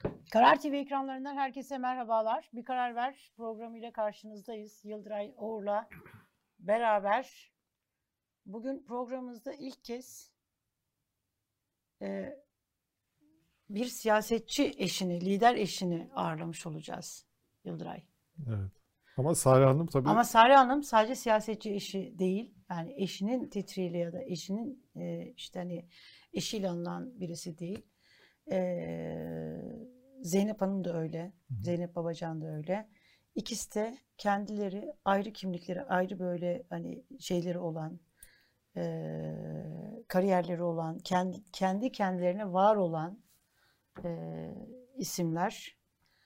Karar TV ekranlarından herkese merhabalar. Bir Karar Ver programıyla karşınızdayız. Yıldıray Oğur'la beraber. Bugün programımızda ilk kez bir siyasetçi eşini, lider eşini ağırlamış olacağız Yıldıray. Evet. Ama Sare Hanım tabii... Ama Sare Hanım sadece siyasetçi eşi değil. Yani eşinin titriyle ya da eşinin eşiyle alınan birisi değil. Zeynep Hanım da öyle. Zeynep Babacan da öyle. İkisi de kendileri ayrı kimlikleri, ayrı böyle hani şeyleri olan, kariyerleri olan, kendi kendilerine var olan isimler.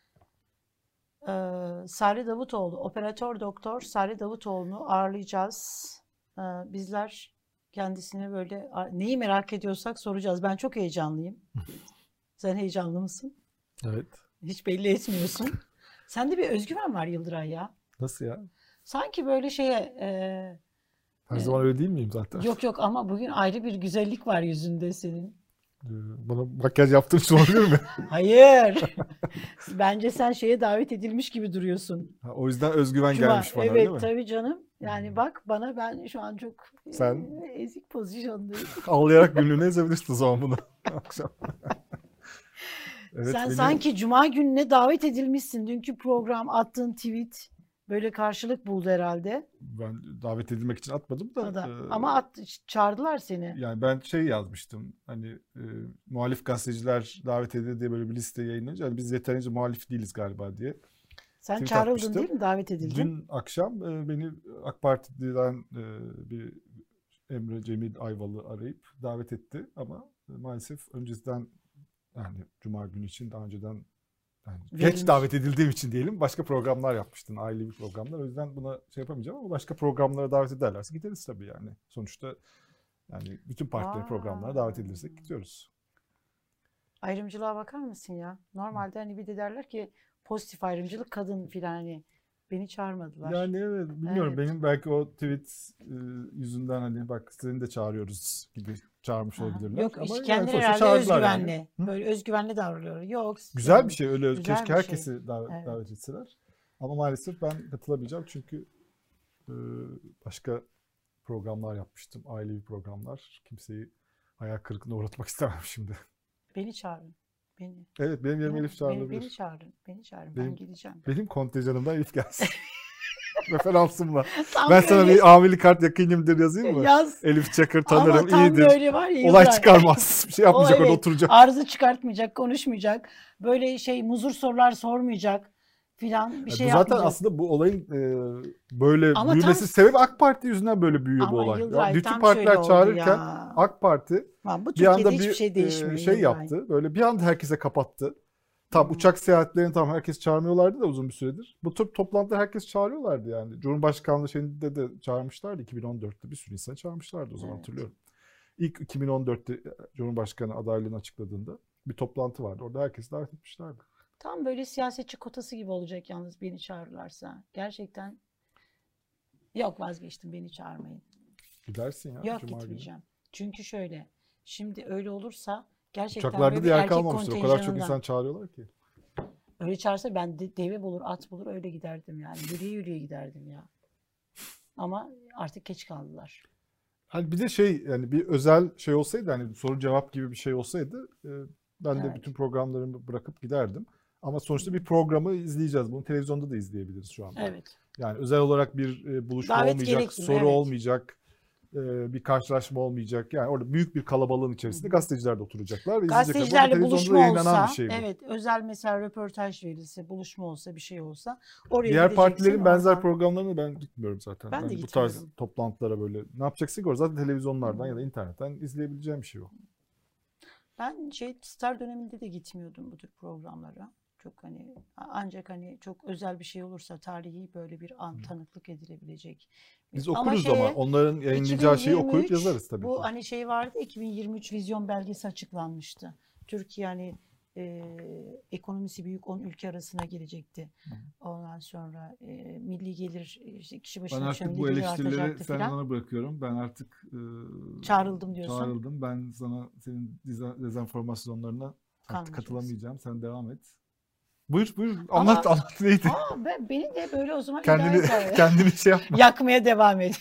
Sare Davutoğlu, operatör doktor Sare Davutoğlu'nu ağırlayacağız. Bizler kendisine böyle neyi merak ediyorsak soracağız. Ben çok heyecanlıyım. Sen heyecanlı mısın? Evet. Hiç belli etmiyorsun. Sende bir özgüven var Yıldıray ya. Nasıl ya? Sanki böyle Her zaman öyle değil miyim zaten? Yok ama bugün ayrı bir güzellik var yüzünde senin. Bana makyaj yaptığım için olabilir mi? Hayır. Bence sen davet edilmiş gibi duruyorsun. O yüzden özgüven gelmiş bana, öyle mi? Evet tabii canım. Yani bak bana, ben şu an çok ezik pozisyondayım. Ağlayarak günlüğüne ezebilirsin o zaman bunu akşam. Evet, sen sanki Cuma gününe davet edilmişsin. Dünkü program, attığın tweet böyle karşılık buldu herhalde. Ben davet edilmek için atmadım da. Ama çağırdılar seni. Yani ben yazmıştım. Hani muhalif gazeteciler davet edildi diye böyle bir liste yayınlanınca. Yani biz yeterince muhalif değiliz galiba diye. Sen çağrıldın değil mi? Davet edildin. Dün akşam beni AK Parti'den bir Emre Cemil Ayvalı arayıp davet etti. Ama maalesef önceden, yani Cuma günü için daha önceden geç davet edildiğim için diyelim, başka programlar yapmıştın, ailevi programlar. O yüzden buna yapamayacağım ama başka programlara davet ederlerse gideriz tabii yani. Sonuçta yani bütün partilerin programlarına davet edilirsek gidiyoruz. Ayrımcılığa bakar mısın ya? Normalde hani bir de derler ki pozitif ayrımcılık, kadın filan, hani beni çağırmadılar. Yani evet, bilmiyorum, evet. Benim belki o tweet yüzünden hani bak seni de çağırıyoruz gibi çağırmış olabilirler. Yok, ama kendileri herhalde özgüvenli. Yani. Böyle özgüvenli davranıyor. Yok. Güzel bir şey, öyle keşke herkesi davet etseler. Ama maalesef ben katılamayacağım çünkü başka programlar yapmıştım. Ailevi programlar. Kimseyi hayal kırıklığına uğratmak istemem şimdi. Beni çağırın. Beni. Evet, benim yerime Elif çağırılabilir. Beni çağırın. Ben geleceğim. Benim kontenjanımdan Elif gelsin. Referansımla. Ben sana bir ameli kart yakınımdır yazayım mı? Yaz. Elif Çakır tanırım, ama tam iyidir. Böyle var ya, olay çıkarmaz. Bir şey yapmayacak, orada oturacak. Arıza çıkartmayacak, konuşmayacak. Böyle muzur sorular sormayacak filan, bir şey zaten yapmayacak. Aslında bu olayın böyle büyümesi sebebi AK Parti yüzünden böyle büyüyor bu olay. Yıldıray, bütün partiler çağırırken AK Parti bir anda bir şey yaptı. Böyle bir anda herkese kapattı. Tam uçak seyahatlerini herkes çağırmıyorlardı da uzun bir süredir. Bu tür toplantıda herkes çağırıyorlardı yani. Cumhurbaşkanlığı şeyinde de çağırmışlardı. 2014'te bir sürü insan çağırmışlardı o zaman, evet. Hatırlıyorum. İlk 2014'te Cumhurbaşkanı adaylığını açıkladığında bir toplantı vardı. Orada herkesi davet etmişlerdi. Tam böyle siyasetçi kotası gibi olacak yalnız beni çağırırlarsa. Gerçekten. Yok, vazgeçtim, beni çağırmayın. Gidersin ya. Yok, gitmeyeceğim. Çünkü şöyle, şimdi öyle olursa gerçekten uçaklarda da yer kalmamıştır. O kadar çok insan çağırıyorlar ki. Öyle çağırsa ben deve bulur, at bulur, öyle giderdim yani. Yürüye giderdim ya. Ama artık geç kaldılar. Hani bir de yani bir özel şey olsaydı, hani soru cevap gibi bir şey olsaydı ben de bütün programlarımı bırakıp giderdim. Ama sonuçta bir programı izleyeceğiz. Bunu televizyonda da izleyebiliriz şu anda. Evet. Yani özel olarak bir buluşma olmayacak, soru olmayacak. Bir karşılaşma olmayacak. Yani orada büyük bir kalabalığın içerisinde gazeteciler de oturacaklar. Gazetecilerle buluşma olsa, şey evet, özel mesela röportaj verilse, buluşma olsa, bir şey olsa oraya diğer partilerin benzer programlarını ben gitmiyorum zaten. Ben de bu tarz toplantılara böyle ne yapacaksın ki orada? Zaten televizyonlardan ya da internetten izleyebileceğim bir şey o. Ben Star döneminde de gitmiyordum bu tür programlara. Çok ancak çok özel bir şey olursa, tarihi böyle bir an tanıklık edilebilecek. Biz okuruz ama onların yayınlayacağı şeyi okuyup yazarız tabii. Bu vardı, 2023 vizyon belgesi açıklanmıştı. Türkiye ekonomisi büyük 10 ülke arasına girecekti. Ondan sonra milli gelir kişi başına düşen milli gelir artacaktı. Ben artık bu eleştirileri sen bana bırakıyorum. Ben artık çağrıldım diyorsun. Çağrıldım. Ben senin dezenformasyonlarına Kanmayacağız. Katılamayacağım. Sen devam et. Buyur. Anlat neydi? Beni de böyle o zaman Kendini şey yapma. yakmaya devam et.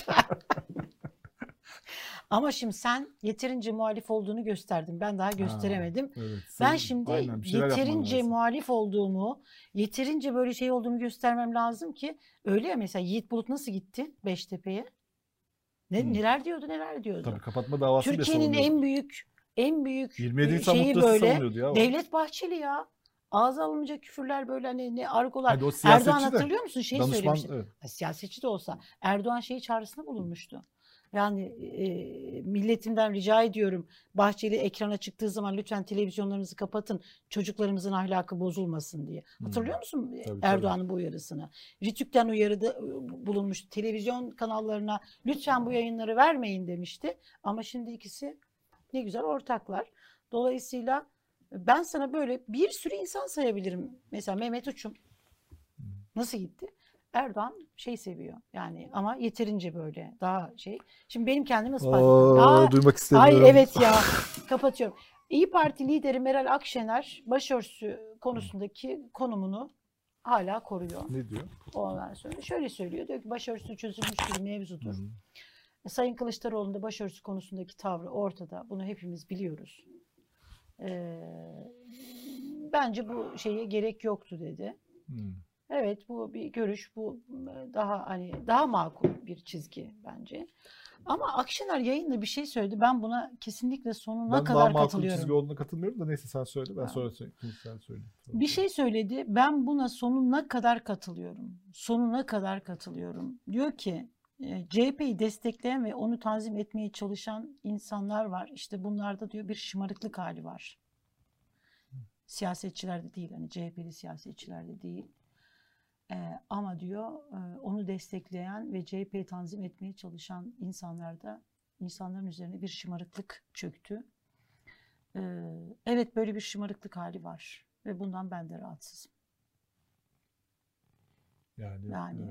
Ama şimdi sen yeterince muhalif olduğunu gösterdin. Ben daha gösteremedim. Evet, ben şimdi yeterince muhalif olduğumu, yeterince böyle şey olduğumu göstermem lazım ki. Öyle ya, mesela Yiğit Bulut nasıl gitti Beştepe'ye? Neler diyordu. Tabii kapatma davası bile Türkiye'nin en büyük 27 şeyi böyle ya. Devlet Bahçeli ya. Ağza alınmayacak küfürler, böyle hani ne argolar. Erdoğan hatırlıyor musun? Söylemişti. Evet. Siyasetçi de olsa Erdoğan çağrısında bulunmuştu. Yani milletimden rica ediyorum, Bahçeli ekrana çıktığı zaman lütfen televizyonlarınızı kapatın, çocuklarımızın ahlakı bozulmasın diye. Hatırlıyor musun Erdoğan'ın bu uyarısını? Rütük'ten uyarıda bulunmuştu. Televizyon kanallarına lütfen bu yayınları vermeyin demişti. Ama şimdi ikisi ne güzel ortaklar. Dolayısıyla ben sana böyle bir sürü insan sayabilirim. Mesela Mehmet Uçum nasıl gitti? Erdoğan seviyor yani, ama yeterince böyle daha şey. Şimdi benim kendimi ispatladım. Duymak istemiyorum. Ay evet ya, kapatıyorum. İyi Parti lideri Meral Akşener başörtüsü konusundaki konumunu hala koruyor. Ne diyor? Ondan sonra şöyle söylüyor. Diyor ki başörtüsü çözülmüş bir mevzudur. Sayın Kılıçdaroğlu'nun da başörtüsü konusundaki tavrı ortada. Bunu hepimiz biliyoruz. Bence bu şeye gerek yoktu dedi. Evet, bu bir görüş, bu daha makul bir çizgi bence. Ama Akşener yayında bir şey söyledi. Ben buna kesinlikle sonuna kadar katılıyorum. Ben daha makul çizgi olduğuna katılmıyorum da neyse sen söyle. Ben sonra sen söyle. Bir şey söyledi. Ben buna sonuna kadar katılıyorum. Sonuna kadar katılıyorum. Diyor ki CHP'yi destekleyen ve onu tanzim etmeye çalışan insanlar var. İşte bunlarda diyor bir şımarıklık hali var. Siyasetçilerde değil, hani CHP'li siyasetçilerde değil. Ama diyor onu destekleyen ve CHP'yi tanzim etmeye çalışan insanların üzerine bir şımarıklık çöktü. Evet, böyle bir şımarıklık hali var ve bundan ben de rahatsızım. Yani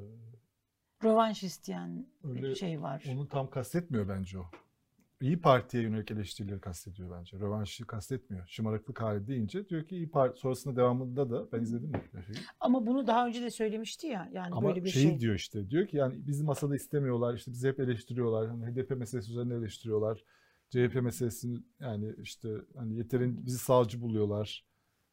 rövanş isteyen şey var. Onu tam kastetmiyor bence o. İyi Parti'ye yönelik eleştirileri kastediyor bence. Rövanşı kastetmiyor. Şımarıklık hali deyince diyor ki İyi Parti sonrasında devamında da ben izledim mi? Ama bunu daha önce de söylemişti ya. Yani ama böyle bir şey diyor işte. Diyor ki yani bizi masada istemiyorlar. İşte bizi hep eleştiriyorlar. Hani HDP meselesi üzerine eleştiriyorlar. CHP meselesini yani işte hani yeterince bizi sağcı buluyorlar.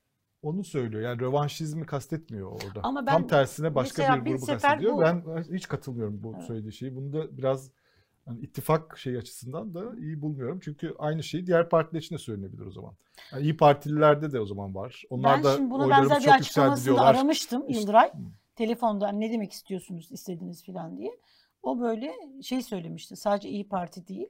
Onu söylüyor. Yani rövanşizmi kastetmiyor orada. Ama tam tersine başka bir grubu kastediyor. Ben hiç katılmıyorum bu söylediği şeyi. Bunu da biraz yani ittifak açısından da iyi bulmuyorum. Çünkü aynı şey diğer partiler için de söylenebilir o zaman. Yani İyi Partililerde de o zaman var. Onlar ben şimdi buna benzer bir açıklamasını da aramıştım Yıldıray. Telefonda ne demek istediniz falan diye. O böyle söylemişti. Sadece İyi Parti değil.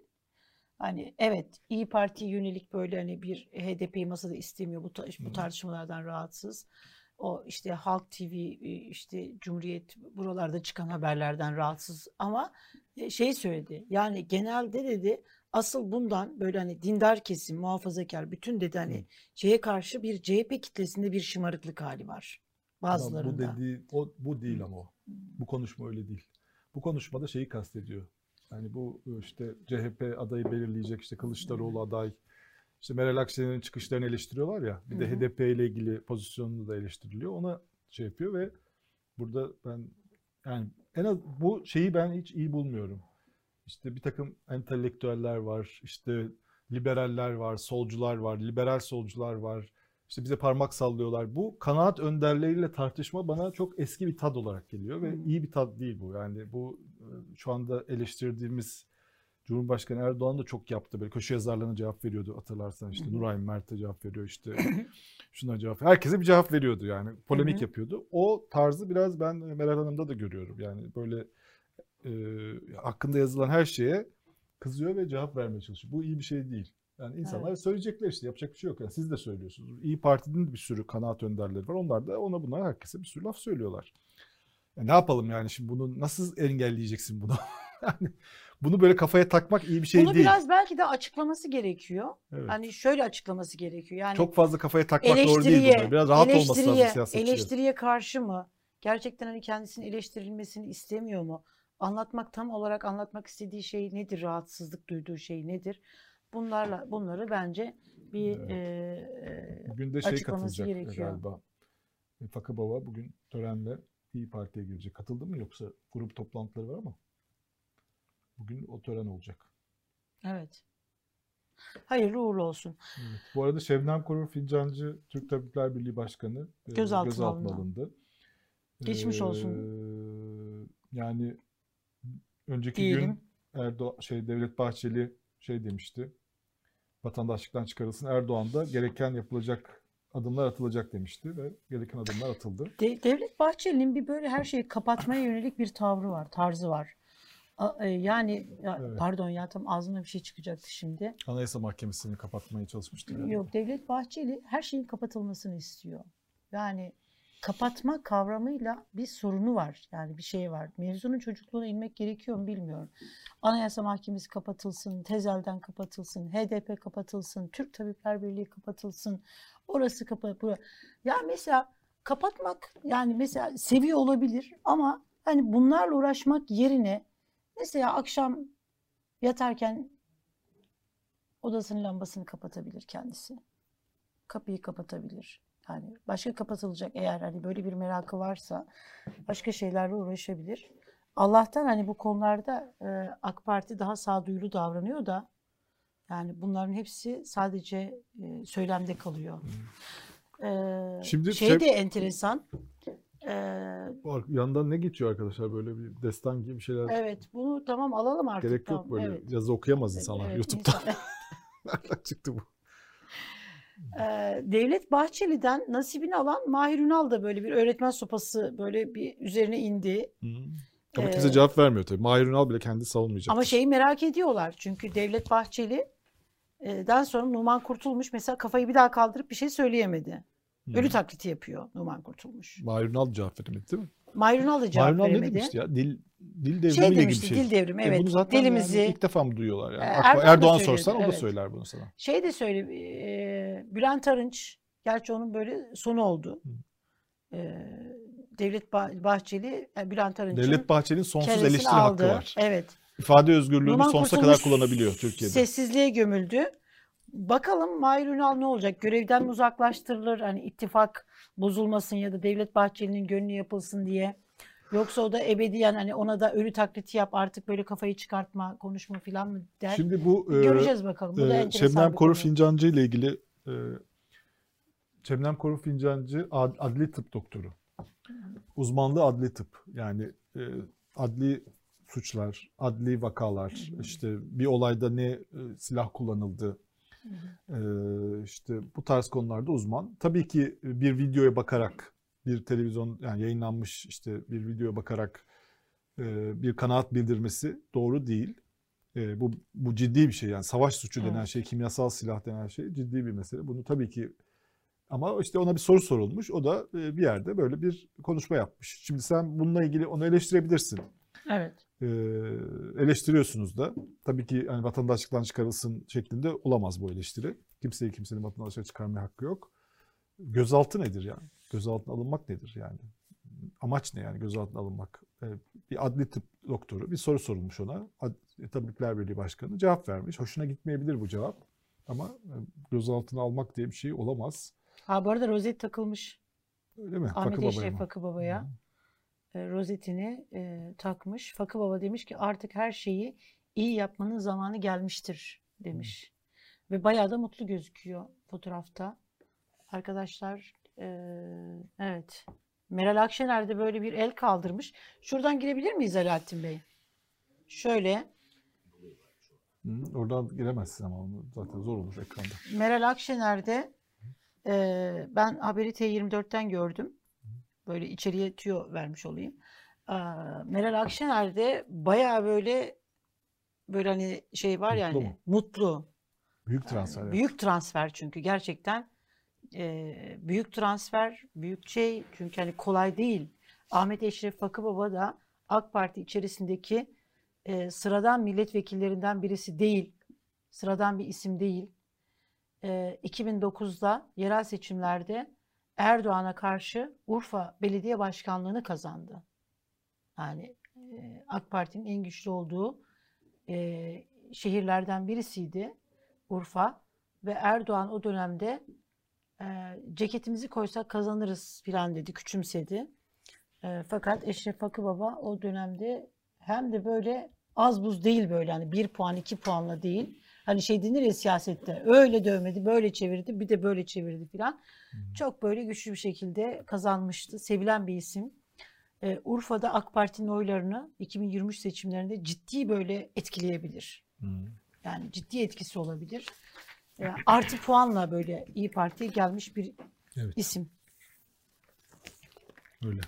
Hani evet, İyi Parti'ye yönelik böyle hani bir HDP'yi masada istemiyor. Bu tartışmalardan rahatsız. O işte Halk TV, işte Cumhuriyet, buralarda çıkan haberlerden rahatsız, ama söyledi. Yani genelde dedi asıl bundan böyle hani dindar kesim, muhafazakar bütün dedi hani şeye karşı bir CHP kitlesinde bir şımarıklık hali var bazılarında. Bu değil ama o. Bu konuşma öyle değil. Bu konuşmada şeyi kastediyor. Yani bu işte CHP adayı belirleyecek, işte Kılıçdaroğlu aday, işte Meral Akşener'in çıkışlarını eleştiriyorlar ya, bir de HDP ile ilgili pozisyonunu da eleştiriliyor. Ona yapıyor ve burada ben yani en az bu şeyi ben hiç iyi bulmuyorum. İşte bir takım entelektüeller var, işte liberaller var, solcular var, liberal solcular var. İşte bize parmak sallıyorlar. Bu kanaat önderleriyle tartışma bana çok eski bir tad olarak geliyor ve iyi bir tad değil bu. Yani bu şu anda eleştirdiğimiz Cumhurbaşkanı Erdoğan da çok yaptı. Böyle köşe yazarlarına cevap veriyordu, hatırlarsan işte Nuray Mert'e cevap veriyor, işte şuna cevap veriyor. Herkese bir cevap veriyordu yani. Polemik yapıyordu. O tarzı biraz ben Meral Hanım'da da görüyorum. Yani böyle hakkında yazılan her şeye kızıyor ve cevap vermeye çalışıyor. Bu iyi bir şey değil. Yani insanlar söyleyecekler, işte yapacak bir şey yok. Yani siz de söylüyorsunuz. İyi Parti'nin de bir sürü kanaat önderleri var. Onlar da ona buna herkese bir sürü laf söylüyorlar. Ne yapalım yani, şimdi bunu nasıl engelleyeceksin bunu? Yani bunu böyle kafaya takmak iyi bir şey değil. Bunu biraz belki de açıklaması gerekiyor. Evet. Hani şöyle açıklaması gerekiyor. Yani çok fazla kafaya takmak doğru değil bunlar. Biraz rahat olması lazım siyasetçilerin. Eleştiriye karşı mı? Gerçekten hani kendisinin eleştirilmesini istemiyor mu? Tam olarak anlatmak istediği şey nedir? Rahatsızlık duyduğu şey nedir? Bunları bence bir bugün de şey açıklaması katılacak gerekiyor. galiba. Fakıbaba bugün törenle İYİ Parti'ye girecek. Katıldı mı yoksa grup toplantıları var ama bugün o tören olacak. Evet. Hayırlı uğurlu olsun. Evet. Bu arada Şebnem Korur Fincancı Türk Tabipler Birliği Başkanı gözaltına alındı. Geçmiş olsun. Yani önceki Diyelim. gün Devlet Bahçeli demişti. Vatandaşlıktan çıkarılsın. Erdoğan da gereken yapılacak adımlar atılacak demişti ve gereken adımlar atıldı. Devlet Bahçeli'nin bir böyle her şeyi kapatmaya yönelik bir tarzı var. Yani Evet. pardon ya tam ağzımda bir şey çıkacaktı şimdi. Anayasa Mahkemesi'ni kapatmaya çalışmıştı. Yani. Yok, Devlet Bahçeli her şeyin kapatılmasını istiyor. Yani kapatma kavramıyla bir sorunu var. Yani bir şey var. Mevzunun çocukluğuna inmek gerekiyor mu bilmiyorum. Anayasa Mahkemesi kapatılsın, Tezel'den kapatılsın, HDP kapatılsın, Türk Tabipler Birliği kapatılsın. Orası kapatılsın. Ya mesela kapatmak yani mesela seviyor olabilir ama hani bunlarla uğraşmak yerine mesela akşam yatarken odasının lambasını kapatabilir kendisi. Kapıyı kapatabilir. Yani başka kapatılacak eğer hani böyle bir merakı varsa başka şeylerle uğraşabilir. Allah'tan hani bu konularda AK Parti daha sağduyulu davranıyor da yani bunların hepsi sadece söylemde kalıyor. Şimdi de enteresan. Yandan ne geçiyor arkadaşlar böyle bir destan gibi bir şeyler. Evet bunu tamam alalım artık. Gerek yok böyle yazı okuyamaz insanlar YouTube'da. Nereden çıktı bu? Devlet Bahçeli'den nasibini alan Mahir Ünal da böyle bir öğretmen sopası böyle bir üzerine indi. Ama kimse cevap vermiyor tabii. Mahir Ünal bile kendi savunmayacak. Ama şeyi merak ediyorlar. Çünkü Devlet Bahçeli'den sonra Numan Kurtulmuş mesela kafayı bir daha kaldırıp bir şey söyleyemedi. Ölü taklidi yapıyor Numan Kurtulmuş. Mahir Ünal cevap veremedi değil mi? Mahir Ünal da cevap veremedi. Mahir Ünal ne demişti ya? Dil devrimiyle şey ilgili demişti, bir şey. Dil devrimi evet. Bunu zaten Dilimizi yani ilk defa mı duyuyorlar yani? Erdoğan sorsan o da evet. söyler bunu sana. Şey de söyle Bülent Arınç gerçi onun böyle sonu oldu. Devlet Bahçeli Bülent Arınç'ın Devlet Bahçeli'nin sonsuz eleştiri hakkı var. Evet. İfade özgürlüğünü Numan sonsuza kadar kullanabiliyor Türkiye'de. Sessizliğe gömüldü. Bakalım Mahir Ünal ne olacak? Görevden mi uzaklaştırılır? Hani ittifak bozulmasın ya da Devlet Bahçeli'nin gönlü yapılsın diye. Yoksa o da ebediyen hani ona da ölü taklidi yap artık böyle kafayı çıkartma, konuşma falan mı der? Şimdi bu göreceğiz bakalım. Bu da enteresan Şebnem bir Korur konu. Fincancı ile ilgili Şebnem Korur Fincancı adli tıp doktoru. Uzmanlığı adli tıp. Yani adli suçlar, adli vakalar, işte bir olayda ne silah kullanıldı, işte bu tarz konularda uzman. Tabii ki bir videoya bakarak, bir televizyon yani yayınlanmış işte bir videoya bakarak bir kanaat bildirmesi doğru değil. Bu ciddi bir şey yani savaş suçu denen şey, kimyasal silah denen şey ciddi bir mesele. Bunu tabii ki ama işte ona bir soru sorulmuş. O da bir yerde böyle bir konuşma yapmış. Şimdi sen bununla ilgili onu eleştirebilirsin. Evet. Eleştiriyorsunuz da. Tabii ki hani vatandaşlıktan çıkarılsın şeklinde olamaz bu eleştiri. Kimsenin vatandaşlığa çıkarmaya hakkı yok. Gözaltı nedir yani? Gözaltına alınmak nedir yani? Amaç ne yani gözaltına alınmak? Bir adli tıp doktoru bir soru sorulmuş ona. Tabipler Birliği Başkanı cevap vermiş. Hoşuna gitmeyebilir bu cevap. Ama gözaltına almak diye bir şey olamaz. Bu arada rozet takılmış. Öyle mi? Ahmet Eşref Fakıbaba'ya rozetini takmış. Fakıbaba demiş ki artık her şeyi iyi yapmanın zamanı gelmiştir demiş. Ve bayağı da mutlu gözüküyor fotoğrafta. Arkadaşlar evet. Meral Akşener de böyle bir el kaldırmış. Şuradan girebilir miyiz Alaaddin Bey? Şöyle. Oradan giremezsin ama zaten zor olur ekranda. Meral Akşener de ben haberi T24'ten gördüm. Böyle içeriye tüyo vermiş olayım. Meral Akşener de bayağı böyle hani şey var yani mu? Mutlu. Büyük transfer. Büyük transfer çünkü gerçekten büyük transfer, büyük şey çünkü hani kolay değil. Ahmet Eşref Fakıbaba da AK Parti içerisindeki sıradan milletvekillerinden birisi değil. Sıradan bir isim değil. 2009'da yerel seçimlerde Erdoğan'a karşı Urfa Belediye Başkanlığı'nı kazandı. Yani AK Parti'nin en güçlü olduğu şehirlerden birisiydi Urfa. ve Erdoğan o dönemde ceketimizi koysak kazanırız falan dedi, küçümsedi. Fakat Eşref Akıbaba o dönemde hem de böyle az buz değil, böyle hani 1 puan 2 puanla değil. Hani şey denir ya siyasette, öyle dövmedi, böyle çevirdi, bir de böyle çevirdi falan. Çok böyle güçlü bir şekilde kazanmıştı. Sevilen bir isim. Urfa'da AK Parti'nin oylarını 2023 seçimlerinde ciddi böyle etkileyebilir. Yani ciddi etkisi olabilir. Artı puanla böyle İyi Parti'ye gelmiş bir Evet. isim. Öyle.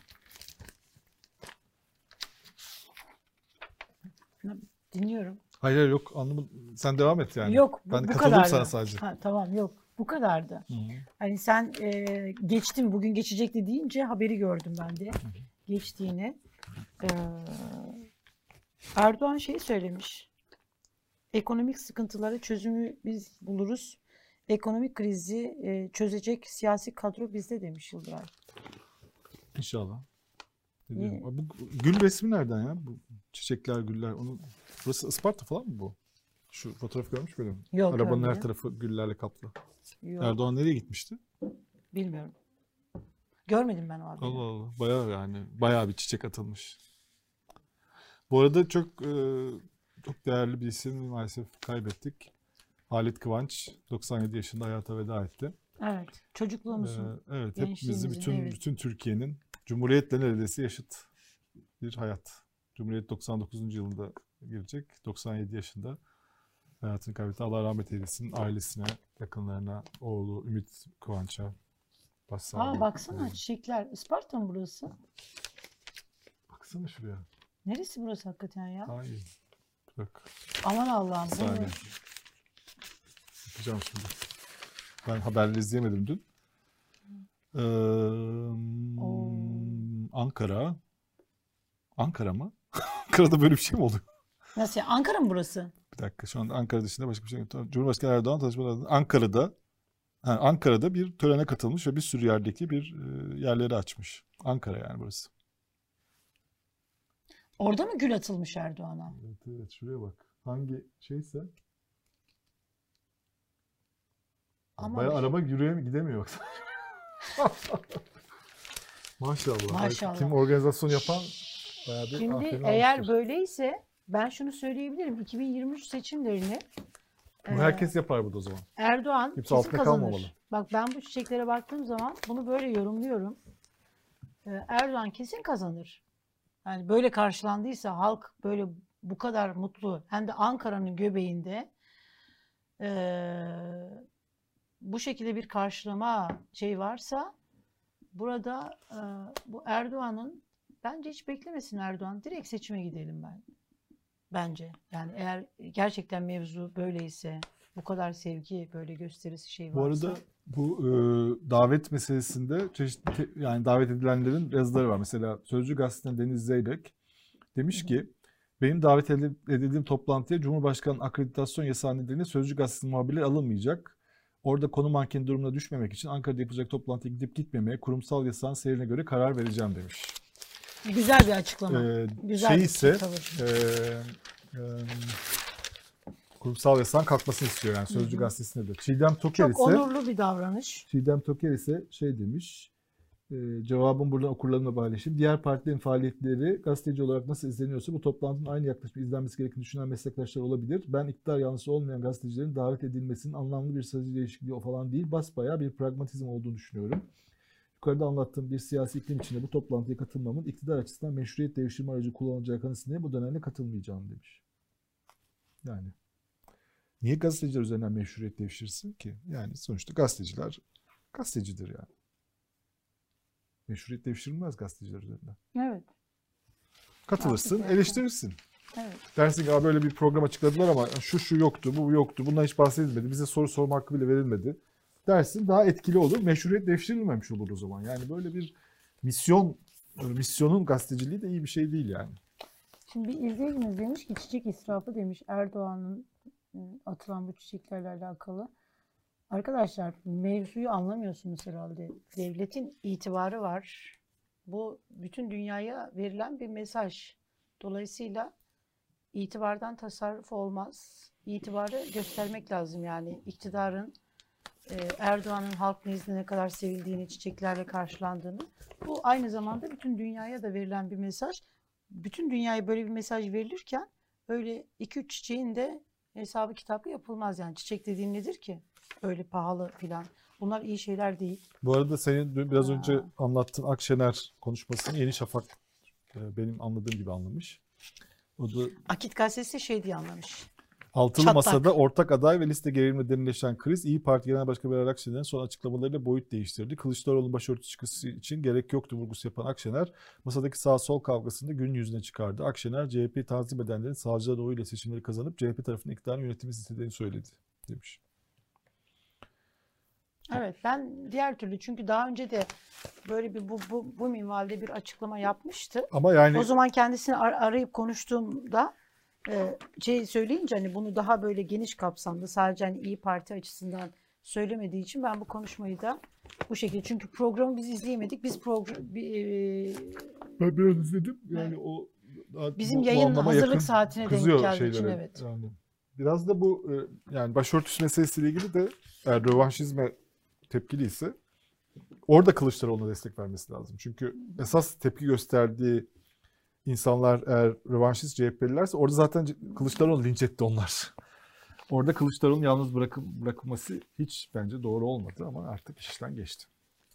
Dinliyorum. Hayır yok, anlamadım. Sen devam et yani. Yok, Ben bu katılıyorum kadardı. sana sadece. Ha, tamam, yok, bu kadardı. Hı. Hani sen geçtim, bugün geçecekti deyince haberi gördüm ben de geçtiğini. E, Erdoğan şeyi söylemiş. Ekonomik sıkıntılara çözümü biz buluruz. Ekonomik krizi çözecek siyasi kadro bizde demiş Yıldıray. İnşallah. İyi. Bu gül resmi nereden ya? Bu çiçekler, güller. Burası Isparta falan mı bu? Şu fotoğrafı görmüş müydün? Yok, Arabanın her görmedim. tarafı güllerle kaplı. Yok, Erdoğan nereye gitmişti? bilmiyorum. Görmedim ben o haberi. Allah Allah. Bayağı yani. Bayağı bir çiçek atılmış. Bu arada çok değerli bir isim maalesef kaybettik. Halit Kıvanç 97 yaşında hayata veda etti. Evet. Çocukluğumuzun, Evet, hepimizin, gençliğimizin, evet. bütün Türkiye'nin Cumhuriyet'le neredeyse yaşıt bir hayat. Cumhuriyet 99. yılında girecek. 97 yaşında hayatını kaybetti. Allah rahmet eylesin. Ailesine, yakınlarına, oğlu Ümit Kıvanç'a başsağlığı. Baksana çiçekler. Isparta mı burası? Baksana şuraya. Neresi burası hakikaten ya? Hayır. Bak. Aman Allah'ım. Bir saniye. Yapacağım şimdi. Ben haberleri izleyemedim dün. Ankara. Ankara mı? Ankara'da böyle bir şey mi oluyor? Nasıl ya? Ankara mı burası? Bir dakika, şu anda Ankara dışında başka bir şey yok. Cumhurbaşkanı Erdoğan tanışmalarında Ankara'da bir törene katılmış ve bir sürü yerdeki yerleri açmış. Ankara yani burası. Orada mı gül atılmış Erdoğan'a? Evet, şuraya bak. Hangi şeyse. Ama bayağı araba gidemiyor. Maşallah. Maşallah. Kim organizasyon yapan bayağı bir Şimdi aferin eğer almıştır. böyleyse ben şunu söyleyebilirim. 2023 seçimlerini Bunu herkes yapar burada o zaman. Erdoğan Kimse kesin altında kazanır. kalmamalı. Bak ben bu çiçeklere baktığım zaman bunu böyle yorumluyorum. Erdoğan kesin kazanır. Yani böyle karşılandıysa, halk böyle bu kadar mutlu, hem de Ankara'nın göbeğinde bu şekilde bir karşılama varsa burada bu Erdoğan'ın, bence hiç beklemesin Erdoğan. Direkt seçime gidelim bence. Yani eğer gerçekten mevzu böyleyse, bu kadar sevgi, böyle gösterisi Bu varsa. arada bu davet meselesinde çeşitli yani davet edilenlerin yazıları var. Mesela Sözcü Gazete'nin Deniz Zeybek demiş ki benim davet edildiğim toplantıya Cumhurbaşkanı'nın akreditasyon yasağı nedeniyle Sözcü Gazete'nin muhabirleri alınmayacak. Orada konu mankeni durumuna düşmemek için Ankara'da yapılacak toplantıya gidip gitmemeye kurumsal yasağın seyrine göre karar vereceğim demiş. Güzel bir açıklama. Güzel bir tavır. Kurumsal yasağın kalkmasını istiyor yani Sözcü Gazetesi'nde de. Çiğdem Toker Çok onurlu bir davranış. Çiğdem Toker ise demiş. Cevabım buradan okurlarımla paylaşayım. Diğer partilerin faaliyetleri gazeteci olarak nasıl izleniyorsa bu toplantının aynı yaklaşımı izlenmesi gerektiğini düşünen meslektaşlar olabilir. Ben iktidar yanlısı olmayan gazetecilerin davet edilmesinin anlamlı bir strateji değişikliği falan değil, basbayağı bir pragmatizm olduğunu düşünüyorum. Yukarıda anlattığım bir siyasi iklim içinde bu toplantıya katılmamın iktidar açısından meşruiyet devşirme aracı kullanacağı kanısındayım. Bu dönemde katılmayacağım demiş. Yani niye gazeteciler üzerinden meşruiyet devşirsin ki? Yani sonuçta gazeteciler gazetecidir yani. Meşruiyet devşirilmez gazeteciler üzerinden. Evet. Katılırsın, eleştirirsin. Evet. Dersin ki böyle bir program açıkladılar ama şu yoktu, bu yoktu, bundan hiç bahsedilmedi, bize soru sorma hakkı bile verilmedi dersin, daha etkili olur. Meşruiyet devşirilmemiş olur o zaman. Yani böyle bir misyonun gazeteciliği de iyi bir şey değil yani. Şimdi bir izleyicimiz demiş ki çiçek israfı demiş Erdoğan'ın atılan bu çiçeklerle alakalı. Arkadaşlar mevzuyu anlamıyorsunuz herhalde. Devletin itibarı var. Bu bütün dünyaya verilen bir mesaj. Dolayısıyla itibardan tasarruf olmaz. İtibarı göstermek lazım yani. İktidarın Erdoğan'ın halk nezdinde ne kadar sevildiğini, çiçeklerle karşılandığını, bu aynı zamanda bütün dünyaya da verilen bir mesaj. Bütün dünyaya böyle bir mesaj verilirken öyle 2-3 çiçeğin de hesabı kitabı yapılmaz yani. Çiçek dediğin nedir ki? Öyle pahalı filan. Bunlar iyi şeyler değil. Bu arada senin biraz önce anlattığın Akşener konuşmasını Yeni Şafak benim anladığım gibi anlamış. O da Akit gazetesi şey diye anlamış. Altılı Çatlak. Masa'da ortak aday ve liste gerilimle derinleşen kriz İyi Parti Genel Başkanı Meral Akşener'in son açıklamalarıyla boyut değiştirdi. Kılıçdaroğlu'nun başörtüsü çıkısı için gerek yoktu vurgusu yapan Akşener, masadaki sağ-sol kavgasını gün yüzüne çıkardı. Akşener, CHP tanzim edenlerin sağcılar oyuyla seçimleri kazanıp CHP tarafından iktidarın yönetimi istediğini söyledi demiş. Evet, ben diğer türlü, çünkü daha önce de böyle bir bu minvalde bir açıklama yapmıştı. Ama yani O zaman kendisini arayıp konuştuğumda söyleyince hani bunu daha böyle geniş kapsamda, sadece hani İyi Parti açısından söylemediği için ben bu konuşmayı da bu şekilde, çünkü programı biz izleyemedik. Biz ben biraz izledim. Yani evet. o Bizim yayın hazırlık saatine denk geldiği için evet. Yani biraz da bu yani başörtüsü meselesiyle ilgili de eğer rövanşizme tepkiliyse orada Kılıçdaroğlu'na destek vermesi lazım. Çünkü esas tepki gösterdiği insanlar eğer rövanşist CHP'lilerse orada zaten Kılıçdaroğlu linç etti onlar. Orada Kılıçdaroğlu'nun yalnız bırakılması hiç bence doğru olmadı ama artık iş işten geçti.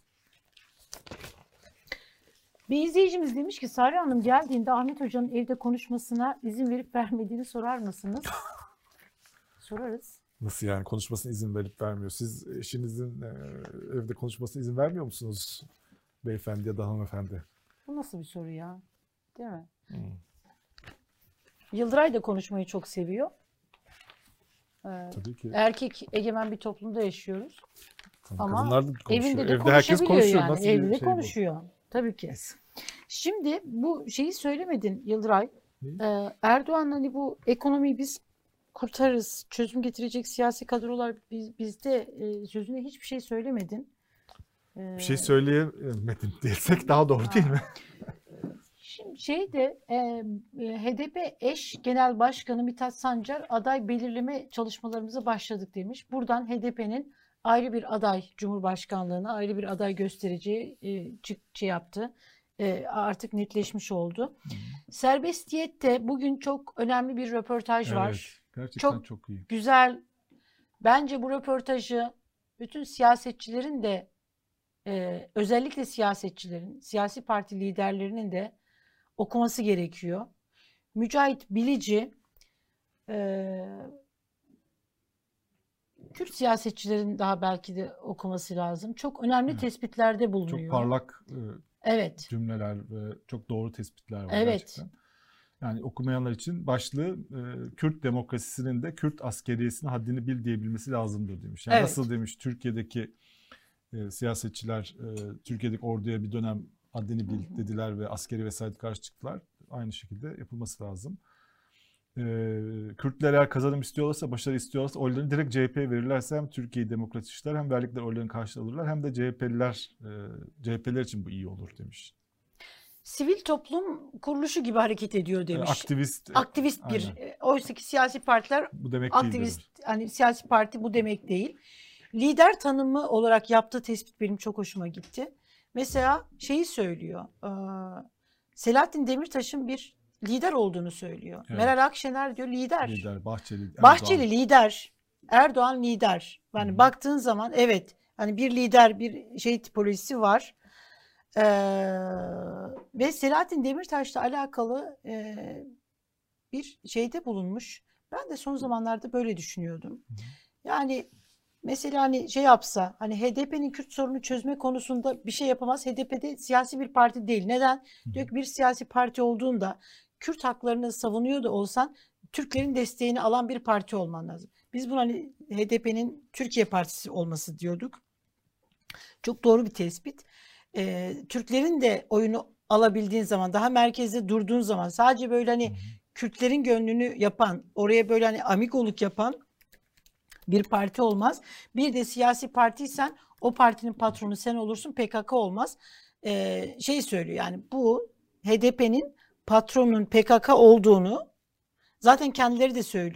Bir izleyicimiz demiş ki Sare Hanım geldiğinde Ahmet Hoca'nın evde konuşmasına izin verip vermediğini sorar mısınız? Sorarız. Nasıl yani konuşmasına izin verip vermiyor? Siz eşinizin evde konuşmasına izin vermiyor musunuz beyefendi ya da hanımefendi? Bu nasıl bir soru ya? Değil mi? Yıldıray da konuşmayı çok seviyor. Tabii ki. Erkek egemen bir toplumda yaşıyoruz. Ama evinde de evde herkes konuşuyor. Yani. Nasıl evde şey konuşuyor. Bu? Tabii ki. Şimdi bu şeyi söylemedin Yıldıray. Erdoğan hani bu ekonomiyi biz kurtarırız, çözüm getirecek siyasi kadrolar bizde sözüne hiçbir şey söylemedin. Bir şey söyleyemedim desek daha doğru değil mi? Şimdi HDP eş genel başkanı Mithat Sancar aday belirleme çalışmalarımıza başladık demiş. Buradan HDP'nin ayrı bir aday Cumhurbaşkanlığına ayrı bir aday göstereceği yaptı. Artık netleşmiş oldu. Serbestiyet'te bugün çok önemli bir röportaj var. Gerçekten çok iyi. Güzel. Bence bu röportajı bütün siyasetçilerin de özellikle siyasetçilerin, siyasi parti liderlerinin de okuması gerekiyor. Mücahit Bilici Kürt siyasetçilerin daha belki de okuması lazım. Çok önemli tespitlerde bulunuyor. Çok parlak evet. cümleler ve çok doğru tespitler var evet. gerçekten. Yani okumayanlar için başlığı Kürt demokrasisinin de Kürt askeriyesinin haddini bil diyebilmesi lazımdır demiş. Yani evet. Nasıl demiş Türkiye'deki siyasetçiler Türkiye'deki orduya bir dönem haddini bil dediler ve askeri vesayet karşı çıktılar. Aynı şekilde yapılması lazım. Kürtler eğer kazanım istiyorlarsa, başarı istiyorlarsa oylarını direkt CHP'ye verirlerse hem Türkiye'yi demokratleştirirler hem verdikleri oyların karşılığını alırlar hem de CHP'ler için bu iyi olur demiş. Sivil toplum kuruluşu gibi hareket ediyor demiş. Aktivist bir. Oysa ki siyasi partiler bu demek aktivist hani siyasi parti bu demek değil. Lider tanımı olarak yaptığı tespit benim çok hoşuma gitti. Mesela şeyi söylüyor. Selahattin Demirtaş'ın bir lider olduğunu söylüyor. Evet. Meral Akşener diyor lider. Bahçeli lider. Erdoğan lider. Yani baktığın zaman evet hani bir lider bir şey tipolojisi var. Ve Selahattin Demirtaş'la alakalı bir şeyde bulunmuş. Ben de son zamanlarda böyle düşünüyordum. Yani mesela hani şey yapsa, hani HDP'nin Kürt sorunu çözme konusunda bir şey yapamaz. HDP'de siyasi bir parti değil. Neden? Diyor ki bir siyasi parti olduğunda Kürt haklarını savunuyor da olsan Türklerin desteğini alan bir parti olman lazım. Biz bunu hani HDP'nin Türkiye Partisi olması diyorduk. Çok doğru bir tespit. Türklerin de oyunu alabildiğin zaman, daha merkezde durduğun zaman, sadece böyle hani Kürtlerin gönlünü yapan, oraya böyle hani amigoluk yapan bir parti olmaz. Bir de siyasi partiysen o partinin patronu sen olursun, PKK olmaz. Şey söylüyor yani bu HDP'nin patronun PKK olduğunu zaten kendileri de söylüyor.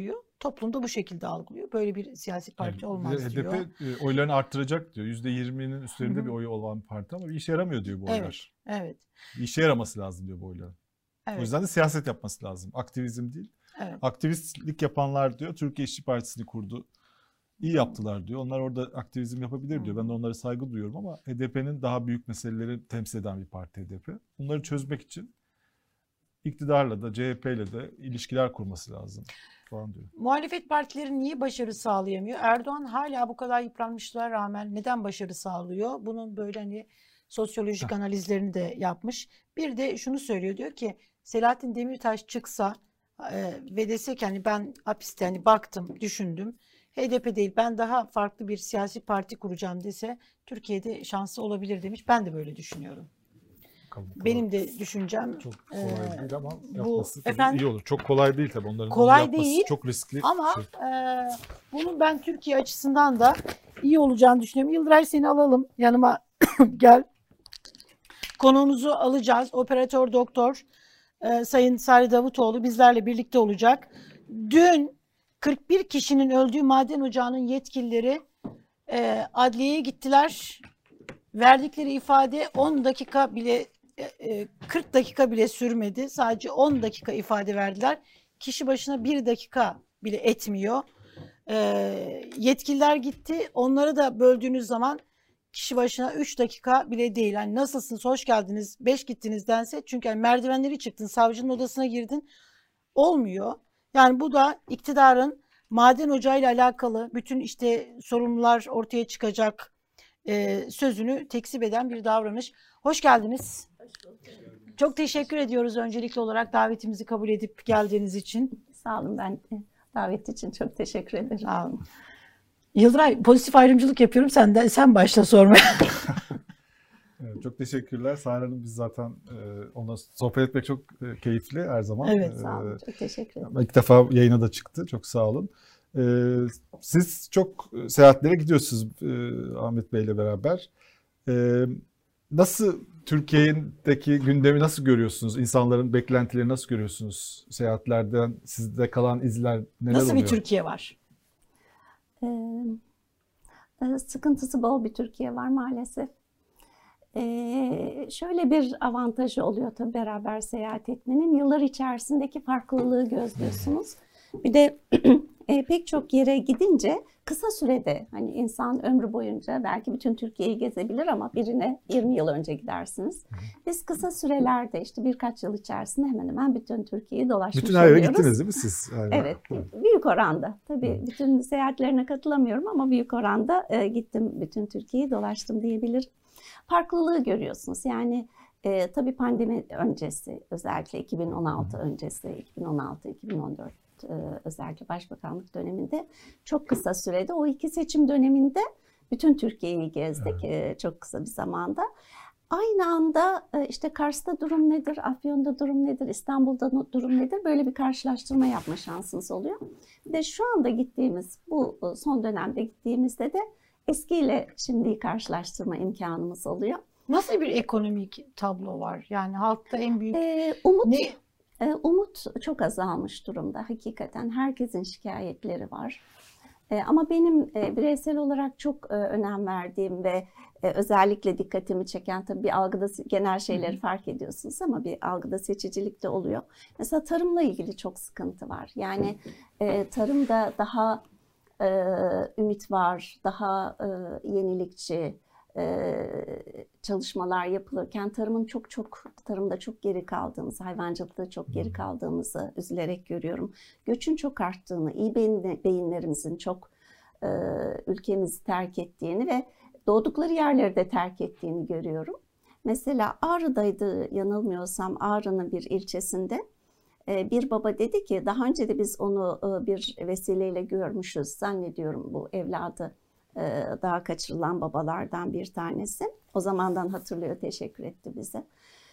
Toplumda bu şekilde algılıyor. Böyle bir siyasi parti olmaz HDP diyor. oylarını arttıracak diyor. %20'nin üstlerinde Hı hı. bir oyu olan bir parti ama bir işe yaramıyor diyor bu oylar. Evet. Bir işe yaraması lazım diyor bu oyların. Evet. O yüzden de siyaset yapması lazım. Aktivizm değil. Evet. Aktivistlik yapanlar diyor Türkiye İşçi Partisi'ni kurdu. İyi yaptılar diyor. Onlar orada aktivizm yapabilir diyor. Ben de onlara saygı duyuyorum ama HDP'nin daha büyük meseleleri temsil eden bir parti HDP. Bunları çözmek için iktidarla da CHP'yle de ilişkiler kurması lazım falan diyor. Muhalefet partileri niye başarı sağlayamıyor? Erdoğan hala bu kadar yıpranmışlığa rağmen neden başarı sağlıyor? Bunun böyle hani sosyolojik analizlerini de yapmış. Bir de şunu söylüyor, diyor ki Selahattin Demirtaş çıksa ve dese ki hani ben hapiste hani baktım, düşündüm. HDP değil ben daha farklı bir siyasi parti kuracağım dese Türkiye'de şansı olabilir demiş. Ben de böyle düşünüyorum. Benim de düşüncem çok kolay değil ama bu, yapması tabii efendim, iyi olur. Çok kolay değil tabii onların kolay yapması değil, çok riskli. ama bunun ben Türkiye açısından da iyi olacağını düşünüyorum. Yıldıray, seni alalım yanıma gel. Konuğumuzu alacağız. Operatör doktor Sayın Salih Davutoğlu bizlerle birlikte olacak. Dün 41 kişinin öldüğü maden ocağının yetkilileri adliyeye gittiler. Verdikleri ifade 10 dakika bile 40 dakika bile sürmedi. Sadece 10 dakika ifade verdiler. Kişi başına 1 dakika bile etmiyor. Yetkililer gitti. Onları da böldüğünüz zaman kişi başına 3 dakika bile değil. Yani nasılsınız, hoş geldiniz, 5 gittiniz dense. Çünkü yani merdivenleri çıktın, savcının odasına girdin. Olmuyor. Yani bu da iktidarın maden ocağıyla alakalı bütün işte sorunlar ortaya çıkacak sözünü tekzip eden bir davranış. Hoş geldiniz. Hoş bulduk. Çok teşekkür ediyoruz öncelikli olarak davetimizi kabul edip geldiğiniz için. Sağ olun, ben davet için çok teşekkür ederim. Sağ olun. Yıldıray, pozitif ayrımcılık yapıyorum, sen başla sormaya. Evet, çok teşekkürler. Sahra Hanım, biz zaten onunla sohbet etmek çok keyifli her zaman. Evet, sağ olun. Çok teşekkür ederim. İlk defa yayına da çıktı. Çok sağ olun. Siz çok seyahatlere gidiyorsunuz Ahmet Bey'le beraber. Nasıl Türkiye'deki gündemi nasıl görüyorsunuz? İnsanların beklentileri nasıl görüyorsunuz? Seyahatlerden sizde kalan izler neler Nasıl oluyor? bir Türkiye var? Sıkıntısı bol bir Türkiye var maalesef. Şöyle bir avantajı oluyor tabii beraber seyahat etmenin. Yıllar içerisindeki farklılığı gözlüyorsunuz. Bir de pek çok yere gidince kısa sürede, hani insan ömrü boyunca belki bütün Türkiye'yi gezebilir ama birine 20 yıl önce gidersiniz. Biz kısa sürelerde işte birkaç yıl içerisinde hemen hemen bütün Türkiye'yi dolaşmış bütün her yere oluyoruz. gittiniz değil mi siz? Yani. Evet, büyük oranda. Tabii bütün seyahatlerine katılamıyorum ama büyük oranda gittim, bütün Türkiye'yi dolaştım diyebilirim. Farklılığı görüyorsunuz. Yani tabii pandemi öncesi, özellikle 2016 öncesi, 2016-2014 özellikle başbakanlık döneminde çok kısa sürede, o iki seçim döneminde bütün Türkiye'yi gezdik çok kısa bir zamanda. Aynı anda işte Kars'ta durum nedir, Afyon'da durum nedir, İstanbul'da durum nedir, böyle bir karşılaştırma yapma şansınız oluyor. Bir de şu anda gittiğimiz, bu son dönemde gittiğimizde de eskiyle şimdiyi karşılaştırma imkanımız oluyor. Nasıl bir ekonomik tablo var? Yani halkta en büyük umut çok azalmış durumda. Hakikaten herkesin şikayetleri var. Ama benim bireysel olarak çok önem verdiğim ve özellikle dikkatimi çeken, tabii bir algıda genel şeyleri fark ediyorsunuz ama bir algıda seçicilik de oluyor. Mesela tarımla ilgili çok sıkıntı var. Yani tarımda daha ümit var, daha yenilikçi çalışmalar yapılırken tarımda çok geri kaldığımızı, hayvancılıkta çok geri kaldığımızı üzülerek görüyorum. Göçün çok arttığını, iyi beyinlerimizin çok ülkemizi terk ettiğini ve doğdukları yerleri de terk ettiğini görüyorum. Mesela Ağrı'daydı yanılmıyorsam, Ağrı'nın bir ilçesinde bir baba dedi ki, daha önce de biz onu bir vesileyle görmüşüz zannediyorum, bu evladı daha kaçırılan babalardan bir tanesi. O zamandan hatırlıyor, teşekkür etti bize.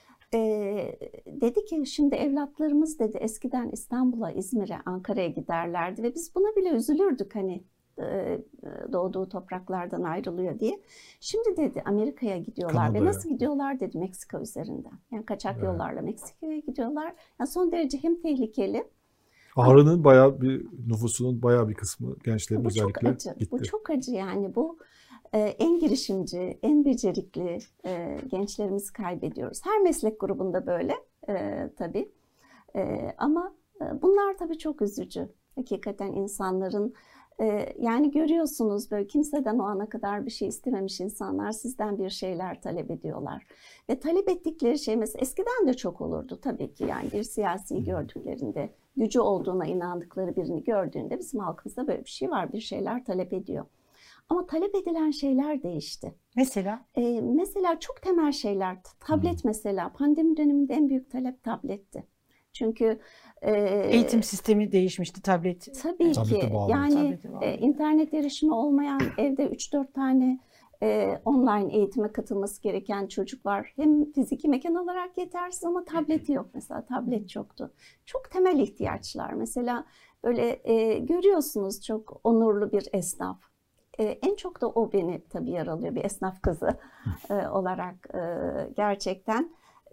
Dedi ki şimdi evlatlarımız dedi eskiden İstanbul'a, İzmir'e, Ankara'ya giderlerdi ve biz buna bile üzülürdük, hani doğduğu topraklardan ayrılıyor diye. Şimdi dedi Amerika'ya gidiyorlar Kanada'ya. Ve nasıl gidiyorlar dedi, Meksika üzerinden. Yani kaçak yollarla Meksika'ya gidiyorlar. Yani son derece hem tehlikeli Ağrı'nın bayağı bir nüfusunun bayağı bir kısmı gençlerin Bu özellikle çok acı. gitti. Bu çok acı yani bu en girişimci, en becerikli gençlerimizi kaybediyoruz. Her meslek grubunda böyle tabii. Ama bunlar tabii çok üzücü. Hakikaten insanların yani görüyorsunuz böyle kimseden o ana kadar bir şey istememiş insanlar sizden bir şeyler talep ediyorlar. Ve talep ettikleri şey mesela eskiden de çok olurdu tabii ki yani bir siyasi gördüklerinde, gücü olduğuna inandıkları birini gördüğünde bizim halkımızda böyle bir şey var, bir şeyler talep ediyor. Ama talep edilen şeyler değişti. Mesela? Mesela çok temel şeyler, tablet mesela pandemi döneminde en büyük talep tabletti. Çünkü eğitim sistemi değişmişti, tablet. Tabii ki yani internet erişimi olmayan evde 3-4 tane online eğitime katılması gereken çocuk var. Hem fiziki mekan olarak yetersiz ama tableti yok mesela, tablet çoktu. Çok temel ihtiyaçlar mesela böyle görüyorsunuz çok onurlu bir esnaf. En çok da o beni tabii yaralıyor bir esnaf kızı olarak gerçekten.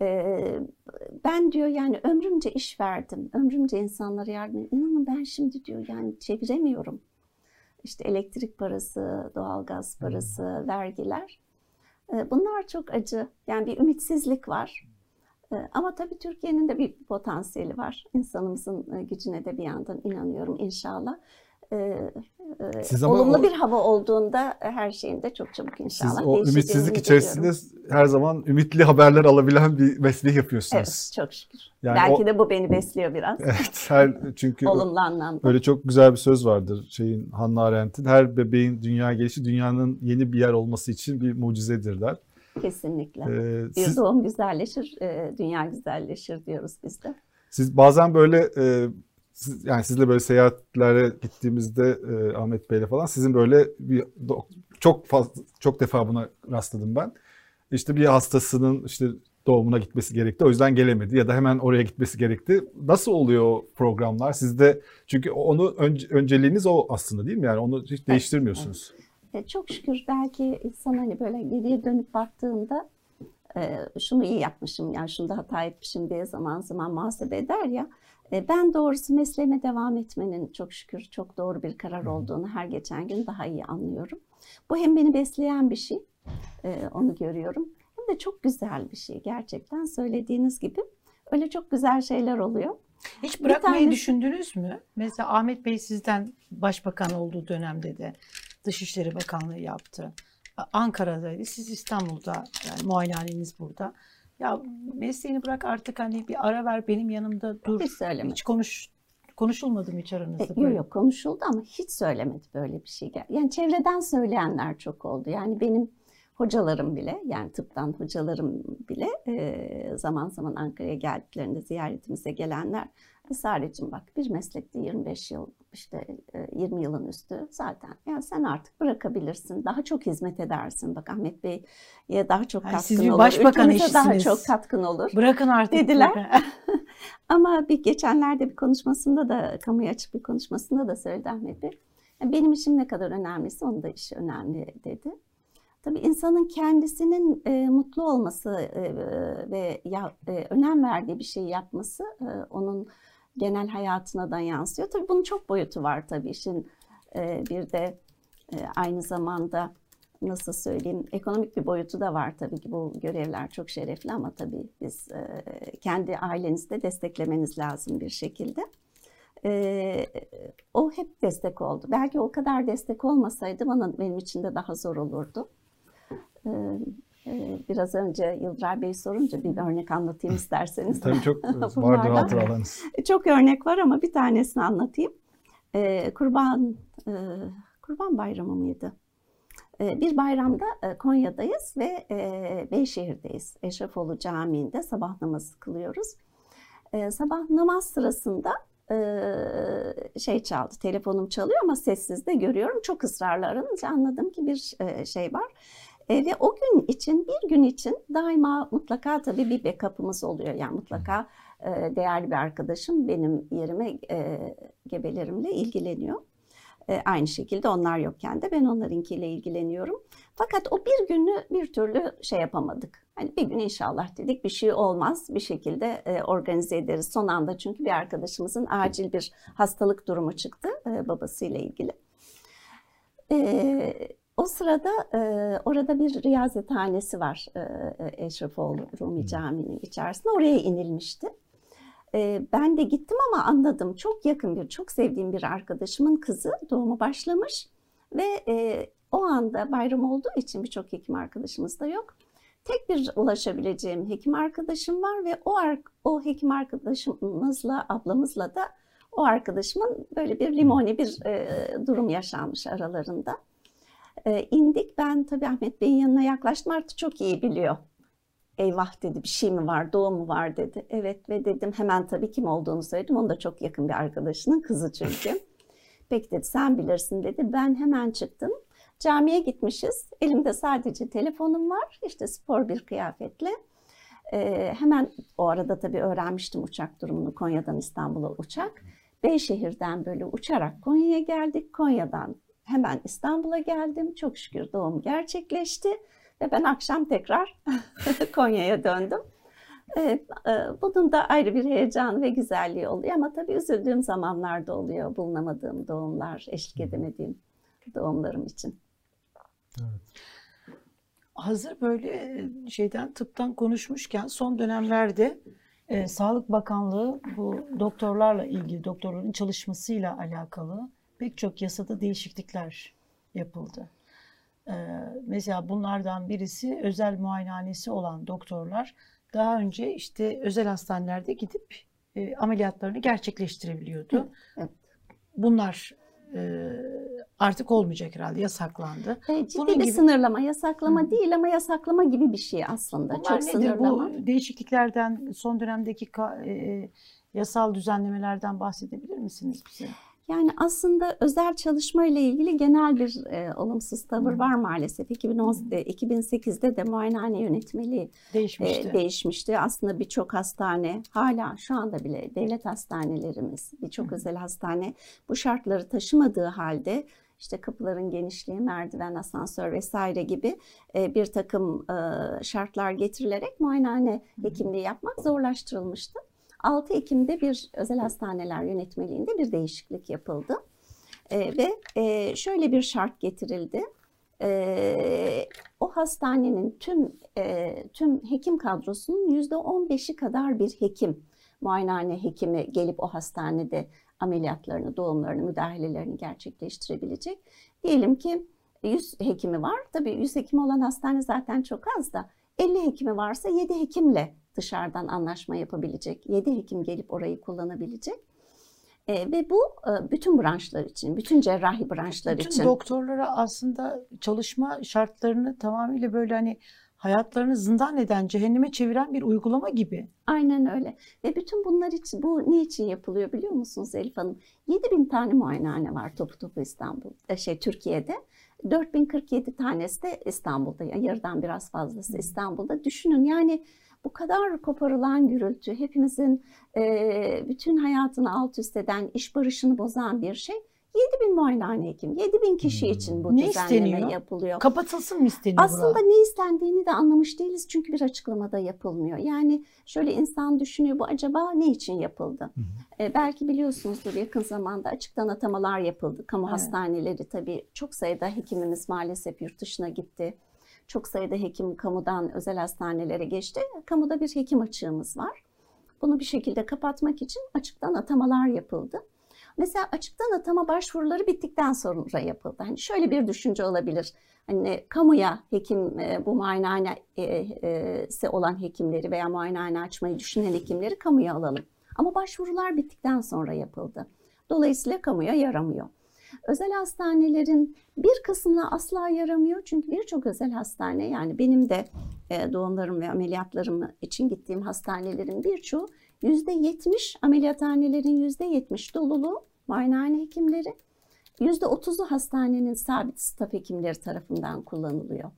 Ben diyor yani ömrümce iş verdim, ömrümce insanlara yardım ettim. İnanın ben şimdi diyor yani çeviremiyorum. İşte elektrik parası, doğalgaz parası, vergiler. Bunlar çok acı. Yani bir ümitsizlik var. Ama tabii Türkiye'nin de bir potansiyeli var. İnsanımızın gücüne de bir yandan inanıyorum inşallah. Olumlu bir hava olduğunda her şeyin de çok çabuk inşallah. Siz o ümitsizlik içerisinde her zaman ümitli haberler alabilen bir mesleği yapıyorsunuz. Evet, çok şükür. Yani belki de bu beni besliyor biraz. Evet, çünkü olumlu anlamda. Öyle çok güzel bir söz vardır Hannah Arendt'in. Her bebeğin dünyaya gelişi dünyanın yeni bir yer olması için bir mucizedir der. Kesinlikle. Bir doğum güzelleşir, dünya güzelleşir diyoruz biz de. Siz bazen böyle yani sizle böyle seyahatlere gittiğimizde Ahmet Bey'le falan sizin böyle çok defa buna rastladım ben. İşte bir hastasının işte doğumuna gitmesi gerekti. O yüzden gelemedi ya da hemen oraya gitmesi gerekti. Nasıl oluyor o programlar? Sizde çünkü onu önceliğiniz o aslında değil mi? Yani onu hiç değiştirmiyorsunuz. Evet. Çok şükür belki insan hani böyle geriye dönüp baktığında şunu iyi yapmışım yani şunu hata etmişim diye zaman zaman muhasebe eder ya. Ben doğrusu mesleğime devam etmenin çok şükür çok doğru bir karar olduğunu her geçen gün daha iyi anlıyorum. Bu hem beni besleyen bir şey, onu görüyorum. Hem de çok güzel bir şey gerçekten söylediğiniz gibi. Öyle çok güzel şeyler oluyor. Hiç bırakmayı düşündünüz mü? Mesela Ahmet Bey sizden başbakan olduğu dönemde de Dışişleri Bakanlığı yaptı. Ankara'daydı, siz İstanbul'da, yani muayenehaneniz burada. Ya mesleğini bırak artık hani bir ara ver benim yanımda dur. Hiç söylemedim. Hiç konuşulmadı mı hiç aranızda? Yok konuşuldu ama hiç söylemedi böyle bir şey. Yani çevreden söyleyenler çok oldu. Yani benim hocalarım bile yani tıptan hocalarım bile zaman zaman Ankara'ya geldiklerinde ziyaretimize gelenler Sarecim bak bir meslekte 25 yıl işte 20 yılın üstü zaten. Yani sen artık bırakabilirsin. Daha çok hizmet edersin. Bak Ahmet Bey'e daha çok katkın siz bir olur. başbakan Ülkemize daha eşisiniz. çok katkın olur. Bırakın artık dediler. Ama geçenlerde bir konuşmasında da kamuya açık bir konuşmasında da söyledi Ahmet Bey. Yani benim işim ne kadar önemliyse onun da işi önemli dedi. Tabii insanın kendisinin mutlu olması ve önem verdiği bir şey yapması onun genel hayatına da yansıyor. Tabii bunun çok boyutu var tabii işin bir de aynı zamanda nasıl söyleyeyim ekonomik bir boyutu da var tabii ki bu görevler çok şerefli ama tabii biz kendi ailenizde desteklemeniz lazım bir şekilde. O hep destek oldu. Belki o kadar destek olmasaydı benim için de daha zor olurdu. Biraz önce Yıldıray Bey sorunca bir örnek anlatayım isterseniz. Tabii çok vardır hatıralarınız. Çok örnek var ama bir tanesini anlatayım. Kurban Bayramı mıydı? Bir bayramda Konya'dayız ve Beyşehir'deyiz. Eşrefoğlu Camii'nde sabah namazı kılıyoruz. Sabah namaz sırasında çaldı, telefonum çalıyor ama sessizde görüyorum. Çok ısrarla arayınca anladım ki bir şey var. Ve o gün için, bir gün için daima mutlaka tabii bir backup'ımız oluyor. Yani mutlaka değerli bir arkadaşım benim yerime gebelerimle ilgileniyor. Aynı şekilde onlar yokken de ben onlarınkiyle ilgileniyorum. Fakat o bir günü bir türlü şey yapamadık. Hani bir gün inşallah dedik, bir şey olmaz, bir şekilde organize ederiz. Son anda çünkü bir arkadaşımızın acil bir hastalık durumu çıktı babasıyla ilgili. O sırada orada bir riyazethanesi var, Eşrefoğlu Rumi Camii'nin içerisinde. Oraya inilmişti. Ben de gittim ama anladım. Çok yakın çok sevdiğim bir arkadaşımın kızı doğumu başlamış ve o anda bayram olduğu için birçok hekim arkadaşımız da yok. Tek bir ulaşabileceğim hekim arkadaşım var ve o hekim arkadaşımızla, ablamızla da o arkadaşımın böyle bir limoni bir durum yaşanmış aralarında. İndik, ben tabii Ahmet Bey'in yanına yaklaştım, artık çok iyi biliyor. Eyvah dedi, bir şey mi var, doğum mu var dedi. Evet ve dedim, hemen tabii kim olduğunu söyledim. Onun da çok yakın bir arkadaşının kızı çünkü. Peki dedi, sen bilirsin dedi. Ben hemen çıktım. Camiye gitmişiz. Elimde sadece telefonum var. İşte spor bir kıyafetle. Hemen o arada tabii öğrenmiştim uçak durumunu. Konya'dan İstanbul'a uçak. Beyşehir'den böyle uçarak Konya'ya geldik. Konya'dan hemen İstanbul'a geldim. Çok şükür doğum gerçekleşti. Ve ben akşam tekrar Konya'ya döndüm. Bunun da ayrı bir heyecan ve güzelliği oluyor. Ama tabii üzüldüğüm zamanlarda oluyor. Bulunamadığım doğumlar, eşlik edemediğim doğumlarım için. Evet. Hazır böyle tıptan konuşmuşken son dönemlerde Sağlık Bakanlığı bu doktorlarla ilgili, doktorların çalışmasıyla alakalı pek çok yasada değişiklikler yapıldı. Mesela bunlardan birisi özel muayenehanesi olan doktorlar daha önce işte özel hastanelerde gidip ameliyatlarını gerçekleştirebiliyordu. Evet. Bunlar artık olmayacak herhalde, yasaklandı. Ciddi bunun bir gibi sınırlama, yasaklama değil ama yasaklama gibi bir şey aslında. Bunlar çok nedir? Sınırlama. Bu değişikliklerden, son dönemdeki yasal düzenlemelerden bahsedebilir misiniz bize? Yani aslında özel çalışma ile ilgili genel bir olumsuz tavır var maalesef. 2008'de de muayenehane yönetmeliği değişmişti. Aslında birçok hastane, hala şu anda bile devlet hastanelerimiz, birçok özel hastane bu şartları taşımadığı halde işte kapıların genişliği, merdiven, asansör vesaire gibi bir takım şartlar getirilerek muayenehane hekimliği yapmak zorlaştırılmıştı. 6 Ekim'de bir özel hastaneler yönetmeliğinde bir değişiklik yapıldı. Ve şöyle bir şart getirildi. O hastanenin tüm hekim kadrosunun %15'i kadar bir hekim, muayenehane hekimi gelip o hastanede ameliyatlarını, doğumlarını, müdahalelerini gerçekleştirebilecek. Diyelim ki 100 hekimi var. Tabii 100 hekim olan hastane zaten çok az da 50 hekimi varsa 7 hekimle dışarıdan anlaşma yapabilecek, 7 hekim gelip orayı kullanabilecek. Ve bu bütün branşlar için, bütün cerrahi branşlar için. Bütün doktorlara aslında çalışma şartlarını tamamıyla böyle hani hayatlarını zindan eden, cehenneme çeviren bir uygulama gibi. Aynen öyle. Ve bütün bunlar için, bu niçin yapılıyor biliyor musunuz Elif Hanım? 7.000 tane muayenehane var topu Türkiye'de. 4047 tanesi de İstanbul'da, yani yarıdan biraz fazlası İstanbul'da. Düşünün yani bu kadar koparılan gürültü, hepimizin bütün hayatını alt üst eden, iş barışını bozan bir şey. 7.000 muayenehane hekim, 7.000 kişi için bu düzenleme yapılıyor. Kapatılsın mı isteniyor? Aslında ne istendiğini de anlamış değiliz çünkü bir açıklamada yapılmıyor. Yani şöyle insan düşünüyor, bu acaba ne için yapıldı? Belki biliyorsunuzdur, yakın zamanda açıktan atamalar yapıldı. Kamu hastaneleri, tabii çok sayıda hekimimiz maalesef yurt dışına gitti. Çok sayıda hekim kamudan özel hastanelere geçti. Kamuda bir hekim açığımız var. Bunu bir şekilde kapatmak için açıktan atamalar yapıldı. Mesela açıktan atama başvuruları bittikten sonra yapıldı. Hani şöyle bir düşünce olabilir. Hani kamuya hekim, bu muayenehanesi olan hekimleri veya muayenehane açmayı düşünen hekimleri kamuya alalım. Ama başvurular bittikten sonra yapıldı. Dolayısıyla kamuya yaramıyor. Özel hastanelerin bir kısmına asla yaramıyor. Çünkü birçok özel hastane, yani benim de doğumlarım ve ameliyatlarım için gittiğim hastanelerin birçoğu %70, ameliyathanelerin %70 doluluğu muayenehane hekimleri, %30'u hastanenin sabit staf hekimleri tarafından kullanılıyor.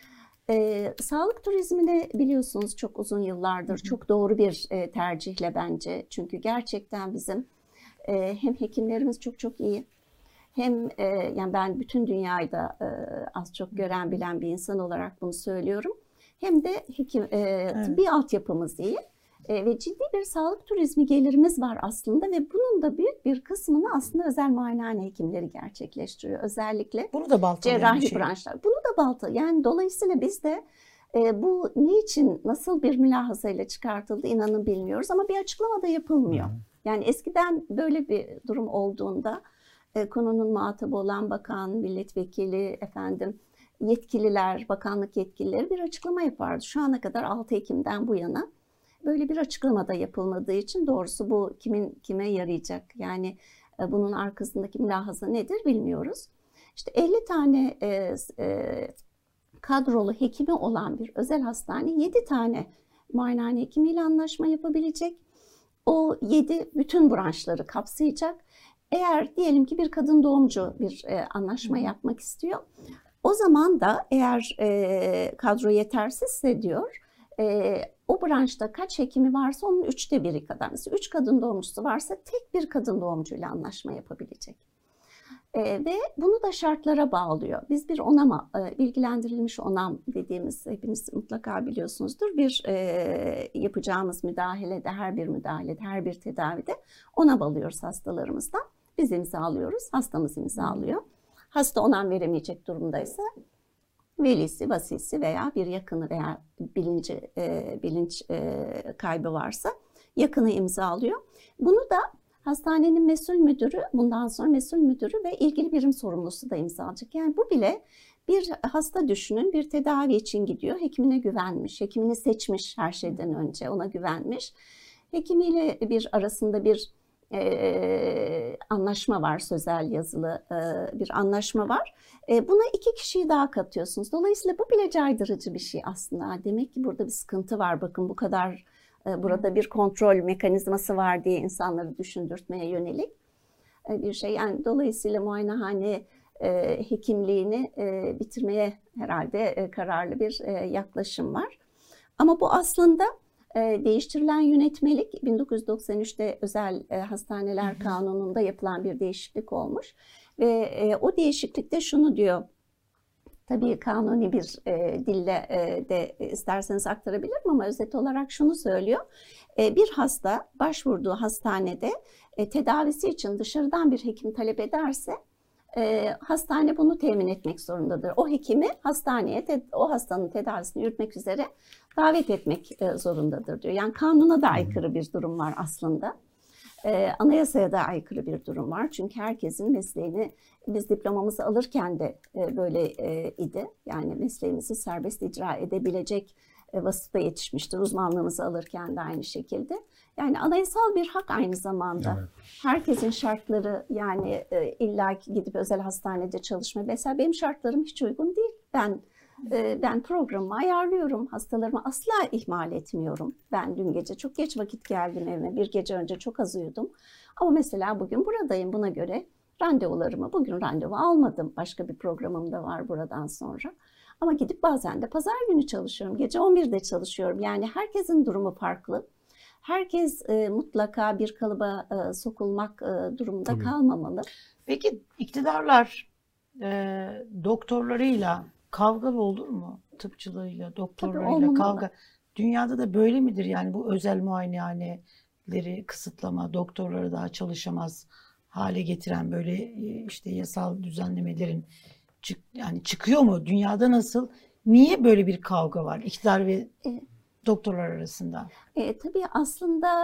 Sağlık turizmini biliyorsunuz çok uzun yıllardır çok doğru bir tercihle bence. Çünkü gerçekten bizim hem hekimlerimiz çok iyi, hem yani ben bütün dünyayı da az çok gören bilen bir insan olarak bunu söylüyorum. Hem de tıbbi altyapımız iyi. Ve ciddi bir sağlık turizmi gelirimiz var aslında ve bunun da büyük bir kısmını aslında özel muayenehane hekimleri gerçekleştiriyor. Özellikle bunu da cerrahi branşlar. Bunu da yani dolayısıyla biz de bu niçin, nasıl bir mülahazayla çıkartıldı inanın bilmiyoruz ama bir açıklama da yapılmıyor. Yani eskiden böyle bir durum olduğunda konunun muhatabı olan bakan, milletvekili, yetkililer, bakanlık yetkilileri bir açıklama yapardı. Şu ana kadar 6 Ekim'den bu yana böyle bir açıklama da yapılmadığı için doğrusu bu kime yarayacak? Yani bunun arkasındaki mülahaza nedir bilmiyoruz. İşte 50 tane kadrolu hekimi olan bir özel hastane 7 tane muayenehane hekimiyle anlaşma yapabilecek. O 7 bütün branşları kapsayacak. Eğer diyelim ki bir kadın doğumcu bir anlaşma yapmak istiyor. O zaman da eğer kadro yetersizse diyor, o branşta kaç hekimi varsa onun 1/3 kadar. Mesela 3 kadın doğumcusu varsa tek bir kadın doğumcuyla anlaşma yapabilecek. Ve bunu da şartlara bağlıyor. Biz bir onama, bilgilendirilmiş onam dediğimiz, hepiniz mutlaka biliyorsunuzdur, bir yapacağımız müdahalede, her bir tedavide onam alıyoruz hastalarımızdan. Biz imzalıyoruz, hastamız imzalıyor. Hasta onam veremeyecek durumdaysa velisi, vasisi veya bir yakını veya bilinç kaybı varsa yakını imzalıyor. Bunu da hastanenin mesul müdürü, bundan sonra mesul müdürü ve ilgili birim sorumlusu da imzalayacak. Yani bu bile bir hasta düşünün, bir tedavi için gidiyor, hekimine güvenmiş, hekimini seçmiş her şeyden önce, ona güvenmiş. Hekimiyle arasında bir anlaşma var, sözel yazılı bir anlaşma var. Buna 2 kişiyi daha katıyorsunuz. Dolayısıyla bu bile caydırıcı bir şey aslında. Demek ki burada bir sıkıntı var. Bakın bu kadar burada bir kontrol mekanizması var diye insanları düşündürtmeye yönelik bir şey. Yani dolayısıyla muayenehane hekimliğini bitirmeye herhalde kararlı bir yaklaşım var. Ama bu aslında değiştirilen yönetmelik 1993'te özel hastaneler kanununda yapılan bir değişiklik olmuş. Ve o değişiklikte şunu diyor, tabii kanuni bir dille de isterseniz aktarabilirim ama özet olarak şunu söylüyor. Bir hasta başvurduğu hastanede tedavisi için dışarıdan bir hekim talep ederse hastane bunu temin etmek zorundadır. O hekimi hastaneye o hastanın tedavisini yürütmek üzere davet etmek zorundadır diyor. Yani kanuna da aykırı bir durum var aslında. Anayasaya da aykırı bir durum var. Çünkü herkesin mesleğini, biz diplomamızı alırken de böyle idi. Yani mesleğimizi serbest icra edebilecek vasıfta yetişmiştir. Uzmanlığımızı alırken de aynı şekilde. Yani anayasal bir hak aynı zamanda. Evet. Herkesin şartları, yani illa gidip özel hastanede çalışma. Mesela benim şartlarım hiç uygun değil. Ben programımı ayarlıyorum. Hastalarımı asla ihmal etmiyorum. Ben dün gece çok geç vakit geldim evime. Bir gece önce çok az uyudum. Ama mesela bugün buradayım. Buna göre bugün randevu almadım. Başka bir programım da var buradan sonra. Ama gidip bazen de pazar günü çalışıyorum. Gece 11'de çalışıyorum. Yani herkesin durumu farklı. Herkes mutlaka bir kalıba sokulmak durumunda kalmamalı. Peki iktidarlar doktorlarıyla kavgalı olur mu? Tıpçılığıyla, doktorlarıyla kavga. Dünyada da böyle midir? Yani bu özel muayenehaneleri kısıtlama, doktorları daha çalışamaz hale getiren böyle işte yasal düzenlemelerin yani çıkıyor mu? Dünyada nasıl? Niye böyle bir kavga var iktidar ve doktorlar arasında? Tabii aslında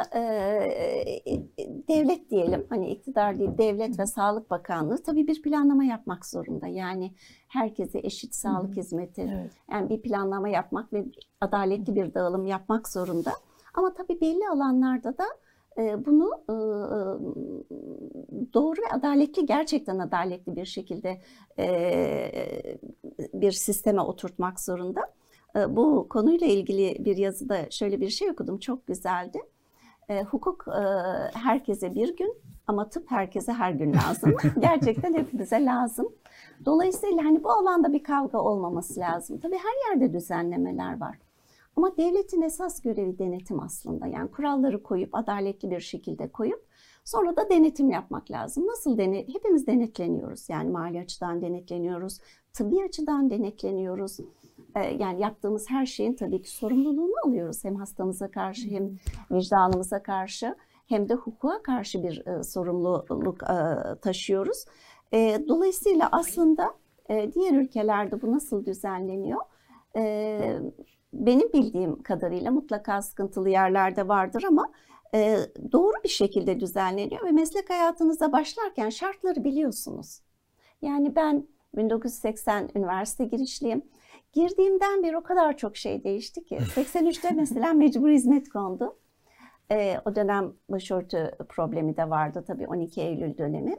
devlet diyelim, hani iktidar değil, devlet ve Sağlık Bakanlığı tabii bir planlama yapmak zorunda. Yani herkese eşit sağlık hizmeti, yani bir planlama yapmak ve adaletli bir dağılım yapmak zorunda. Ama tabii belli alanlarda da bunu doğru ve adaletli, gerçekten adaletli bir şekilde bir sisteme oturtmak zorunda. Bu konuyla ilgili bir yazıda şöyle bir şey okudum, çok güzeldi. Hukuk herkese bir gün ama tıp herkese her gün lazım. Gerçekten hepimize lazım. Dolayısıyla hani bu alanda bir kavga olmaması lazım. Tabii her yerde düzenlemeler var. Ama devletin esas görevi denetim aslında. Yani kuralları koyup, adaletli bir şekilde koyup, Sonra da denetim yapmak lazım. Nasıl hepimiz denetleniyoruz. Yani mali açıdan denetleniyoruz, tıbbi açıdan denetleniyoruz. Yani yaptığımız her şeyin tabii ki sorumluluğunu alıyoruz. Hem hastamıza karşı hem vicdanımıza karşı hem de hukuka karşı bir sorumluluk taşıyoruz. Dolayısıyla aslında diğer ülkelerde bu nasıl düzenleniyor? Benim bildiğim kadarıyla mutlaka sıkıntılı yerlerde vardır ama doğru bir şekilde düzenleniyor ve meslek hayatınıza başlarken şartları biliyorsunuz. Yani ben 1980 üniversite girişliyim. Girdiğimden beri o kadar çok şey değişti ki. 83'te mesela mecbur hizmet kondu. O dönem başörtü problemi de vardı tabii, 12 Eylül dönemi.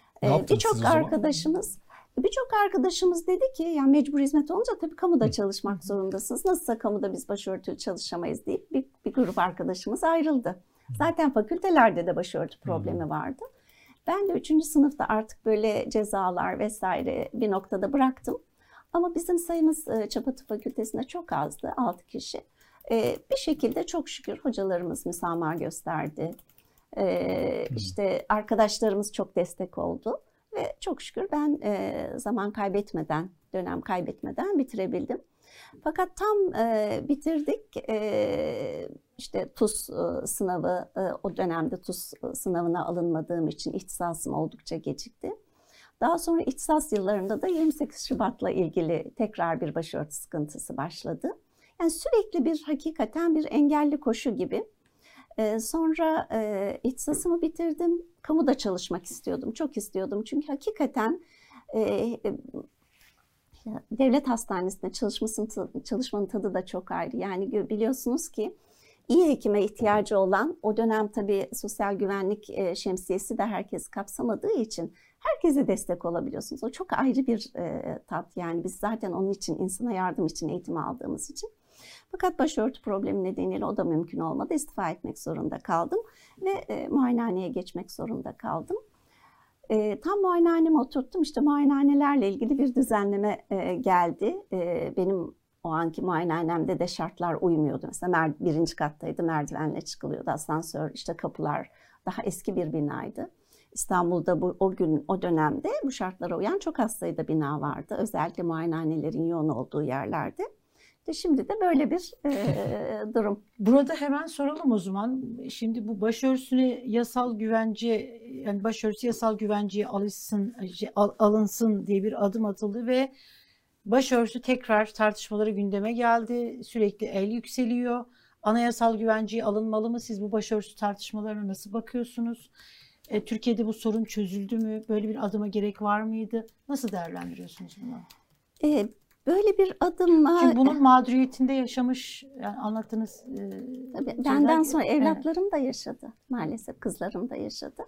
Birçok arkadaşımız dedi ki yani mecbur hizmet olunca tabii kamuda çalışmak zorundasınız. Nasılsa kamuda biz başörtülü çalışamayız deyip bir grup arkadaşımız ayrıldı. Zaten fakültelerde de başörtü problemi vardı. Ben de 3. sınıfta artık böyle cezalar vesaire bir noktada bıraktım. Ama bizim sayımız Çapa Tıp Fakültesi'nde çok azdı, 6 kişi. Bir şekilde çok şükür hocalarımız müsamaha gösterdi. İşte arkadaşlarımız çok destek oldu. Ve çok şükür ben zaman kaybetmeden, dönem kaybetmeden bitirebildim. Fakat tam bitirdik, işte TUS sınavı, o dönemde TUS sınavına alınmadığım için ihtisasım oldukça gecikti. Daha sonra ihtisas yıllarında da 28 Şubat'la ilgili tekrar bir başörtü sıkıntısı başladı. Yani sürekli bir hakikaten bir engelli koşu gibi. Sonra ihtisasımı bitirdim. Kamuda çalışmak istiyordum, çok istiyordum. Çünkü hakikaten devlet hastanesinde çalışmanın tadı da çok ayrı. Yani biliyorsunuz ki iyi hekime ihtiyacı olan, o dönem tabii sosyal güvenlik şemsiyesi de herkes kapsamadığı için herkese destek olabiliyorsunuz. O çok ayrı bir tat. Yani biz zaten onun için, insana yardım için eğitim aldığımız için. Fakat başörtü problemi nedeniyle o da mümkün olmadı. İstifa etmek zorunda kaldım ve muayenehaneye geçmek zorunda kaldım. Tam muayenehaneme oturttum. İşte muayenehanelerle ilgili bir düzenleme geldi. Benim o anki muayenehanemde de şartlar uymuyordu. Mesela 1. kattaydı, merdivenle çıkılıyordu. Asansör, işte kapılar, daha eski bir binaydı. İstanbul'da o dönemde bu şartlara uyan çok az sayıda bina vardı. Özellikle muayenehanelerin yoğun olduğu yerlerde. Şimdi de böyle bir durum. Burada hemen soralım o zaman. Şimdi bu başörtüsüne yasal güvence, yani başörtüsü yasal güvenceye alınsın diye bir adım atıldı ve başörtüsü tekrar tartışmaları gündeme geldi. Sürekli el yükseliyor. Anayasal güvenceye alınmalı mı? Siz bu başörtüsü tartışmalarına nasıl bakıyorsunuz? Türkiye'de bu sorun çözüldü mü? Böyle bir adıma gerek var mıydı? Nasıl değerlendiriyorsunuz bunu? Böyle bir adımla... Çünkü bunun mağduriyetinde yaşamış, yani anlattığınız... Tabii, benden sonra evlatlarım da yaşadı. Maalesef kızlarım da yaşadı.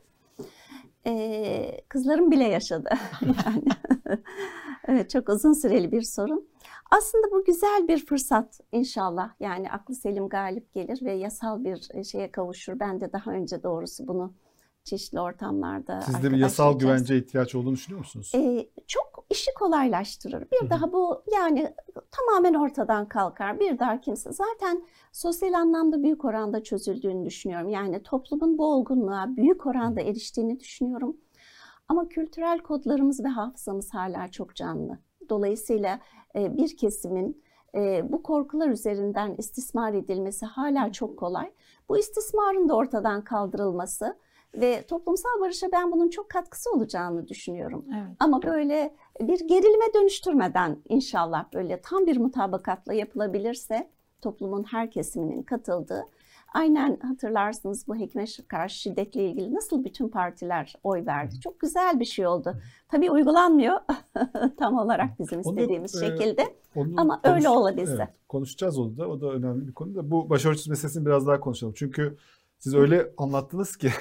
Kızlarım bile yaşadı. Yani evet, çok uzun süreli bir sorun. Aslında bu güzel bir fırsat inşallah. Yani aklı selim galip gelir ve yasal bir şeye kavuşur. Ben de daha önce doğrusu bunu çeşitli ortamlarda... Siz de bir yasal güvence ihtiyaç olduğunu düşünüyor musunuz? Çok işi kolaylaştırır. Bir daha bu yani tamamen ortadan kalkar. Bir daha kimse... Zaten sosyal anlamda büyük oranda çözüldüğünü düşünüyorum. Yani toplumun bu olgunluğa büyük oranda eriştiğini düşünüyorum. Ama kültürel kodlarımız ve hafızamız hala çok canlı. Dolayısıyla bir kesimin bu korkular üzerinden istismar edilmesi hala çok kolay. Bu istismarın da ortadan kaldırılması ve toplumsal barışa ben bunun çok katkısı olacağını düşünüyorum. Evet. Ama böyle bir gerilime dönüştürmeden inşallah böyle tam bir mutabakatla yapılabilirse toplumun her kesiminin katıldığı, aynen hatırlarsınız bu hekime karşı şiddetle ilgili nasıl bütün partiler oy verdi. Çok güzel bir şey oldu. Tabii uygulanmıyor tam olarak bizim istediğimiz şekilde ama öyle olabilse. Evet, konuşacağız onu da. O da önemli bir konu da. Bu başörtüsü meselesini biraz daha konuşalım. Çünkü siz öyle anlattınız ki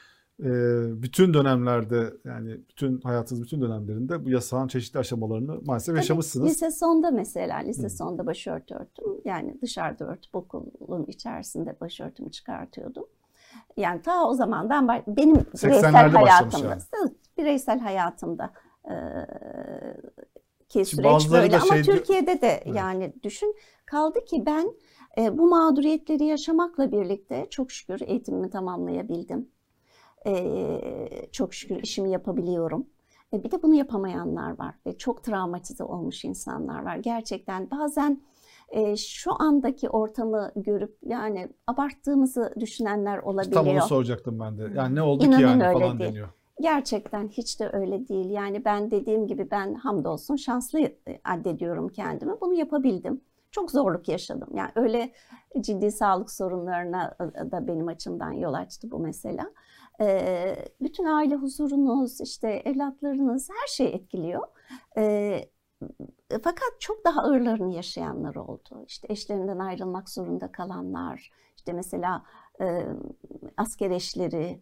bütün dönemlerde, yani bütün hayatınız bütün dönemlerinde bu yasağın çeşitli aşamalarını maalesef yaşamışsınız. Lise sonda mesela, lise sonda başörtü örttüm. Yani dışarıda örtüp okulun içerisinde başörtümü çıkartıyordum. Yani ta o zamandan benim bireysel hayatımda ki süreç böyle ama Türkiye'de de yani düşün, kaldı ki ben bu mağduriyetleri yaşamakla birlikte çok şükür eğitimimi tamamlayabildim. Çok şükür işimi yapabiliyorum. Bir de bunu yapamayanlar var ve çok travmatize olmuş insanlar var. Gerçekten bazen şu andaki ortamı görüp yani abarttığımızı düşünenler olabiliyor. Tam onu soracaktım ben de. Yani ne oldu İnanın ki yani öyle falan değil. deniyor. Gerçekten hiç de öyle değil. Yani ben dediğim gibi ben hamdolsun şanslı addediyorum kendimi. Bunu yapabildim. Çok zorluk yaşadım. Yani öyle ciddi sağlık sorunlarına da benim açımdan yol açtı bu mesela. Bütün aile huzurunuz, işte evlatlarınız her şey etkiliyor. Fakat çok daha ağırlarını yaşayanlar oldu. İşte eşlerinden ayrılmak zorunda kalanlar, işte mesela asker eşleri,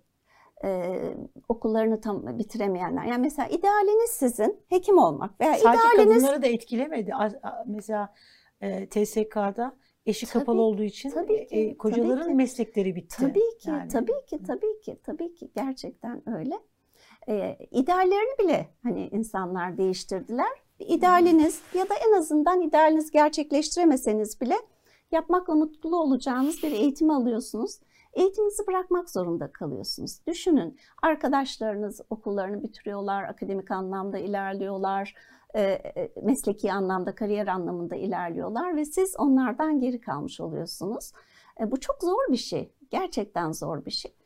okullarını tam bitiremeyenler. Yani mesela idealiniz sizin hekim olmak veya sadece idealiniz... kadınları da etkilemedi. Mesela TSK'da eşi Tabii, kapalı olduğu için tabii ki, kocaların tabii ki. meslekleri bitti. Tabii ki, yani. tabii ki gerçekten öyle. İdeallerini bile hani insanlar değiştirdiler. İdealiniz ya da en azından idealinizi gerçekleştiremeseniz bile yapmakla mutlu olacağınız bir eğitim alıyorsunuz. Eğitiminizi bırakmak zorunda kalıyorsunuz. Düşünün, arkadaşlarınız okullarını bitiriyorlar, akademik anlamda ilerliyorlar, mesleki anlamda, kariyer anlamında ilerliyorlar ve siz onlardan geri kalmış oluyorsunuz. Bu çok zor bir şey, gerçekten zor bir şey.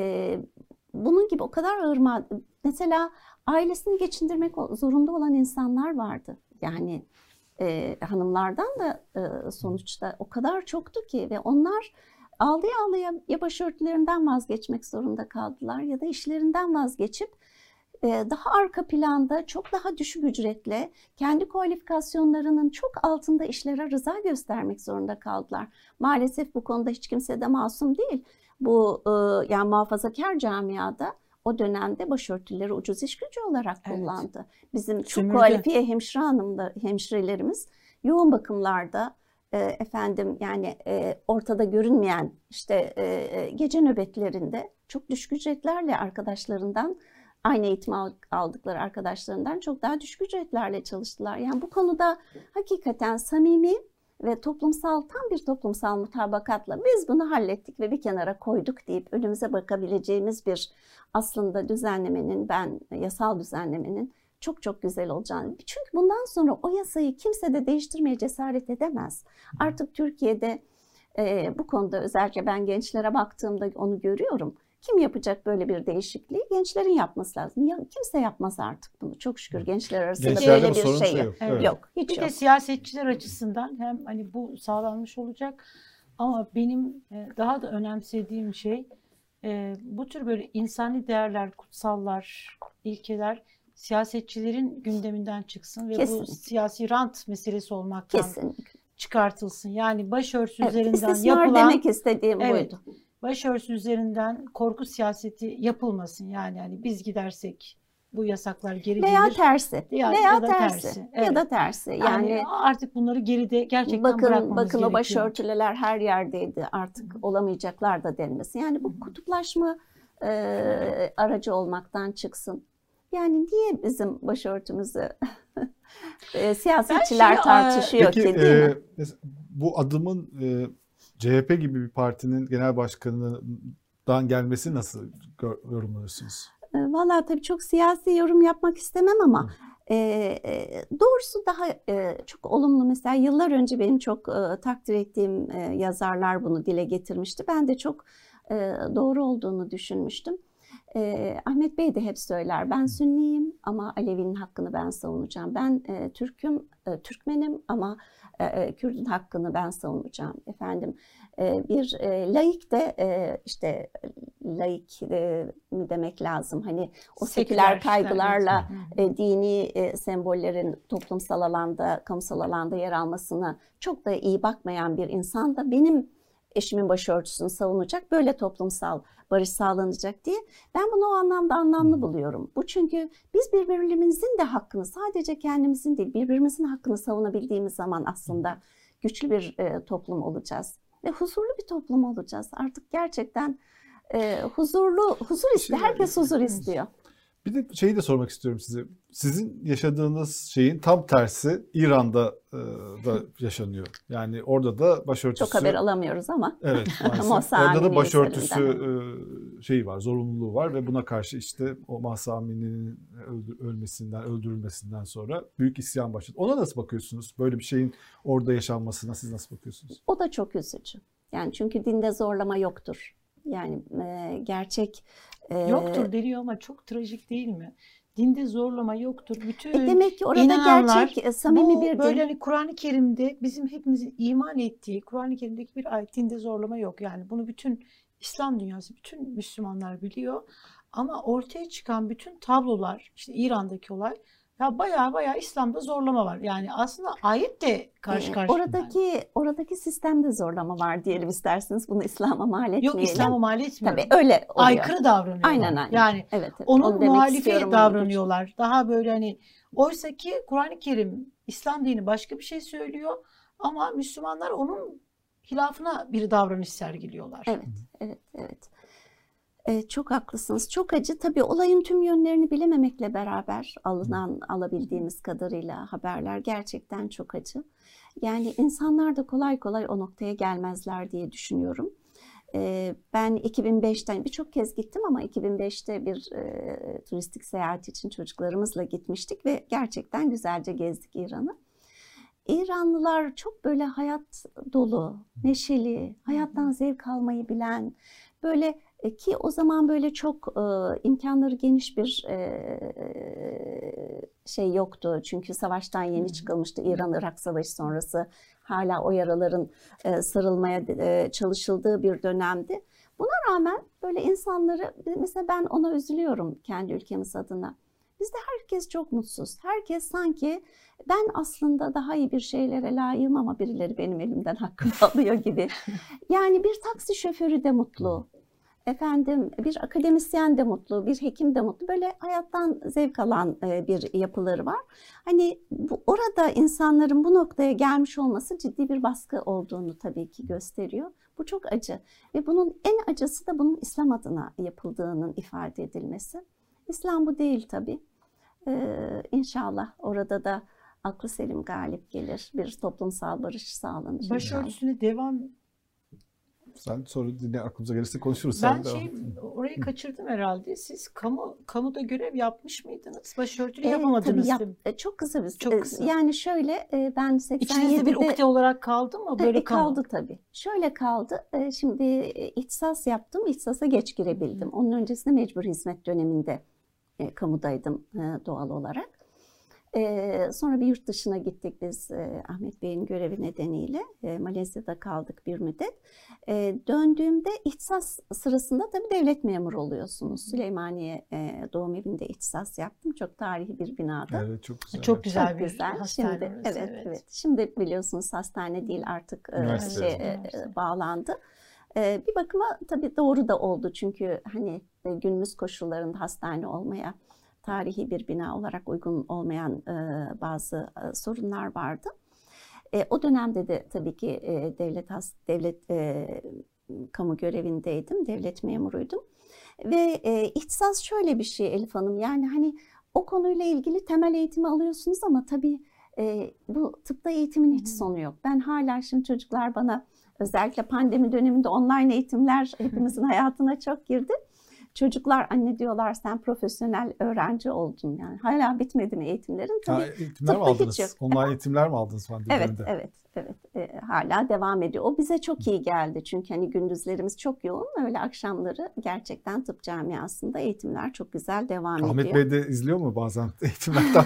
Bunun gibi o kadar ağır mesela ailesini geçindirmek zorunda olan insanlar vardı. Yani hanımlardan da sonuçta o kadar çoktu ki ve onlar ağlaya ağlaya ya başörtülerinden vazgeçmek zorunda kaldılar ya da işlerinden vazgeçip daha arka planda çok daha düşük ücretle kendi kualifikasyonlarının çok altında işlere rıza göstermek zorunda kaldılar. Maalesef bu konuda hiç kimse de masum değil. Bu yani muhafazakar camiada o dönemde başörtüleri ucuz iş gücü olarak kullandı. Bizim çok kualifiye hemşirelerimiz yoğun bakımlarda yani ortada görünmeyen işte gece nöbetlerinde çok düşük ücretlerle arkadaşlarından aynı eğitim aldıkları arkadaşlarından çok daha düşük ücretlerle çalıştılar. Yani bu konuda hakikaten samimi ve tam bir toplumsal mutabakatla biz bunu hallettik ve bir kenara koyduk deyip önümüze bakabileceğimiz bir aslında yasal düzenlemenin çok çok güzel olacağını. Çünkü bundan sonra o yasayı kimse de değiştirmeye cesaret edemez. Artık Türkiye'de bu konuda özellikle ben gençlere baktığımda onu görüyorum. Kim yapacak böyle bir değişikliği? Gençlerin yapması lazım. Kimse yapmaz artık bunu. Çok şükür gençler arasında böyle bir şey yok. Evet. Yok. Hiç bir yok. de siyasetçiler açısından hem hani bu sağlanmış olacak ama benim daha da önemsediğim şey bu tür böyle insani değerler, kutsallar, ilkeler siyasetçilerin gündeminden çıksın ve Kesinlikle. bu siyasi rant meselesi olmaktan Kesinlikle. çıkartılsın. Yani başörtüsü üzerinden istismar yapılan demek istediğim buydu. Başörtüsü üzerinden korku siyaseti yapılmasın. Yani biz gidersek bu yasaklar geri veya gelir. Tersi. Ya da tersi. Evet. Ya da tersi. Yani artık bunları geride gerçekten bırakmamız gerekiyor. Bakın o başörtüler her yerdeydi. Artık olamayacaklar da denmesin. Yani bu kutuplaşma aracı olmaktan çıksın. Yani niye bizim başörtümüzü siyasetçiler tartışıyor peki, ki değil mi? Bu adımın CHP gibi bir partinin genel başkanından gelmesi nasıl yorumluyorsunuz? Vallahi tabii çok siyasi yorum yapmak istemem ama doğrusu daha çok olumlu. Mesela yıllar önce benim çok takdir ettiğim yazarlar bunu dile getirmişti. Ben de çok doğru olduğunu düşünmüştüm. Ahmet Bey de hep söyler, ben Sünniyim ama Alevi'nin hakkını ben savunacağım. Ben Türkmenim ama Kürt'ün hakkını ben savunacağım. Bir laik de işte laik mi demek lazım? Hani o seküler kaygılarla dini sembollerin toplumsal alanda, kamusal alanda yer almasına çok da iyi bakmayan bir insan da benim eşimin başörtüsünü savunacak, böyle toplumsal barış sağlanacak diye. Ben bunu o anlamda anlamlı buluyorum. Bu çünkü biz birbirimizin de hakkını, sadece kendimizin değil, birbirimizin hakkını savunabildiğimiz zaman aslında güçlü bir toplum olacağız. Ve huzurlu bir toplum olacağız. Artık gerçekten huzur istiyor. Herkes huzur istiyor. Bir de şeyi de sormak istiyorum size. Sizin yaşadığınız şeyin tam tersi İran'da da yaşanıyor. Yani orada da başörtüsü... Çok haber alamıyoruz ama. Evet, maalesef. Orada da başörtüsü şeyi var, zorunluluğu var ve buna karşı işte o Mahsa Amini'nin öldürülmesinden sonra büyük isyan başladı. Ona nasıl bakıyorsunuz? Böyle bir şeyin orada yaşanmasına siz nasıl bakıyorsunuz? O da çok üzücü. Yani çünkü dinde zorlama yoktur. Yani gerçek... Yoktur deniyor ama çok trajik değil mi? Dinde zorlama yoktur. Bütün demek ki orada gerçek, samimi bir din. Böyle hani Kur'an-ı Kerim'de bizim hepimizin iman ettiği Kur'an-ı Kerim'deki bir ayet, dinde zorlama yok. Yani bunu bütün İslam dünyası, bütün Müslümanlar biliyor. Ama ortaya çıkan bütün tablolar, işte İran'daki olay, ya bayağı İslam'da zorlama var. Yani aslında ayet de karşı karşıya. Oradaki sistemde zorlama var diyelim isterseniz. Bunu İslam'a mal etmeyelim. Yok, İslam'a mal etmiyorum. Tabii öyle oluyor. Aykırı davranıyorlar. Aynen. Yani evet, onun muhalifi davranıyorlar. Daha böyle hani oysa ki Kur'an-ı Kerim, İslam dini başka bir şey söylüyor ama Müslümanlar onun hilafına bir davranış sergiliyorlar. Evet. Çok haklısınız. Çok acı. Tabii olayın tüm yönlerini bilememekle beraber alabildiğimiz kadarıyla haberler gerçekten çok acı. Yani insanlar da kolay kolay o noktaya gelmezler diye düşünüyorum. Ben 2005'ten birçok kez gittim ama 2005'te bir turistik seyahat için çocuklarımızla gitmiştik ve gerçekten güzelce gezdik İran'ı. İranlılar çok böyle hayat dolu, neşeli, hayattan zevk almayı bilen, böyle ki o zaman böyle çok imkanları geniş bir şey yoktu. Çünkü savaştan yeni çıkılmıştı. İran-Irak Savaşı sonrası hala o yaraların sarılmaya çalışıldığı bir dönemdi. Buna rağmen böyle insanları, mesela ben ona üzülüyorum kendi ülkemiz adına. Bizde herkes çok mutsuz. Herkes sanki ben aslında daha iyi bir şeylere layığım ama birileri benim elimden hakkımı alıyor gibi. Yani bir taksi şoförü de mutlu. Efendim, bir akademisyen de mutlu, bir hekim de mutlu. Böyle hayattan zevk alan bir yapıları var. Hani orada insanların bu noktaya gelmiş olması ciddi bir baskı olduğunu tabii ki gösteriyor. Bu çok acı ve bunun en acısı da bunun İslam adına yapıldığının ifade edilmesi. İslam bu değil tabii. İnşallah orada da aklı selim galip gelir. Bir toplumsal barış sağlanır. Başörtüsüne devam. Sen sonra yine aklımıza gelirse konuşuruz. Ben orayı kaçırdım herhalde. Siz kamuda görev yapmış mıydınız? Başörtülü yapamadınız. Tabii çok kısa bir. Çok kısa. Yani şöyle ben 87'de... İçinizde bir ukde olarak kaldı mı? Böyle kaldı tabii. Şöyle kaldı. Şimdi ihtisas yaptım. İhtisasa geç girebildim. Onun öncesinde mecbur hizmet döneminde kamudaydım doğal olarak. Sonra bir yurt dışına gittik biz Ahmet Bey'in görevi nedeniyle. Malezya'da kaldık bir müddet. Döndüğümde ihtisas sırasında tabii devlet memuru oluyorsunuz. Süleymaniye Doğum Evi'nde ihtisas yaptım. Çok tarihi bir binada. Evet, çok güzel. Çok güzel bir hastane. Şimdi, evet. Şimdi biliyorsunuz hastane değil artık bağlandı. Bir bakıma tabii doğru da oldu. Çünkü hani günümüz koşullarında hastane olmaya, tarihi bir bina olarak uygun olmayan bazı sorunlar vardı. O dönemde de tabii ki devlet kamu görevindeydim, devlet memuruydum. Ve ihtisas şöyle bir şey Elif Hanım, yani hani o konuyla ilgili temel eğitimi alıyorsunuz ama tabii bu tıpta eğitimin hiç sonu yok. Ben hala şimdi çocuklar bana, özellikle pandemi döneminde online eğitimler hepimizin hayatına çok girdi. Çocuklar anne diyorlar sen profesyonel öğrenci oldun, yani hala bitmedi mi eğitimlerin? Tabii eğitimler mi aldınız? Online eğitimler mi aldınız pandemide? Evet. Hala devam ediyor. O bize çok iyi geldi çünkü hani gündüzlerimiz çok yoğun, öyle akşamları gerçekten tıp camiasında eğitimler çok güzel devam ediyor. Ahmet Bey de izliyor mu bazen eğitimlerden?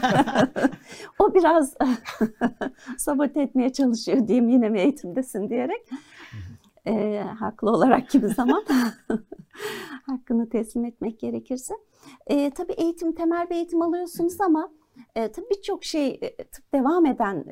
O biraz sabote etmeye çalışıyor diyeyim, yine mi eğitimdesin diyerek. Haklı olarak gibi zaman hakkını teslim etmek gerekirse. Tabii temel bir eğitim alıyorsunuz ama tabii birçok şey tıp devam eden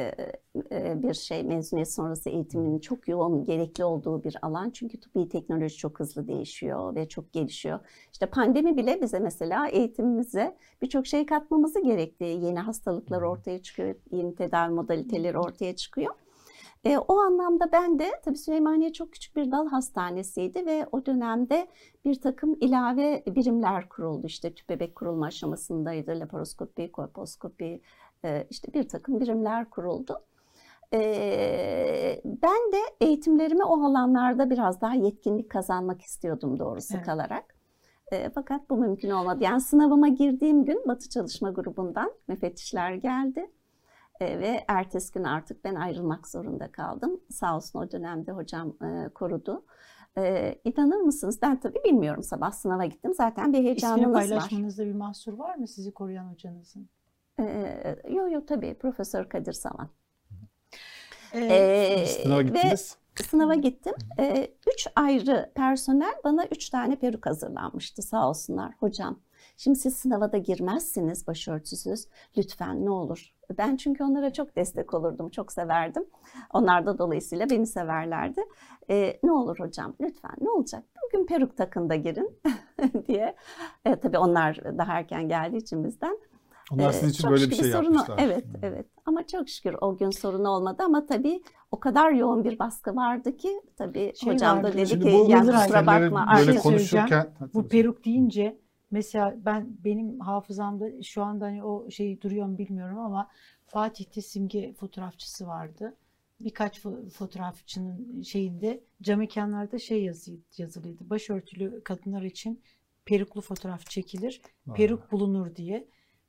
bir şey, mezuniyet sonrası eğitimin çok yoğun, gerekli olduğu bir alan. Çünkü tıbbi teknoloji çok hızlı değişiyor ve çok gelişiyor. İşte pandemi bile bize mesela eğitimimize birçok şey katmamızı gerekti. Yeni hastalıklar ortaya çıkıyor, yeni tedavi modaliteleri ortaya çıkıyor. O anlamda ben de tabii Süleymaniye çok küçük bir dal hastanesiydi ve o dönemde bir takım ilave birimler kuruldu. İşte tüp bebek kurulma aşamasındaydı, laparoskopi, kolposkopi, işte bir takım birimler kuruldu. Ben de eğitimlerimi o alanlarda biraz daha yetkinlik kazanmak istiyordum doğrusu kalarak. Fakat bu mümkün olmadı. Yani sınavıma girdiğim gün Batı Çalışma Grubu'ndan müfettişler geldi. Ve ertesi gün artık ben ayrılmak zorunda kaldım. Sağ olsun o dönemde hocam korudu. İnanır mısınız? Ben tabii bilmiyorum, sabah sınava gittim. Zaten bir heyecanınız İsmini var. paylaşmanızda bir mahsur var mı sizi koruyan hocanızın? Yok tabii, Profesör Kadir Saman. Sınava gittiniz. Sınava gittim. 3 ayrı personel, bana 3 tane peruk hazırlanmıştı sağ olsunlar. Hocam, şimdi siz sınava da girmezsiniz başörtüsüz. Lütfen ne olur. Ben çünkü onlara çok destek olurdum, çok severdim. Onlar da dolayısıyla beni severlerdi. Ne olur hocam, lütfen ne olacak? Bugün peruk takın da girin diye. Tabii onlar daha erken geldiği için bizden. Onlar sizin için böyle bir şey yapmışlar. Evet. Ama çok şükür o gün sorun olmadı, ama tabii o kadar yoğun bir baskı vardı ki tabii hocam da dedi ki ya kusura bakma. Böyle konuşurken bu peruk deyince mesela benim hafızamda şu anda hani o şey duruyor mu bilmiyorum ama Fatih'te simge fotoğrafçısı vardı. Birkaç fotoğrafçının şeyinde cam mekanlarda şey yazılıydı. Başörtülü kadınlar için peruklu fotoğraf çekilir, peruk bulunur diye.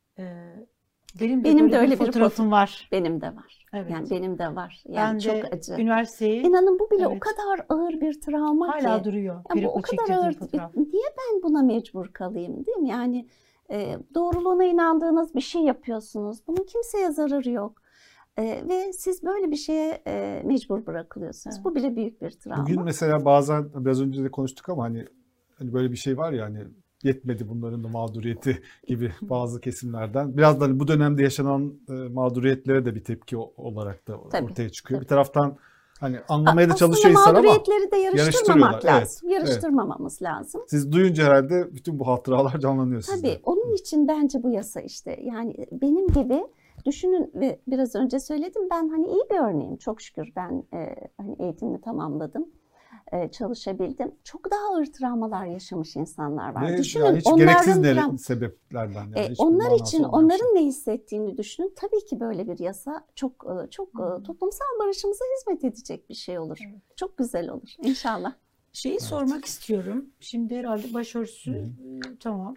Benim de öyle bir fotoğrafım var. Benim de var. Evet. Yani benim de var. Yani ben çok de acı. Üniversiteyi İnanın bu bile o kadar ağır bir travma ki. Hala duruyor. Yani bu o kadar ağır. Fotoğraf. Niye ben buna mecbur kalayım, değil mi? Yani doğruluğuna inandığınız bir şey yapıyorsunuz. Bunun kimseye zararı yok. Ve siz böyle bir şeye mecbur bırakılıyorsunuz. Evet. Bu bile büyük bir travma. Bugün mesela bazen biraz önce de konuştuk ama hani böyle bir şey var ya, hani yetmedi bunların da mağduriyeti gibi bazı kesimlerden. Biraz da bu dönemde yaşanan mağduriyetlere de bir tepki olarak da ortaya çıkıyor. Bir taraftan hani anlamaya da çalışıyor insanlar ama mağduriyetleri de yarıştırmamak lazım. Yarıştırmamamız lazım. Siz duyunca herhalde bütün bu hatıralar canlanıyor sizde. Tabii onun için bence bu yasa işte. Yani benim gibi düşünün ve biraz önce söyledim, ben hani iyi bir örneğim. Çok şükür ben hani eğitimimi tamamladım. Çalışabildim. Çok daha ağır travmalar yaşamış insanlar var. Düşünün, yani hiç gereksiz sebeplerden. Yani onlar için onların ne hissettiğini düşünün. Tabii ki böyle bir yasa çok toplumsal barışımıza hizmet edecek bir şey olur. Evet. Çok güzel olur inşallah. Şeyi sormak istiyorum. Şimdi herhalde başörtüsü tamam.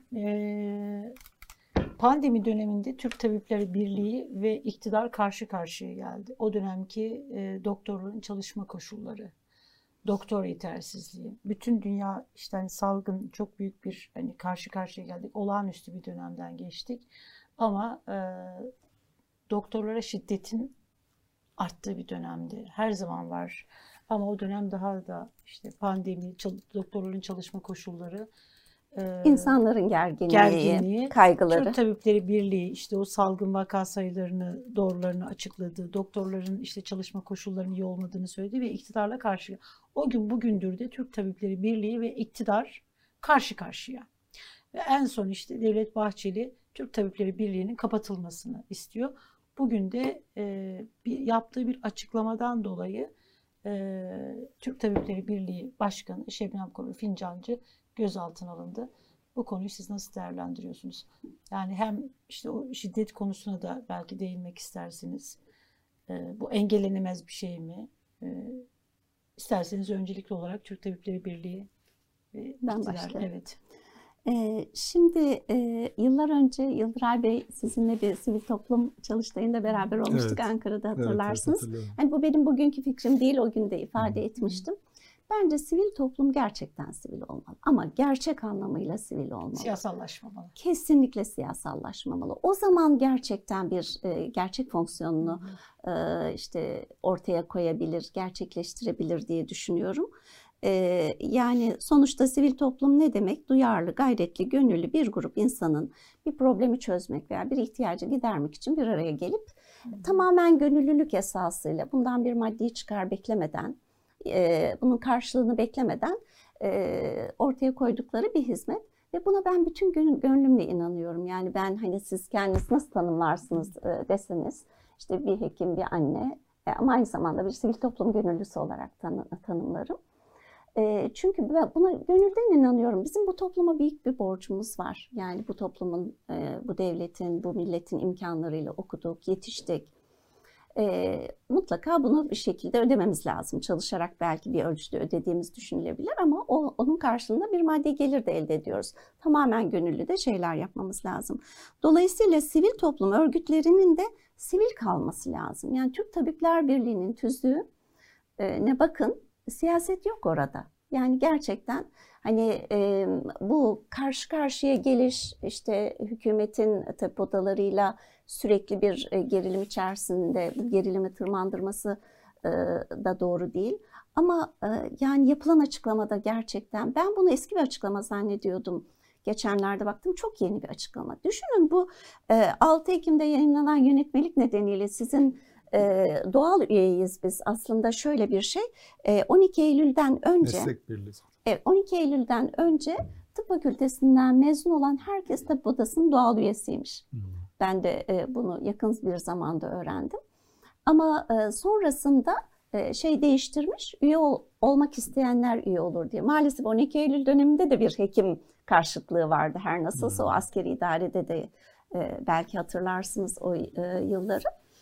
Pandemi döneminde Türk Tabipleri Birliği ve iktidar karşı karşıya geldi. O dönemki doktorların çalışma koşulları, doktor yetersizliği, bütün dünya işte hani salgın, çok büyük bir hani karşı karşıya geldik. Olağanüstü bir dönemden geçtik. Ama doktorlara şiddetin arttığı bir dönemdi. Her zaman var. Ama o dönem daha da işte pandemi, doktorların çalışma koşulları, İnsanların gerginliği, kaygıları. Türk Tabipleri Birliği işte o salgın vaka sayılarını, doğrularını açıkladı. Doktorların işte çalışma koşullarının iyi olmadığını söyledi ve iktidarla karşı. O gün bugündür de Türk Tabipleri Birliği ve iktidar karşı karşıya. Ve en son işte Devlet Bahçeli Türk Tabipleri Birliği'nin kapatılmasını istiyor. Bugün de yaptığı bir açıklamadan dolayı Türk Tabipleri Birliği Başkanı Şebnem Korur Fincancı gözaltına alındı. Bu konuyu siz nasıl değerlendiriyorsunuz? Yani hem işte o şiddet konusuna da belki değinmek istersiniz. Bu engellenemez bir şey mi? İsterseniz öncelikli olarak Türk Tabipleri Birliği ben başlayayım. Evet. Şimdi yıllar önce Yıldıray Bey sizinle bir sivil toplum çalıştayında beraber olmuştuk Ankara'da, hatırlarsınız. Evet, hani bu benim bugünkü fikrim değil, o gün de ifade etmiştim. Bence sivil toplum gerçekten sivil olmalı ama gerçek anlamıyla sivil olmalı. Siyasallaşmamalı. Kesinlikle siyasallaşmamalı. O zaman gerçekten bir gerçek fonksiyonunu işte ortaya koyabilir, gerçekleştirebilir diye düşünüyorum. Yani sonuçta sivil toplum ne demek? Duyarlı, gayretli, gönüllü bir grup insanın bir problemi çözmek veya bir ihtiyacı gidermek için bir araya gelip tamamen gönüllülük esasıyla, bundan bir maddi çıkar beklemeden, bunun karşılığını beklemeden ortaya koydukları bir hizmet ve buna ben bütün gönlümle inanıyorum. Yani ben hani siz kendiniz nasıl tanımlarsınız deseniz, işte bir hekim, bir anne, Ama aynı zamanda bir sivil toplum gönüllüsü olarak tanımlarım. Çünkü ben buna gönülden inanıyorum. Bizim bu topluma büyük bir borcumuz var. Yani bu toplumun, bu devletin, bu milletin imkanlarıyla okuduk, yetiştik. Mutlaka bunu bir şekilde ödememiz lazım. Çalışarak belki bir ölçüde ödediğimiz düşünülebilir ama onun karşılığında bir maddi gelir de elde ediyoruz. Tamamen gönüllü de şeyler yapmamız lazım. Dolayısıyla sivil toplum örgütlerinin de sivil kalması lazım. Yani Türk Tabipler Birliği'nin tüzüğü ne bakın, siyaset yok orada. Yani gerçekten hani bu karşı karşıya geliş, işte hükümetin tabip odalarıyla sürekli bir gerilim içerisinde bu gerilimi tırmandırması da doğru değil. Ama yani yapılan açıklamada gerçekten ben bunu eski bir açıklama zannediyordum. Geçenlerde baktım, çok yeni bir açıklama. Düşünün, bu 6 Ekim'de yayınlanan yönetmelik nedeniyle sizin doğal üyeyiz biz. Aslında şöyle bir şey, 12 Eylül'den önce, Meslek birliği. 12 Eylül'den önce tıp fakültesinden mezun olan herkes tabip odasının doğal üyesiymiş. Ben de bunu yakın bir zamanda öğrendim. Ama sonrasında şey değiştirmiş, üye olmak isteyenler üye olur diye. Maalesef 12 Eylül döneminde de bir hekim karşıtlığı vardı. Her nasılsa o askeri idarede de belki hatırlarsınız o yılları.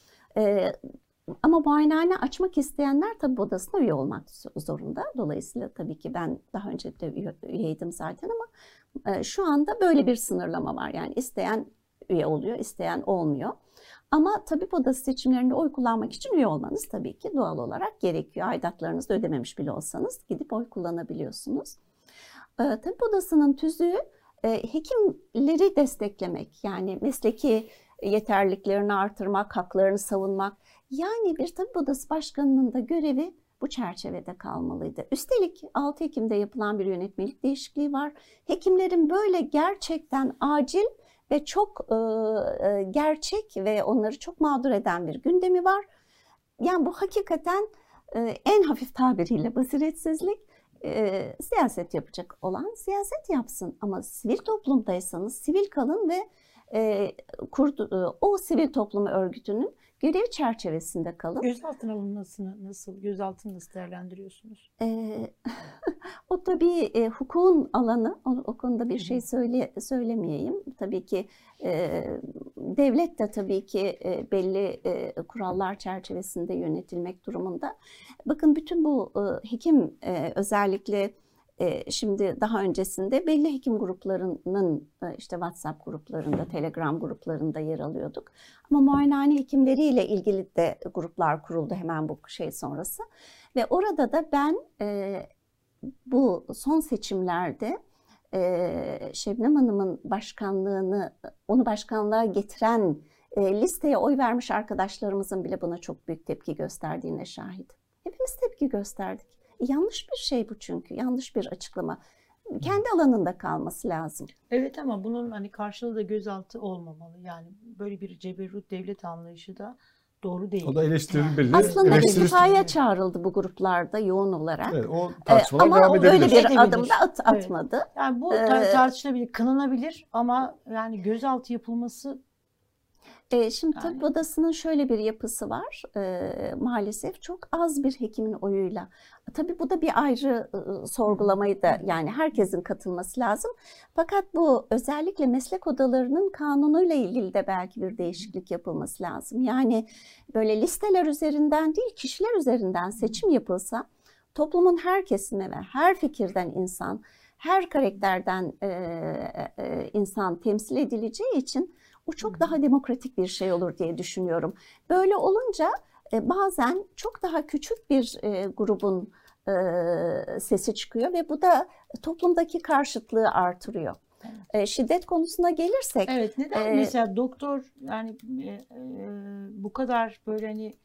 Ama muayenehane açmak isteyenler tabip odasına üye olmak zorunda. Dolayısıyla tabii ki ben daha önce de üyeydim zaten ama şu anda böyle bir sınırlama var. Yani isteyen üye oluyor, isteyen olmuyor. Ama tabip odası seçimlerinde oy kullanmak için üye olmanız tabii ki doğal olarak gerekiyor. Aidatlarınızı da ödememiş bile olsanız gidip oy kullanabiliyorsunuz. Tabip odasının tüzüğü hekimleri desteklemek, yani mesleki yeterliliklerini artırmak, haklarını savunmak. Yani bir tabip odası başkanının da görevi bu çerçevede kalmalıydı. Üstelik 6 Ekim'de yapılan bir yönetmelik değişikliği var. Hekimlerin böyle gerçekten acil ve çok gerçek ve onları çok mağdur eden bir gündemi var. Yani bu hakikaten en hafif tabiriyle basiretsizlik. Siyaset yapacak olan siyaset yapsın. Ama sivil toplumdaysanız sivil kalın ve o sivil toplum örgütünün görev çerçevesinde kalın. Gözaltına alınmasını gözaltını nasıl değerlendiriyorsunuz? O tabii hukukun alanı, o konuda bir şey söylemeyeyim. Tabii ki devlet de tabii ki belli kurallar çerçevesinde yönetilmek durumunda. Bakın bütün bu hekim özellikle şimdi daha öncesinde belli hekim gruplarının işte WhatsApp gruplarında, Telegram gruplarında yer alıyorduk. Ama muayenehane hekimleriyle ilgili de gruplar kuruldu hemen bu şey sonrası. Ve orada da ben bu son seçimlerde Şebnem Hanım'ın başkanlığını, onu başkanlığa getiren listeye oy vermiş arkadaşlarımızın bile buna çok büyük tepki gösterdiğine şahidim. Hepimiz tepki gösterdik. Yanlış bir şey bu çünkü. Yanlış bir açıklama. Kendi alanında kalması lazım. Evet, ama bunun hani karşılığı da gözaltı olmamalı. Yani böyle bir ceberrut devlet anlayışı da doğru değil. O da eleştirilmeli. Aslında istifaya çağrıldı bu gruplarda yoğun olarak. Evet, o tartışmalar devam ama edebilir. böyle bir adım da atmadı. Evet. Yani bu tartışılabilir, kınanabilir ama yani gözaltı yapılması... Şimdi tabip odasının şöyle bir yapısı var. Maalesef çok az bir hekimin oyuyla. Tabii bu da bir ayrı sorgulamayı da, yani herkesin katılması lazım. Fakat bu özellikle meslek odalarının kanunuyla ilgili de belki bir değişiklik yapılması lazım. Yani böyle listeler üzerinden değil, kişiler üzerinden seçim yapılsa toplumun her kesimi ve her fikirden insan, her karakterden insan temsil edileceği için o çok daha demokratik bir şey olur diye düşünüyorum. Böyle olunca bazen çok daha küçük bir grubun sesi çıkıyor ve bu da toplumdaki karşıtlığı artırıyor. Evet. Şiddet konusuna gelirsek. Evet, neden mesela doktor yani bu kadar böyle hani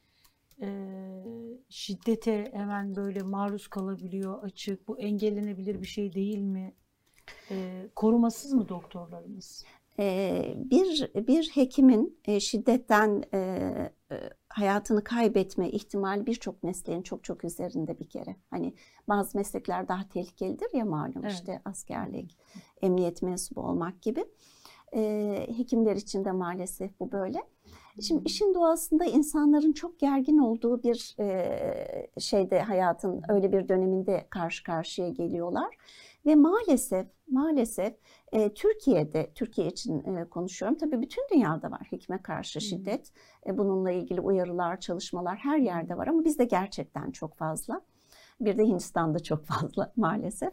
şiddete hemen böyle maruz kalabiliyor, açık, bu engellenebilir bir şey değil mi? Korumasız mı doktorlarımız? Bir hekimin şiddetten hayatını kaybetme ihtimali birçok mesleğin çok üzerinde bir kere. Hani bazı meslekler daha tehlikelidir ya malum, evet. İşte askerlik, emniyet mensubu olmak gibi. Hekimler için de maalesef bu böyle. Şimdi işin doğasında insanların çok gergin olduğu bir şeyde, hayatın öyle bir döneminde karşı karşıya geliyorlar. Ve maalesef Türkiye'de, Türkiye için konuşuyorum. Tabii bütün dünyada var hekime karşı şiddet. Bununla ilgili uyarılar, çalışmalar her yerde var ama bizde gerçekten çok fazla. Bir de Hindistan'da çok fazla maalesef.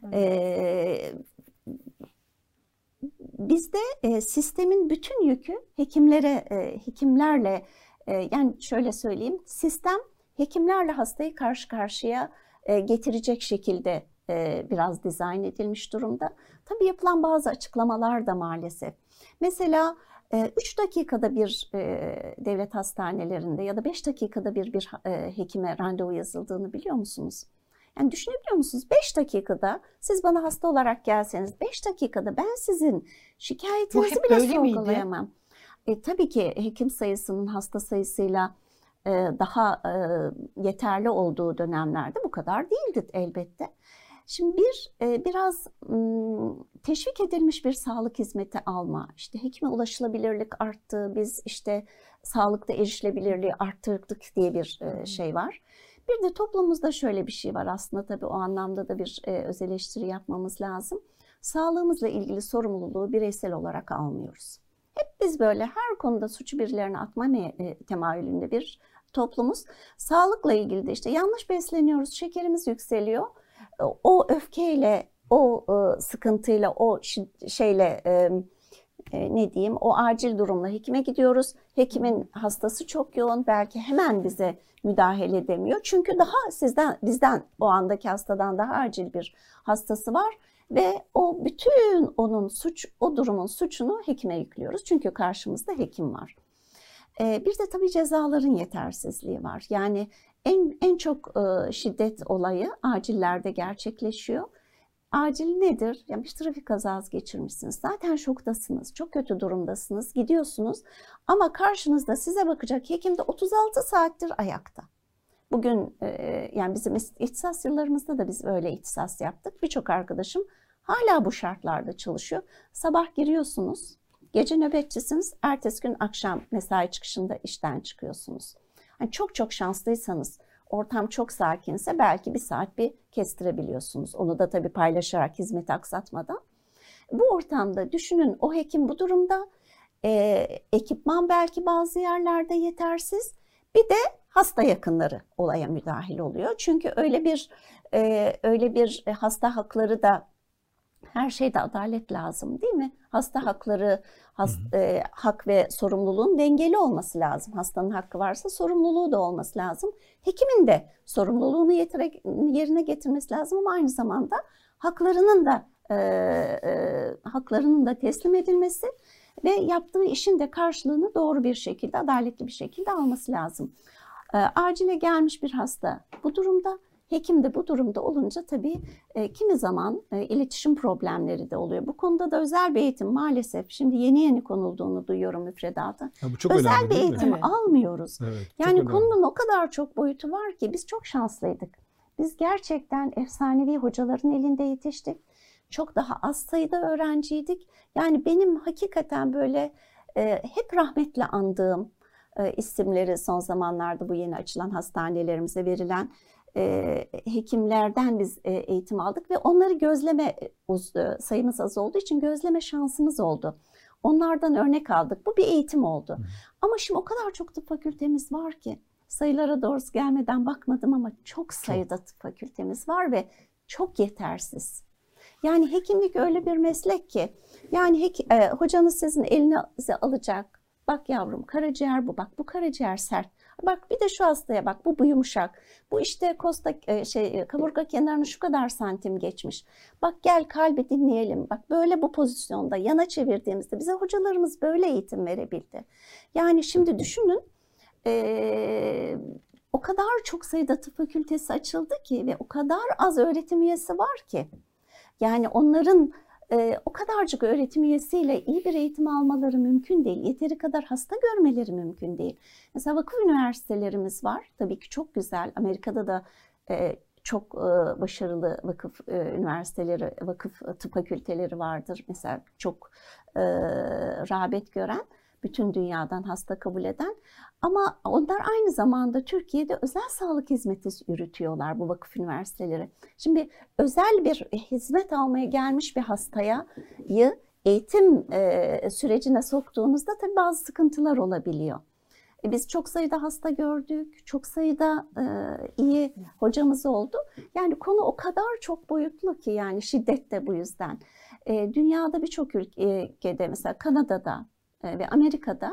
Bizde sistemin bütün yükü hekimlerle, yani şöyle söyleyeyim, sistem hekimlerle hastayı karşı karşıya getirecek şekilde biraz dizayn edilmiş durumda. Tabii yapılan bazı açıklamalar da maalesef. Mesela 3 dakikada bir devlet hastanelerinde ya da 5 dakikada bir hekime randevu yazıldığını biliyor musunuz? Yani düşünebiliyor musunuz? 5 dakikada siz bana hasta olarak gelseniz 5 dakikada ben sizin şikayetinizi bile sorgulayamam. Tabii ki hekim sayısının hasta sayısıyla daha yeterli olduğu dönemlerde bu kadar değildi elbette. Şimdi biraz teşvik edilmiş bir sağlık hizmeti alma, işte hekime ulaşılabilirlik arttı, biz işte sağlıkta erişilebilirliği arttırdık diye bir şey var. Bir de toplumumuzda şöyle bir şey var aslında, tabii o anlamda da bir öz eleştiri yapmamız lazım. Sağlığımızla ilgili sorumluluğu bireysel olarak almıyoruz. Hep biz böyle her konuda suçu birilerine atma temayülünde bir toplumuz. Sağlıkla ilgili de işte yanlış besleniyoruz, şekerimiz yükseliyor. O öfkeyle, o sıkıntıyla, o şeyle ne diyeyim, o acil durumla hekime gidiyoruz. Hekimin hastası çok yoğun, belki hemen bize müdahale edemiyor. Çünkü daha bizden o andaki hastadan daha acil bir hastası var ve o bütün o durumun suçunu hekime yüklüyoruz. Çünkü karşımızda hekim var. Bir de tabii cezaların yetersizliği var. Yani en çok şiddet olayı acillerde gerçekleşiyor. Acil nedir? Ya bir trafik kazası geçirmişsiniz. Zaten şoktasınız. Çok kötü durumdasınız. Gidiyorsunuz. Ama karşınızda size bakacak hekim de 36 saattir ayakta. Bugün yani bizim ihtisas yıllarımızda da biz öyle ihtisas yaptık. Birçok arkadaşım hala bu şartlarda çalışıyor. Sabah giriyorsunuz. Gece nöbetçisiniz. Ertesi gün akşam mesai çıkışında işten çıkıyorsunuz. Yani çok şanslıysanız, ortam çok sakinse belki bir saat kestirebiliyorsunuz. Onu da tabii paylaşarak, hizmeti aksatmadan. Bu ortamda düşünün, o hekim bu durumda, ekipman belki bazı yerlerde yetersiz. Bir de hasta yakınları olaya müdahil oluyor. Çünkü öyle bir hasta hakları da, her şeyde adalet lazım değil mi? Hasta hakları, hak ve sorumluluğun dengeli olması lazım. Hastanın hakkı varsa sorumluluğu da olması lazım. Hekimin de sorumluluğunu yerine getirmesi lazım ama aynı zamanda haklarının da teslim edilmesi ve yaptığı işin de karşılığını doğru bir şekilde, adaletli bir şekilde alması lazım. Acile gelmiş bir hasta bu durumda. Hekim de bu durumda olunca tabii kimi zaman iletişim problemleri de oluyor. Bu konuda da özel bir eğitim maalesef şimdi yeni konulduğunu duyuyorum müfredata. Özel bir eğitim almıyoruz. Evet, yani konunun o kadar çok boyutu var ki biz çok şanslıydık. Biz gerçekten efsanevi hocaların elinde yetiştik. Çok daha az sayıda öğrenciydik. Yani benim hakikaten böyle hep rahmetle andığım isimleri, son zamanlarda bu yeni açılan hastanelerimize verilen hekimlerden biz eğitim aldık ve onları gözleme, sayımız az olduğu için gözleme şansımız oldu. Onlardan örnek aldık. Bu bir eğitim oldu. Ama şimdi o kadar çok tıp fakültemiz var ki, sayılara doğrusu gelmeden bakmadım ama çok sayıda tıp fakültemiz var ve çok yetersiz. Yani hekimlik öyle bir meslek ki, yani hocanız sizin elinize alacak. Bak yavrum, karaciğer bu, bak bu karaciğer sert. Bak bir de şu hastaya bak, bu yumuşak. Bu işte kaburga kenarını şu kadar santim geçmiş. Bak gel kalbi dinleyelim. Bak böyle bu pozisyonda yana çevirdiğimizde bize hocalarımız böyle eğitim verebildi. Yani şimdi düşünün, o kadar çok sayıda tıp fakültesi açıldı ki ve o kadar az öğretim üyesi var ki. Yani onların o kadarcık öğretim üyesiyle iyi bir eğitim almaları mümkün değil. Yeteri kadar hasta görmeleri mümkün değil. Mesela vakıf üniversitelerimiz var. Tabii ki çok güzel. Amerika'da da çok başarılı vakıf üniversiteleri, vakıf tıp fakülteleri vardır. Mesela çok rağbet gören. bütün dünyadan hasta kabul eden. Ama onlar aynı zamanda Türkiye'de özel sağlık hizmeti yürütüyorlar, bu vakıf üniversiteleri. Şimdi özel bir hizmet almaya gelmiş bir hastayı eğitim sürecine soktuğunuzda tabii bazı sıkıntılar olabiliyor. Biz çok sayıda hasta gördük, çok sayıda iyi hocamız oldu. Yani konu o kadar çok boyutlu ki, yani şiddet de bu yüzden. Dünyada birçok ülkede, mesela Kanada'da ve Amerika'da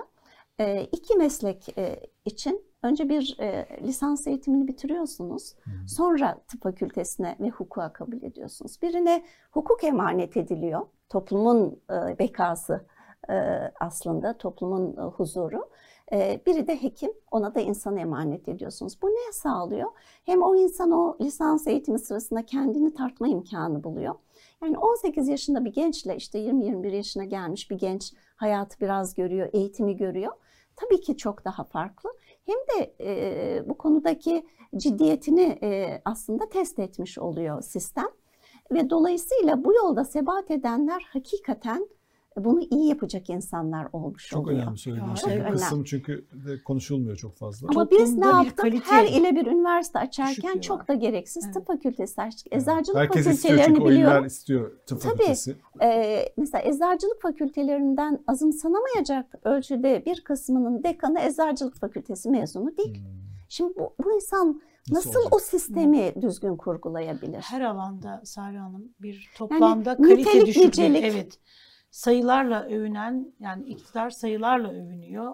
2 meslek için önce bir lisans eğitimini bitiriyorsunuz. Sonra tıp fakültesine ve hukuka kabul ediyorsunuz. Birine hukuk emanet ediliyor. Toplumun bekası aslında, toplumun huzuru. Biri de hekim, ona da insana emanet ediyorsunuz. Bu ne sağlıyor? Hem o insan o lisans eğitimi sırasında kendini tartma imkanı buluyor. Yani 18 yaşında bir gençle işte 20-21 yaşına gelmiş bir genç hayatı biraz görüyor, eğitimi görüyor. Tabii ki çok daha farklı. Hem de bu konudaki ciddiyetini aslında test etmiş oluyor sistem. Ve dolayısıyla bu yolda sebat edenler hakikaten bunu iyi yapacak insanlar olmuş çok oluyor. önemli söylediğiniz Çok şey. Bu önemli. kısım çünkü de konuşulmuyor çok fazla. Ama biz ne Toplumda bir yaptık? kalite Her ile bir üniversite açarken düşüklüğü çok var. da gereksiz Evet. tıp fakültesi açtık. Evet. Eczacılık Herkes istiyor çünkü fakültelerini o iller biliyorum. istiyor tıp Tabii. fakültesi. Mesela eczacılık fakültelerinden azımsanamayacak ölçüde bir kısmının dekanı eczacılık fakültesi mezunu değil. Şimdi bu insan nasıl olacak? o sistemi düzgün kurgulayabilir? Her alanda Sare Hanım bir toplamda Yani kalite nitelik, düşüklüğü. nicelik. Evet. Sayılarla övünen, yani iktidar sayılarla övünüyor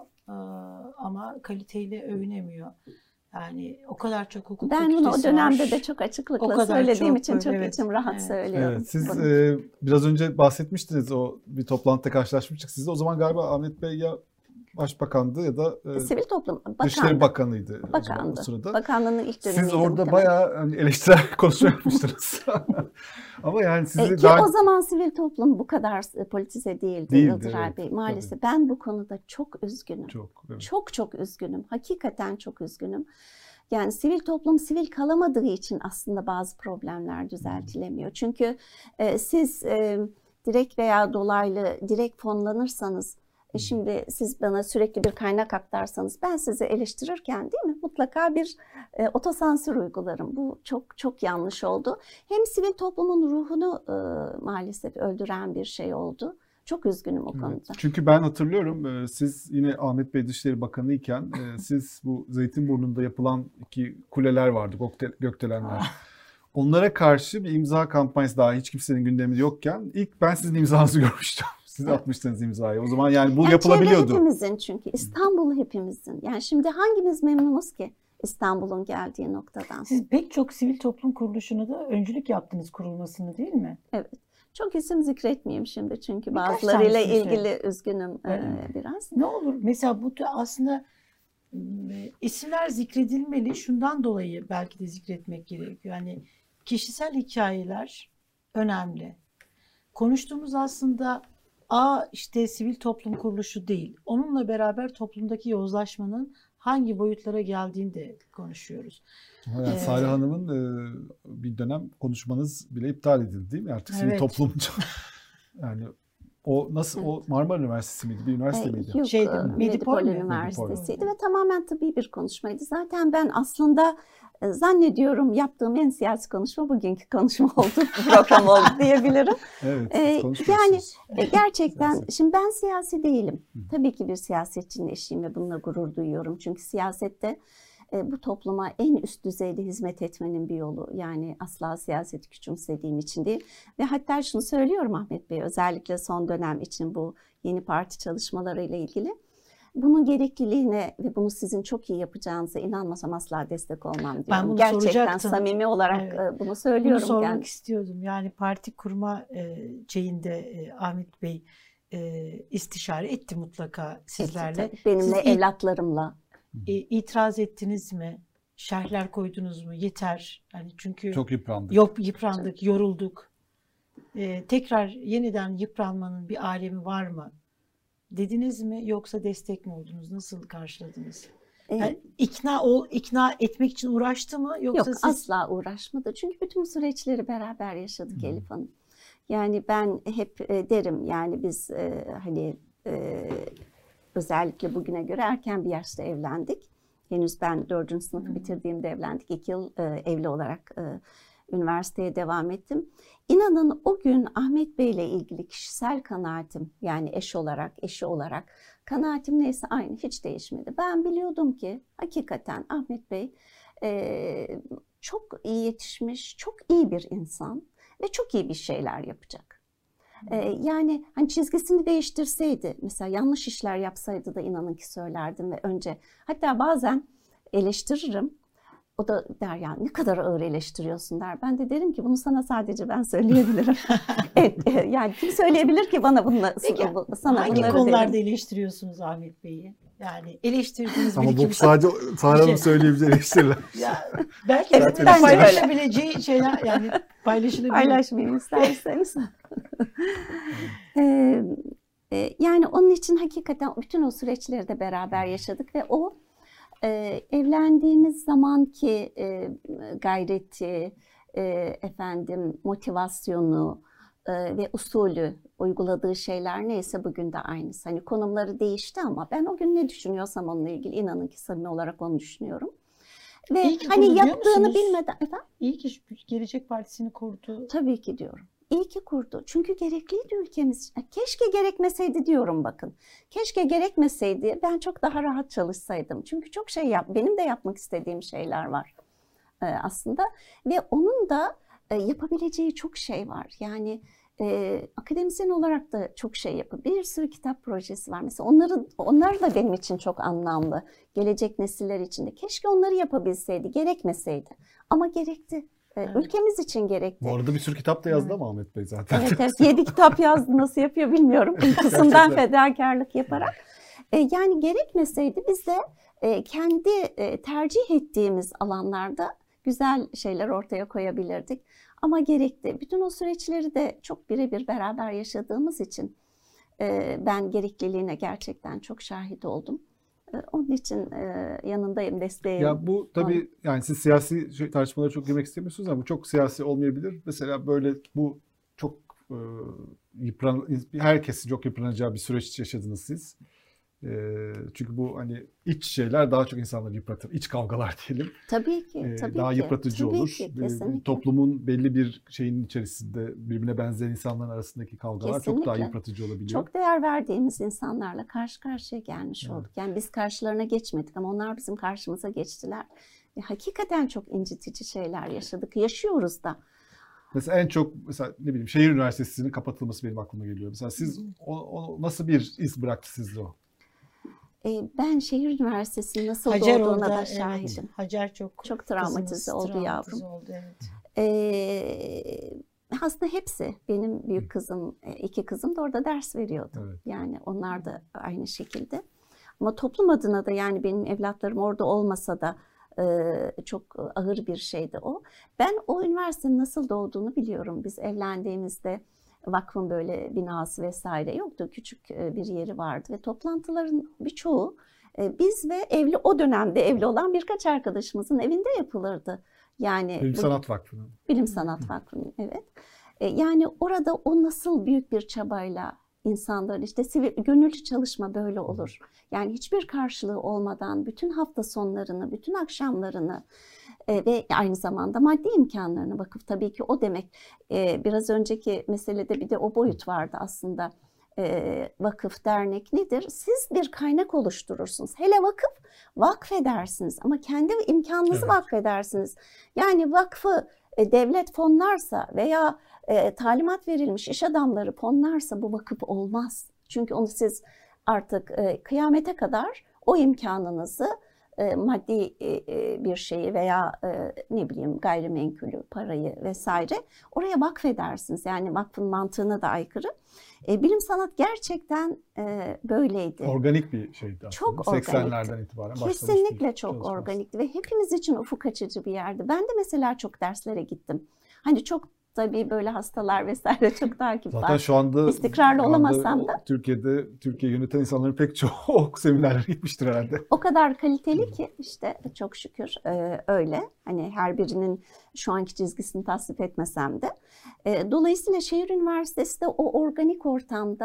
ama kaliteyle övünemiyor. Yani o kadar çok hukuk Ben bunu o fakültesi dönemde var. de çok O açıklıkla kadar söylediğim çok için böyle, çok evet. içim rahat Evet. söylüyorum. Evet, siz bunu. biraz önce bahsetmiştiniz, o bir toplantıda karşılaşmıştık. Siz de o zaman galiba Ahmet Bey ya Başbakandı ya da Sivil toplum Dışişleri bakandı. Bakanıydı o zaman o Bakandı. sırada. Bakanlığının ilk dönemiydi. Siz orada muhtemelen. bayağı hani eleştirel konuşma yapmıştınız. Ama yani sizi Ki daha o zaman sivil toplum bu kadar politize değildi Yıldıray evet, Bey. Maalesef ben bu konuda çok üzgünüm. evet. Çok üzgünüm. Hakikaten çok üzgünüm. Yani sivil toplum sivil kalamadığı için aslında bazı problemler düzeltilemiyor. Çünkü siz direkt veya dolaylı direkt fonlanırsanız, şimdi siz bana sürekli bir kaynak aktarsanız ben sizi eleştirirken değil mi mutlaka bir otosansür uygularım. Bu çok yanlış oldu. Hem sivil toplumun ruhunu maalesef öldüren bir şey oldu. Çok üzgünüm o konuda. Evet. Çünkü ben hatırlıyorum, siz yine Ahmet Bey Dışişleri Bakanı iken siz bu Zeytinburnu'nda yapılan 2 kuleler vardı, gökdelenler. Onlara karşı bir imza kampanyası, daha hiç kimsenin gündeminde yokken ilk ben sizin imzanızı görmüştüm. Siz atmıştınız imzayı. O zaman yani bu Yani yapılabiliyordu. çevre hepimizin, çünkü İstanbul hepimizin. Yani şimdi hangimiz memnunuz ki İstanbul'un geldiği noktadan? Siz pek çok sivil toplum kuruluşuna da öncülük yaptınız kurulmasını, değil mi? Evet. Çok isim zikretmeyeyim şimdi çünkü Birkaç bazılarıyla tanesini ilgili üzgünüm biraz. Ne olur mesela bu aslında isimler zikredilmeli, şundan dolayı belki de zikretmek gerekiyor. Yani kişisel hikayeler önemli. Konuştuğumuz aslında işte sivil toplum kuruluşu değil. Onunla beraber toplumdaki yozlaşmanın hangi boyutlara geldiğini de konuşuyoruz. Yani Sare Hanım'ın bir dönem konuşmanız bile iptal edildi değil mi? Artık sivil Evet. toplumcu. Yani o nasıl, o Marmara Üniversitesi miydi? Bir üniversite miydi? Yok, Medipol Medipol mi? Üniversitesi'ydi ve tamamen tıbbi bir konuşmaydı. Zaten ben aslında zannediyorum yaptığım en siyasi konuşma bugünkü konuşma oldu, program oldu diyebilirim. Evet, Yani konuşmuyorsunuz. gerçekten Siyaset. şimdi ben siyasi değilim. Tabii ki bir siyasetçinin eşiyim ve bununla gurur duyuyorum. Çünkü siyasette bu topluma en üst düzeyde hizmet etmenin bir yolu. Yani asla siyaseti küçümsediğim için değil. Ve hatta şunu söylüyorum Ahmet Bey, özellikle son dönem için bu yeni parti çalışmalarıyla ilgili. Bunun gerekliliğine ve bunu sizin çok iyi yapacağınıza inanmasam asla destek olmam diyorum. Ben bunu gerçekten soracaktım. samimi olarak Evet. bunu söylüyorum. Bunu sormak yani. istiyordum. Yani parti kurma şeyinde Ahmet Bey istişare etti mutlaka sizlerle. Benimle, Siz evlatlarımla. itiraz ettiniz mi? Şerhler koydunuz mu? Yeter. Yani çünkü Çok yıprandık. yıprandık, yorulduk. Tekrar yeniden yıpranmanın bir alemi var mı? Dediniz mi, yoksa destek mi oldunuz? Nasıl karşıladınız? Yani ikna etmek için uğraştı mı, yoksa Yok, siz... asla uğraşmadı. Çünkü bütün süreçleri beraber yaşadık Elif Hanım. Yani ben hep derim, yani biz hani özellikle bugüne göre erken bir yaşta evlendik. Henüz ben 4. sınıfı bitirdiğimde evlendik. 2 yıl evli olarak üniversiteye devam ettim. İnanın o gün Ahmet Bey ile ilgili kişisel kanaatim, yani eşi olarak kanaatim neyse aynı, hiç değişmedi. Ben biliyordum ki hakikaten Ahmet Bey çok iyi yetişmiş, çok iyi bir insan ve çok iyi bir şeyler yapacak. Yani hani çizgisini değiştirseydi, mesela yanlış işler yapsaydı da inanın ki söylerdim ve önce, hatta bazen eleştiririm. O da der ya ne kadar ağır eleştiriyorsun der. Ben de derim ki bunu sana sadece ben söyleyebilirim. Yani kim söyleyebilir ki bana bunları, sana hangi bunları konularda derim. eleştiriyorsunuz Ahmet Bey'i? Yani eleştirdiğiniz Ama bir iki bu sadece Sahra Hanım söyleyebileceği eleştiriler. Ya, belki Evet, sizinle bence paylaşabileceği şeyler, yani paylaşılabilir. Paylaşmayayım isterseniz. Yani onun için hakikaten bütün o süreçleri de beraber yaşadık ve o evlendiğimiz zamanki gayreti, motivasyonu ve usulü, uyguladığı şeyler neyse bugün de aynısı. Hani konumları değişti ama ben o gün ne düşünüyorsam onunla ilgili inanın ki samimi olarak onu düşünüyorum. Ve hani yaptığını bilmeden... Efendim? İyi ki Gelecek Partisi'ni kurdu. Tabii ki diyorum. İyi ki kurdu. Çünkü gerekliydi ülkemiz. Keşke gerekmeseydi diyorum bakın. Keşke gerekmeseydi, ben çok daha rahat çalışsaydım. Çünkü çok benim de yapmak istediğim şeyler var aslında. Ve onun da yapabileceği çok şey var. Yani akademisyen olarak da çok şey yapıyor. Bir sürü kitap projesi var. Mesela onlar da benim için çok anlamlı. Gelecek nesiller için de. Keşke onları yapabilseydi, gerekmeseydi. Ama gerekti. Evet. Ülkemiz için gerekti. Bu arada bir sürü kitap da yazdı ama Ahmet Bey zaten. Evet, 7 kitap yazdı. Nasıl yapıyor bilmiyorum. Uykusundan fedakarlık yaparak. Yani gerekmeseydi biz de kendi tercih ettiğimiz alanlarda güzel şeyler ortaya koyabilirdik. Ama gerekti. Bütün o süreçleri de çok birebir beraber yaşadığımız için ben gerekliliğine gerçekten çok şahit oldum. Onun için yanındayım, desteğim. Ya bu tabii yani siz siyasi tartışmalara çok girmek istemiyorsunuz ama bu çok siyasi olmayabilir. Mesela böyle bu çok herkesin çok yıpranacağı bir süreç yaşadınız siz. Çünkü bu hani iç şeyler daha çok insanları yıpratır. İç kavgalar diyelim. Tabii ki. Daha yıpratıcı tabii olur. Ki, kesinlikle. Toplumun belli bir şeyin içerisinde birbirine benzeyen insanların arasındaki kavgalar kesinlikle. çok daha yıpratıcı olabiliyor. Çok değer verdiğimiz insanlarla karşı karşıya gelmiş olduk. Yani biz karşılarına geçmedik ama onlar bizim karşımıza geçtiler. Ve hakikaten çok incitici şeyler yaşadık. Yaşıyoruz da. Mesela en çok ne bileyim Şehir Üniversitesi'nin kapatılması benim aklıma geliyor. Mesela siz o nasıl bir iz bıraktı sizde o? Ben Şehir Üniversitesi'nin nasıl doğduğuna da şahidim. Evet, Hacer çok travmatize oldu yavrum. Oldu, evet. Aslında hepsi, benim büyük kızım, 2 kızım da orada ders veriyordu. Evet. Yani onlar da aynı şekilde. Ama toplum adına da, yani benim evlatlarım orada olmasa da çok ağır bir şeydi o. Ben o üniversitenin nasıl doğduğunu biliyorum. Biz evlendiğimizde vakfın böyle binası vesaire yoktu. Küçük bir yeri vardı ve toplantıların birçoğu biz ve o dönemde evli olan birkaç arkadaşımızın evinde yapılırdı. Yani Bilim Sanat Vakfı'nın. Bilim Sanat Vakfı'nın, evet. Yani orada o nasıl büyük bir çabayla insanların, işte gönüllü çalışma böyle olur. Yani hiçbir karşılığı olmadan bütün hafta sonlarını, bütün akşamlarını ve aynı zamanda maddi imkanlarını, vakıf tabii ki o demek. Biraz önceki meselede bir de o boyut vardı aslında. Vakıf, dernek nedir? Siz bir kaynak oluşturursunuz. Hele vakıf, vakfedersiniz ama kendi imkanınızı vakfedersiniz. Yani vakfı devlet fonlarsa veya talimat verilmiş iş adamları fonlarsa bu vakıf olmaz. Çünkü onu siz artık kıyamete kadar o imkanınızı, maddi bir şeyi veya ne bileyim gayrimenkulü, parayı vesaire oraya vakfedersiniz. Yani vakfın mantığına da aykırı. Bilim sanat gerçekten böyleydi. Organik bir şeydi aslında. Çok 80'lerden itibaren başlamış. Kesinlikle çok organikti ve hepimiz için ufuk açıcı bir yerdi. Ben de mesela çok derslere gittim. Hani çok tabii böyle hastalar vesaire çok takip var. Zaten şu anda istikrarlı olamasam da Türkiye yöneten insanların pek çoğu seminerlere gitmiştir herhalde. O kadar kaliteli ki işte çok şükür öyle. Hani her birinin şu anki çizgisini tasvip etmesem de. Dolayısıyla Şehir Üniversitesi de o organik ortamda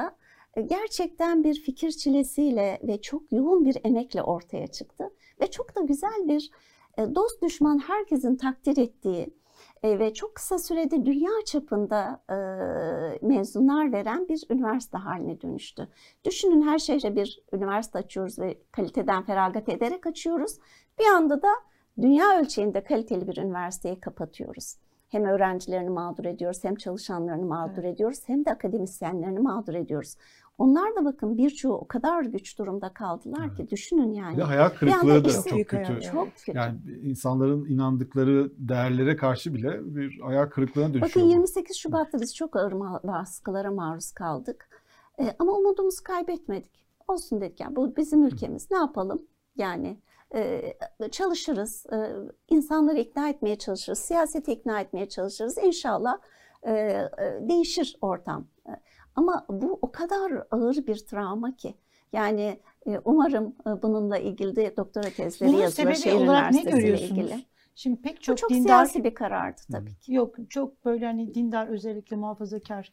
gerçekten bir fikir çilesiyle ve çok yoğun bir emekle ortaya çıktı. Ve çok da güzel bir dost düşman herkesin takdir ettiği ve çok kısa sürede dünya çapında mezunlar veren bir üniversite haline dönüştü. Düşünün, her şehre bir üniversite açıyoruz ve kaliteden feragat ederek açıyoruz. Bir anda da dünya ölçeğinde kaliteli bir üniversiteyi kapatıyoruz. Hem öğrencilerini mağdur ediyoruz, hem çalışanlarını mağdur ediyoruz, hem de akademisyenlerini mağdur ediyoruz. Onlar da bakın birçoğu o kadar güç durumda kaldılar ki düşünün yani. Bir de hayal kırıklığı da çok kötü. Çok kötü. Yani insanların inandıkları değerlere karşı bile bir hayal kırıklığına dönüşüyor. Bakın 28 Şubat'ta biz çok ağır baskılara maruz kaldık. Ama umudumuzu kaybetmedik. Olsun dedik, yani bu bizim ülkemiz, ne yapalım? Yani çalışırız, insanları ikna etmeye çalışırız, siyaseti ikna etmeye çalışırız. İnşallah değişir ortam. Ama bu o kadar ağır bir travma ki. Yani umarım bununla ilgili de doktora tezleri yazılır şehir üniversitesiyle ilgili. Şimdi pek çok, çok dindar, siyasi bir karardı tabii ki. Yok, çok böyle hani dindar, özellikle muhafazakar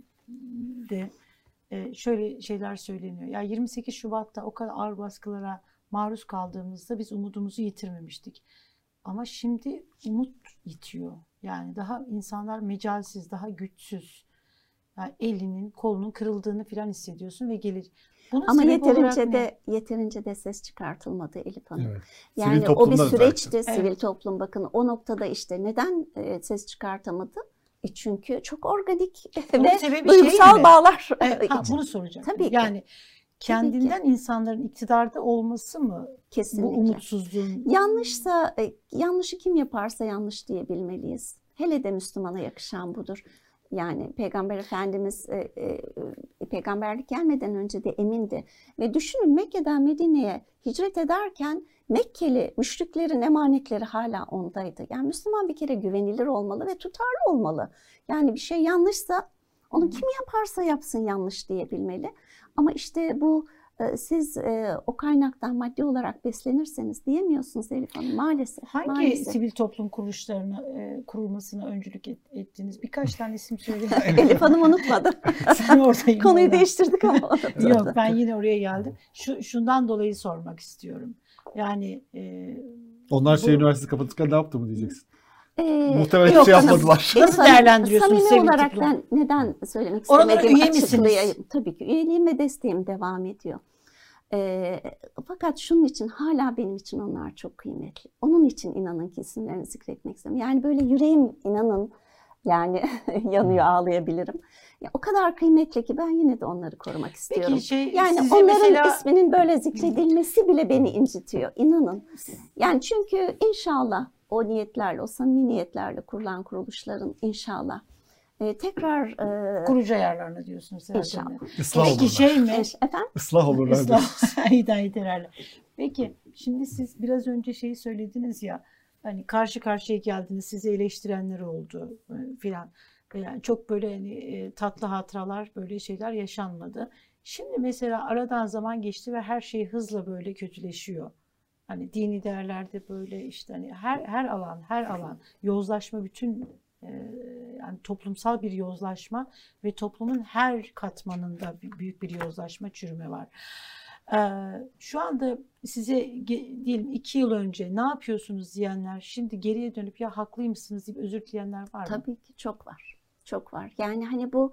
kesimde şöyle şeyler söyleniyor. Ya 28 Şubat'ta o kadar ağır baskılara maruz kaldığımızda biz umudumuzu yitirmemiştik. Ama şimdi umut yitiyor. Yani daha insanlar mecalsiz, daha güçsüz. Yani elinin, kolunun kırıldığını falan hissediyorsun ve gelir. Ama yeterince de ses çıkartılmadı Elif Hanım. Evet. Yani o bir süreçti, sivil toplum. Bakın o noktada işte neden ses çıkartamadı? Çünkü çok organik ve duygusal bağlar. Bunu soracağım. Tabii ki. Yani kendinden insanların iktidarda olması mı kesinlikle bu umutsuzluğun? Yanlışsa, yanlışı kim yaparsa yanlış diyebilmeliyiz. Hele de Müslümana yakışan budur. Yani Peygamber Efendimiz peygamberlik gelmeden önce de emindi. Ve düşünün, Mekke'den Medine'ye hicret ederken Mekkeli müşriklerin emanetleri hala ondaydı. Yani Müslüman bir kere güvenilir olmalı ve tutarlı olmalı. Yani bir şey yanlışsa onu kim yaparsa yapsın yanlış diyebilmeli. Ama işte bu siz o kaynaktan maddi olarak beslenirseniz diyemiyorsunuz Elif Hanım, maalesef. Hangi sivil toplum kuruluşlarına kurulmasına öncülük ettiniz? Birkaç tane isim söyleyin. Elif Hanım unutmadı. Sen oradayım. Konuyu değiştirdik ama. Yok, ben yine oraya geldim. Şundan dolayı sormak istiyorum. Yani onlar şehir üniversitesi kapatırken ne yaptı mı diyeceksin? Muhtemelen hiçbir şey yapmadılar. Nasıl değerlendiriyorsunuz? Samimi olarak neden söylemek istemediğimi açıklayayım. Tabii ki üyeliğim ve desteğim devam ediyor. Fakat şunun için, hala benim için onlar çok kıymetli. Onun için inanın ki isimlerini zikretmek istemiyorum. Yani böyle yüreğim, inanın yani yanıyor, ağlayabilirim. Ya, o kadar kıymetli ki ben yine de onları korumak istiyorum. Peki yani onların isminin böyle zikredilmesi bile beni incitiyor, inanın. Yani çünkü inşallah o niyetlerle, o samimi niyetlerle kurulan kuruluşların inşallah tekrar kurucu ayarlarına diyorsunuz. İnşallah. Islah olurlar. Efendim? Islah olurlar. Hidayet ederler. Peki şimdi siz biraz önce şeyi söylediniz ya, hani karşı karşıya geldiniz, sizi eleştirenler oldu filan. Yani çok böyle hani tatlı hatıralar, böyle şeyler yaşanmadı. Şimdi mesela aradan zaman geçti ve her şey hızla böyle kötüleşiyor. Hani dini değerlerde böyle işte hani her alan yozlaşma, bütün yani toplumsal bir yozlaşma ve toplumun her katmanında büyük bir yozlaşma, çürüme var. Şu anda size diyelim 2 yıl önce ne yapıyorsunuz diyenler, şimdi geriye dönüp ya haklıymışsınız deyip özür dileyenler var mı? Tabii ki çok var. Çok var. Yani hani bu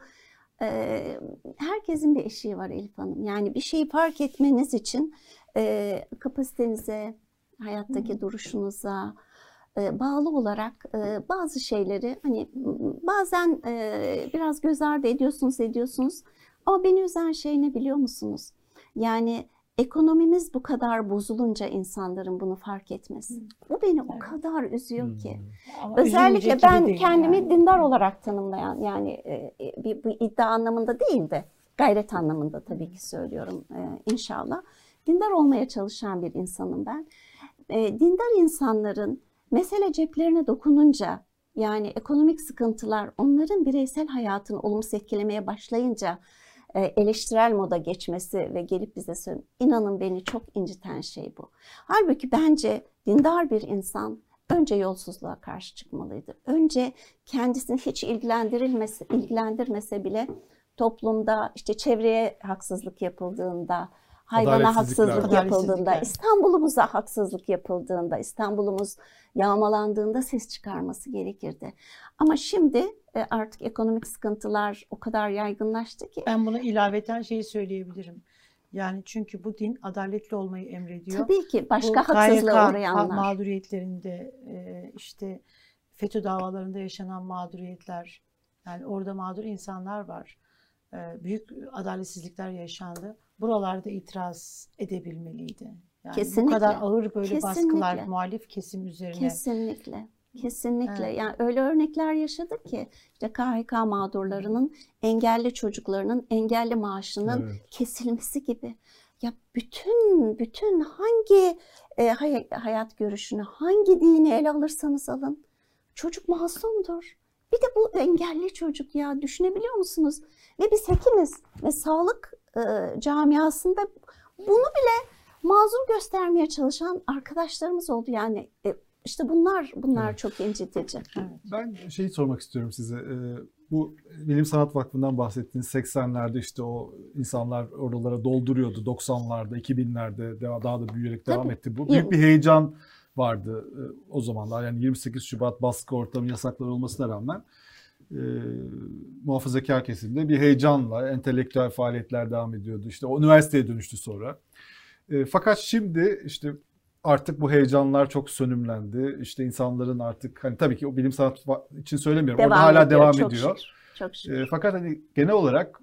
herkesin bir eşiği var Elif Hanım. Yani bir şeyi fark etmeniz için kapasitenize, hayattaki duruşunuza bağlı olarak bazı şeyleri hani bazen biraz göz ardı ediyorsunuz. Ama beni üzen şey ne biliyor musunuz? Yani ekonomimiz bu kadar bozulunca insanların bunu fark etmesi. Bu beni o kadar üzüyor ki. Ama özellikle ben kendimi dindar olarak tanımlayan, yani bir iddia anlamında değil de gayret anlamında tabii ki söylüyorum inşallah. Dindar olmaya çalışan bir insanım ben. Dindar insanların mesele ceplerine dokununca, yani ekonomik sıkıntılar onların bireysel hayatını olumsuz etkilemeye başlayınca eleştirel moda geçmesi ve gelip bize söylüyor. İnanın beni çok inciten şey bu. Halbuki bence dindar bir insan önce yolsuzluğa karşı çıkmalıydı. Önce kendisini hiç ilgilendirmese bile toplumda işte çevreye haksızlık yapıldığında, hayvana haksızlık yapıldığında, Adaletsizlikler. İstanbul'umuza haksızlık yapıldığında, İstanbul'umuz yağmalandığında ses çıkarması gerekirdi. Ama şimdi artık ekonomik sıkıntılar o kadar yaygınlaştı ki. Ben buna ilaveten şeyi söyleyebilirim. Yani çünkü bu din adaletli olmayı emrediyor. Tabii ki Bu başka haksızlığa KYK uğrayanlar. mağduriyetlerinde, işte FETÖ davalarında yaşanan mağduriyetler, yani orada mağdur insanlar var. Büyük adaletsizlikler yaşandı. Buralarda itiraz edebilmeliydi. Yani Kesinlikle. bu kadar ağır böyle Kesinlikle. baskılar muhalif kesim üzerine. Kesinlikle. Kesinlikle. Evet. Yani öyle örnekler yaşadık ki işte KHK mağdurlarının, engelli çocuklarının engelli maaşının Evet. kesilmesi gibi. Ya bütün hangi hayat görüşünü, hangi dini ele alırsanız alın, çocuk masumdur. Bir de bu engelli çocuk, ya düşünebiliyor musunuz? Ve biz hekimiz ve sağlık camiasında bunu bile mazur göstermeye çalışan arkadaşlarımız oldu. Yani işte bunlar Evet. çok incitici. Ben şeyi sormak istiyorum size. Bu Bilim Sanat Vakfı'ndan bahsettiğiniz 80'lerde işte o insanlar oralara dolduruyordu. 90'larda, 2000'lerde daha da büyüyerek devam Tabii. etti. Bu büyük bir heyecan vardı o zamanlar. Yani 28 Şubat baskı ortamı yasakları olmasına rağmen muhafazakar kesimde bir heyecanla entelektüel faaliyetler devam ediyordu. İşte o üniversiteye dönüştü sonra. Fakat şimdi işte artık bu heyecanlar çok sönümlendi. İşte insanların artık hani tabii ki o bilim sanat için söylemiyorum. Orada hala devam çok ediyor. Şükür, çok şükür. Fakat hani genel olarak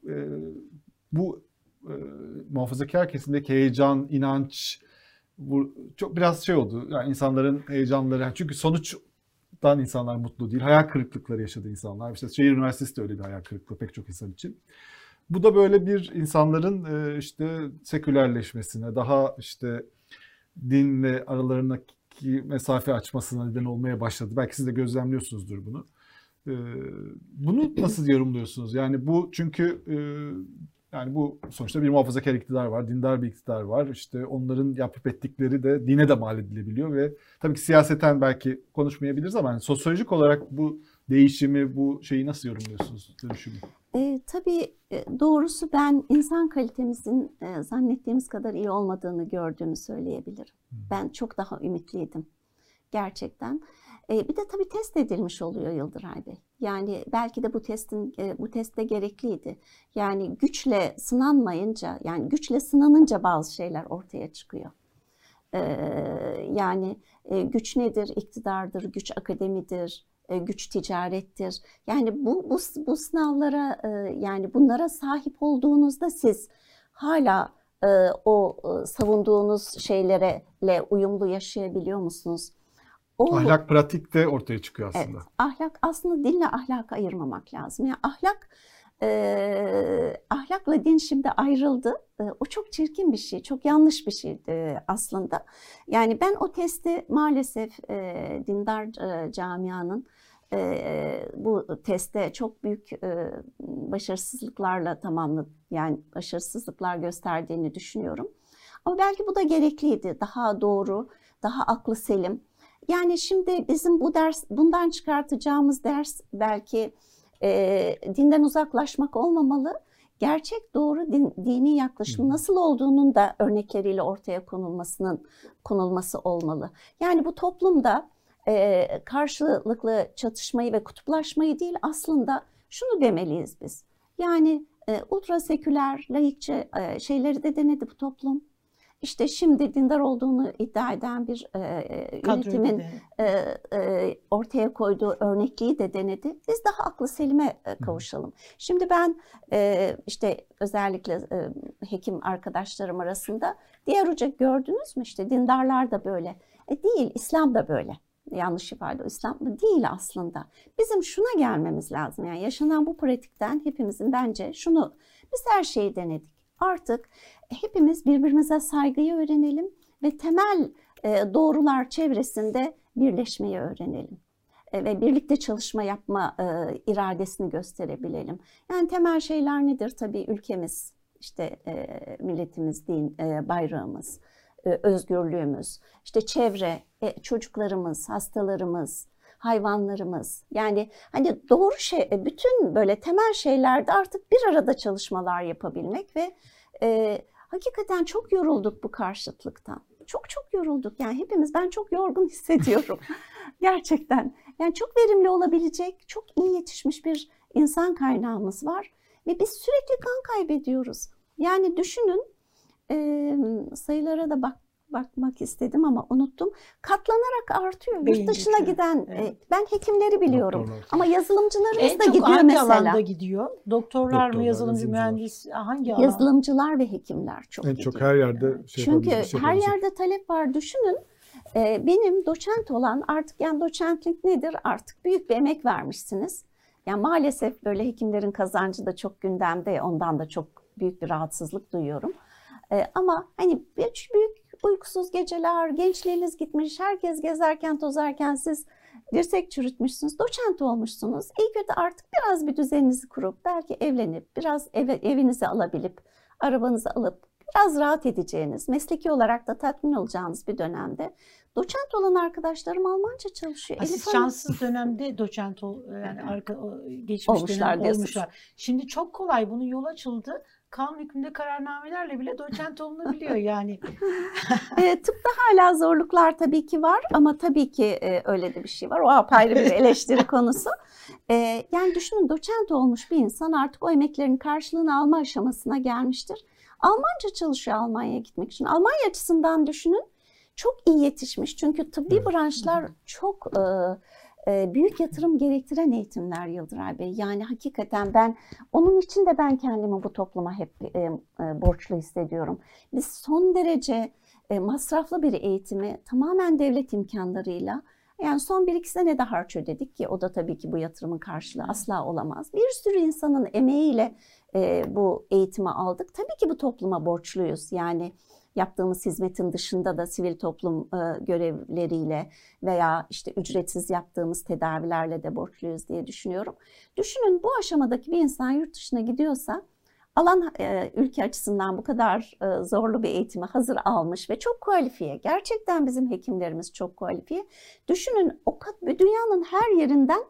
bu muhafazakar kesimdeki heyecan, inanç bu çok biraz şey oldu. Yani insanların heyecanları, çünkü sonuçtan insanlar mutlu değil. Hayal kırıklıkları yaşadı insanlar. İşte Şehir Üniversitesi de öyle bir hayal kırıklığı pek çok insan için. Bu da böyle bir insanların işte sekülerleşmesine, daha işte dinle aralarındaki mesafe açmasına neden olmaya başladı. Belki siz de gözlemliyorsunuzdur bunu. Bunu nasıl yorumluyorsunuz? Yani bu çünkü yani bu sonuçta bir muhafazakar iktidar var, dindar bir iktidar var. İşte onların yapıp ettikleri de dine de mal edilebiliyor ve tabii ki siyaseten belki konuşmayabiliriz ama yani sosyolojik olarak bu değişimi, bu şeyi nasıl yorumluyorsunuz, dönüşümü? Tabii doğrusu ben insan kalitemizin zannettiğimiz kadar iyi olmadığını gördüğümü söyleyebilirim. Ben çok daha ümitliydim gerçekten. Bir de tabii test edilmiş oluyor Yıldıray Bey. Yani belki de bu testte gerekliydi. Yani güçle sınanmayınca, yani güçle sınanınca bazı şeyler ortaya çıkıyor. Yani güç nedir? İktidardır, güç akademidir, güç ticarettir. Yani bu sınavlara, yani bunlara sahip olduğunuzda siz hala o savunduğunuz şeylerle uyumlu yaşayabiliyor musunuz? Ahlak pratikte ortaya çıkıyor aslında. Evet, ahlak aslında dinle ahlakı ayırmamak lazım. Yani ahlakla din şimdi ayrıldı. O çok çirkin bir şey, çok yanlış bir şey aslında. Yani ben o testi maalesef dindar camianın bu testte çok büyük başarısızlıklarla yani başarısızlıklar gösterdiğini düşünüyorum. Ama belki bu da gerekliydi. Daha doğru, daha aklı selim. Yani şimdi bizim bundan çıkartacağımız ders belki dinden uzaklaşmak olmamalı. Gerçek doğru dini yaklaşım nasıl olduğunun da örnekleriyle ortaya konulması olmalı. Yani bu toplumda karşılıklı çatışmayı ve kutuplaşmayı değil, aslında şunu demeliyiz biz. Yani ultra seküler, laikçe şeyleri de denedi bu toplum. İşte şimdi dindar olduğunu iddia eden bir yönetimin ortaya koyduğu örnekliği de denedi. Biz daha aklı selime kavuşalım. Şimdi ben işte özellikle hekim arkadaşlarım arasında diğer uca gördünüz mü, işte dindarlar da böyle. Değil, İslam da böyle. Yanlış ifade, İslam değil aslında. Bizim şuna gelmemiz lazım. Yani yaşanan bu pratikten hepimizin bence biz her şeyi denedik. Artık hepimiz birbirimize saygıyı öğrenelim ve temel doğrular çevresinde birleşmeyi öğrenelim. Ve birlikte çalışma yapma iradesini gösterebilelim. Yani temel şeyler nedir? Tabii ülkemiz, işte milletimiz, din, bayrağımız, özgürlüğümüz, işte çevre, çocuklarımız, hastalarımız, hayvanlarımız. Yani hani doğru şey, bütün böyle temel şeylerde artık bir arada çalışmalar yapabilmek ve hakikaten çok yorulduk bu karşıtlıktan. Çok yorulduk. Yani hepimiz, ben çok yorgun hissediyorum. Gerçekten. Yani çok verimli olabilecek, çok iyi yetişmiş bir insan kaynağımız var. Ve biz sürekli kan kaybediyoruz. Yani düşünün, sayılara da bakmak istedim ama unuttum. Katlanarak artıyor. Yurt dışına giden, ben hekimleri biliyorum. Doktorlar. Ama yazılımcılarımız En da çok gidiyor hangi mesela. alanda gidiyor? Doktorlar mı, yazılımcı, yazılımcılar. mühendis, hangi alan? Yazılımcılar ve hekimler çok En gidiyor. çok her yerde Çünkü yapabilecek. her yerde talep var. Düşünün, benim doçent olan, artık yani doçentlik nedir? Artık büyük bir emek vermişsiniz. Yani maalesef böyle hekimlerin kazancı da çok gündemde. Ondan da çok büyük bir rahatsızlık duyuyorum. Ama hani büyük uykusuz geceler, gençliğiniz gitmiş, herkes gezerken tozarken siz dirsek çürütmüşsünüz, doçent olmuşsunuz. İyi kötü artık biraz bir düzeninizi kurup, belki evlenip, biraz evinizi alabilip, arabanızı alıp biraz rahat edeceğiniz, mesleki olarak da tatmin olacağınız bir dönemde doçent olan arkadaşlarım Almanca çalışıyor. Siz şanssız dönemde doçent yani geçmiş dönem olmuşlar. Şimdi çok kolay, bunun yol açıldı. Kanun hükmünde kararnamelerle bile doçent olunabiliyor yani. Tıpta hala zorluklar tabii ki var ama tabii ki öyle de bir şey var. O apayrı bir eleştiri konusu. Yani düşünün, doçent olmuş bir insan artık o emeklerin karşılığını alma aşamasına gelmiştir. Almanca çalışıyor Almanya'ya gitmek için. Almanya açısından düşünün, çok iyi yetişmiş. Çünkü tıbbi branşlar çok büyük yatırım gerektiren eğitimler Yıldıray Bey. Yani hakikaten onun için de ben kendimi bu topluma hep borçlu hissediyorum. Biz son derece masraflı bir eğitimi tamamen devlet imkanlarıyla, yani son 1-2 sene de harç ödedik ki o da tabii ki bu yatırımın karşılığı asla olamaz. Bir sürü insanın emeğiyle bu eğitimi aldık. Tabii ki bu topluma borçluyuz. Yani yaptığımız hizmetin dışında da sivil toplum görevleriyle veya işte ücretsiz yaptığımız tedavilerle de borçluyuz diye düşünüyorum. Düşünün, bu aşamadaki bir insan yurt dışına gidiyorsa, alan ülke açısından bu kadar zorlu bir eğitimi hazır almış ve çok kualifiye. Gerçekten bizim hekimlerimiz çok kualifiye. Düşünün, dünyanın her yerinden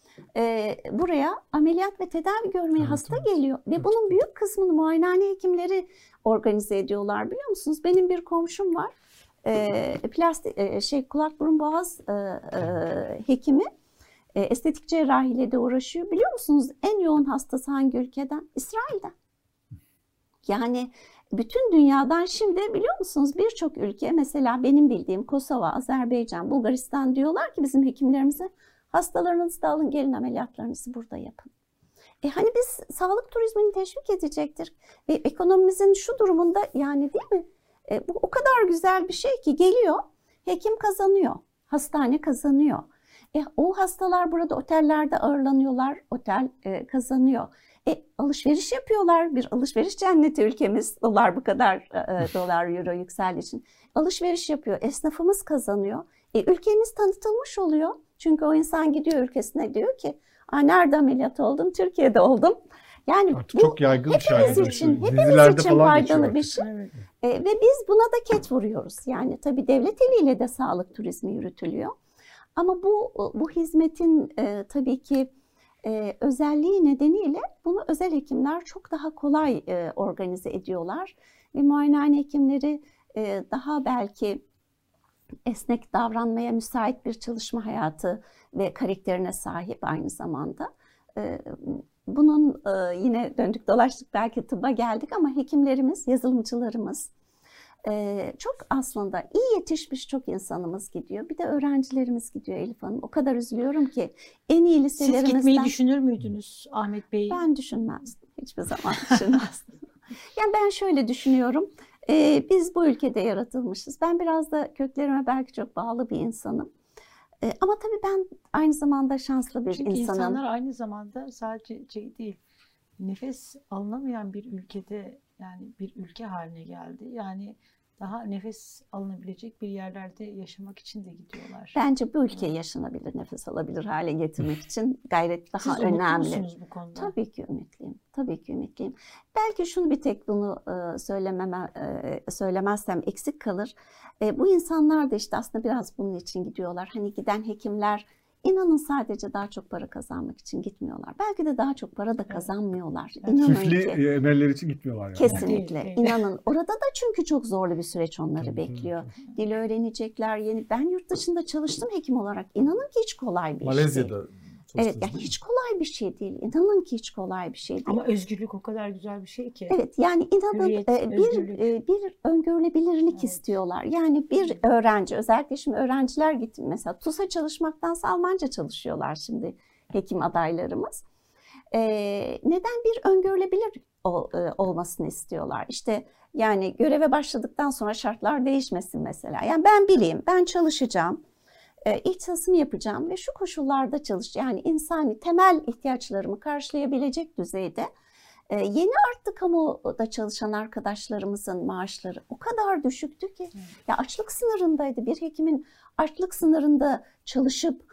buraya ameliyat ve tedavi görmeye hasta geliyor. Ve bunun büyük kısmını muayenehane hekimleri organize ediyorlar, biliyor musunuz? Benim bir komşum var. Kulak burun boğaz hekimi. Estetik cerrahiyle de uğraşıyor. Biliyor musunuz en yoğun hastası hangi ülkeden? İsrail'den. Yani bütün dünyadan şimdi, biliyor musunuz, birçok ülke, mesela benim bildiğim Kosova, Azerbaycan, Bulgaristan diyorlar ki bizim hekimlerimize, hastalarınızı da alın, gelin ameliyatlarınızı burada yapın. Hani biz sağlık turizmini teşvik edecektir. Ekonomimizin şu durumunda, yani değil mi? Bu o kadar güzel bir şey ki, geliyor, hekim kazanıyor, hastane kazanıyor. O hastalar burada otellerde ağırlanıyorlar, otel kazanıyor. Alışveriş yapıyorlar, bir alışveriş cenneti ülkemiz, dolar bu kadar, dolar euro yükseldiği için alışveriş yapıyor, esnafımız kazanıyor. Ülkemiz tanıtılmış oluyor. Çünkü o insan gidiyor ülkesine, diyor ki, nerede ameliyat oldum? Türkiye'de oldum. Yani artık bu çok yaygın hepimiz için faydalı bir şey. Evet. Ve biz buna da ket vuruyoruz. Yani tabii devlet eliyle de sağlık turizmi yürütülüyor. Ama bu hizmetin tabii ki özelliği nedeniyle bunu özel hekimler çok daha kolay organize ediyorlar. Ve muayenehane hekimleri daha belki esnek davranmaya müsait bir çalışma hayatı ve karakterine sahip aynı zamanda. Bunun yine döndük dolaştık, belki tıbba geldik ama hekimlerimiz, yazılımcılarımız, çok aslında iyi yetişmiş çok insanımız gidiyor. Bir de öğrencilerimiz gidiyor Elif Hanım. O kadar üzülüyorum ki, en iyi liselerimizden... Siz gitmeyi düşünür müydünüz Ahmet Bey? Ben düşünmezdim. Hiçbir zaman düşünmezdim. Yani ben şöyle düşünüyorum. Biz bu ülkede yaratılmışız. Ben biraz da köklerime belki çok bağlı bir insanım. Ama tabii ben aynı zamanda şanslı bir Çünkü insanım. insanlar aynı zamanda sadece değil, nefes alınamayan bir ülkede, yani bir ülke haline geldi. Yani daha nefes alınabilecek bir yerlerde yaşamak için de gidiyorlar. Bence bu ülke yaşanabilir, nefes alabilir hale getirmek için gayret daha önemli. Siz umutlu musunuz bu konuda? Tabii ki ümitliyim. Tabii ki ümitliyim. Belki şunu bir tek bunu söylemezsem eksik kalır. Bu insanlar da işte aslında biraz bunun için gidiyorlar. Hani giden hekimler İnanın sadece daha çok para kazanmak için gitmiyorlar. Belki de daha çok para da kazanmıyorlar. İnanın Çiftli ki. emeller için gitmiyorlar yani. Kesinlikle. Değil. İnanın. Orada da çünkü çok zorlu bir süreç onları Tabii, bekliyor. tabii. Dil öğrenecekler. Ben yurt dışında çalıştım hekim olarak. İnanın ki hiç kolay bir iş değil. Malezya'da Evet, yani hiç kolay bir şey değil. İnanın ki hiç kolay bir şey değil. Ama özgürlük o kadar güzel bir şey ki. Evet, yani inanın Hürriyet, bir öngörülebilirlik Evet. istiyorlar. Yani bir öğrenci, özellikle şimdi öğrenciler gitti mesela TUS'a çalışmaktansa Almanca çalışıyorlar şimdi hekim adaylarımız. Neden bir öngörülebilir olmasını istiyorlar? İşte yani göreve başladıktan sonra şartlar değişmesin mesela. Yani ben bileyim, ben çalışacağım. İhtisasımı yapacağım ve şu koşullarda yani insani temel ihtiyaçlarımı karşılayabilecek düzeyde yeni arttı kamuda çalışan arkadaşlarımızın maaşları o kadar düşüktü ki ya açlık sınırındaydı. Bir hekimin açlık sınırında çalışıp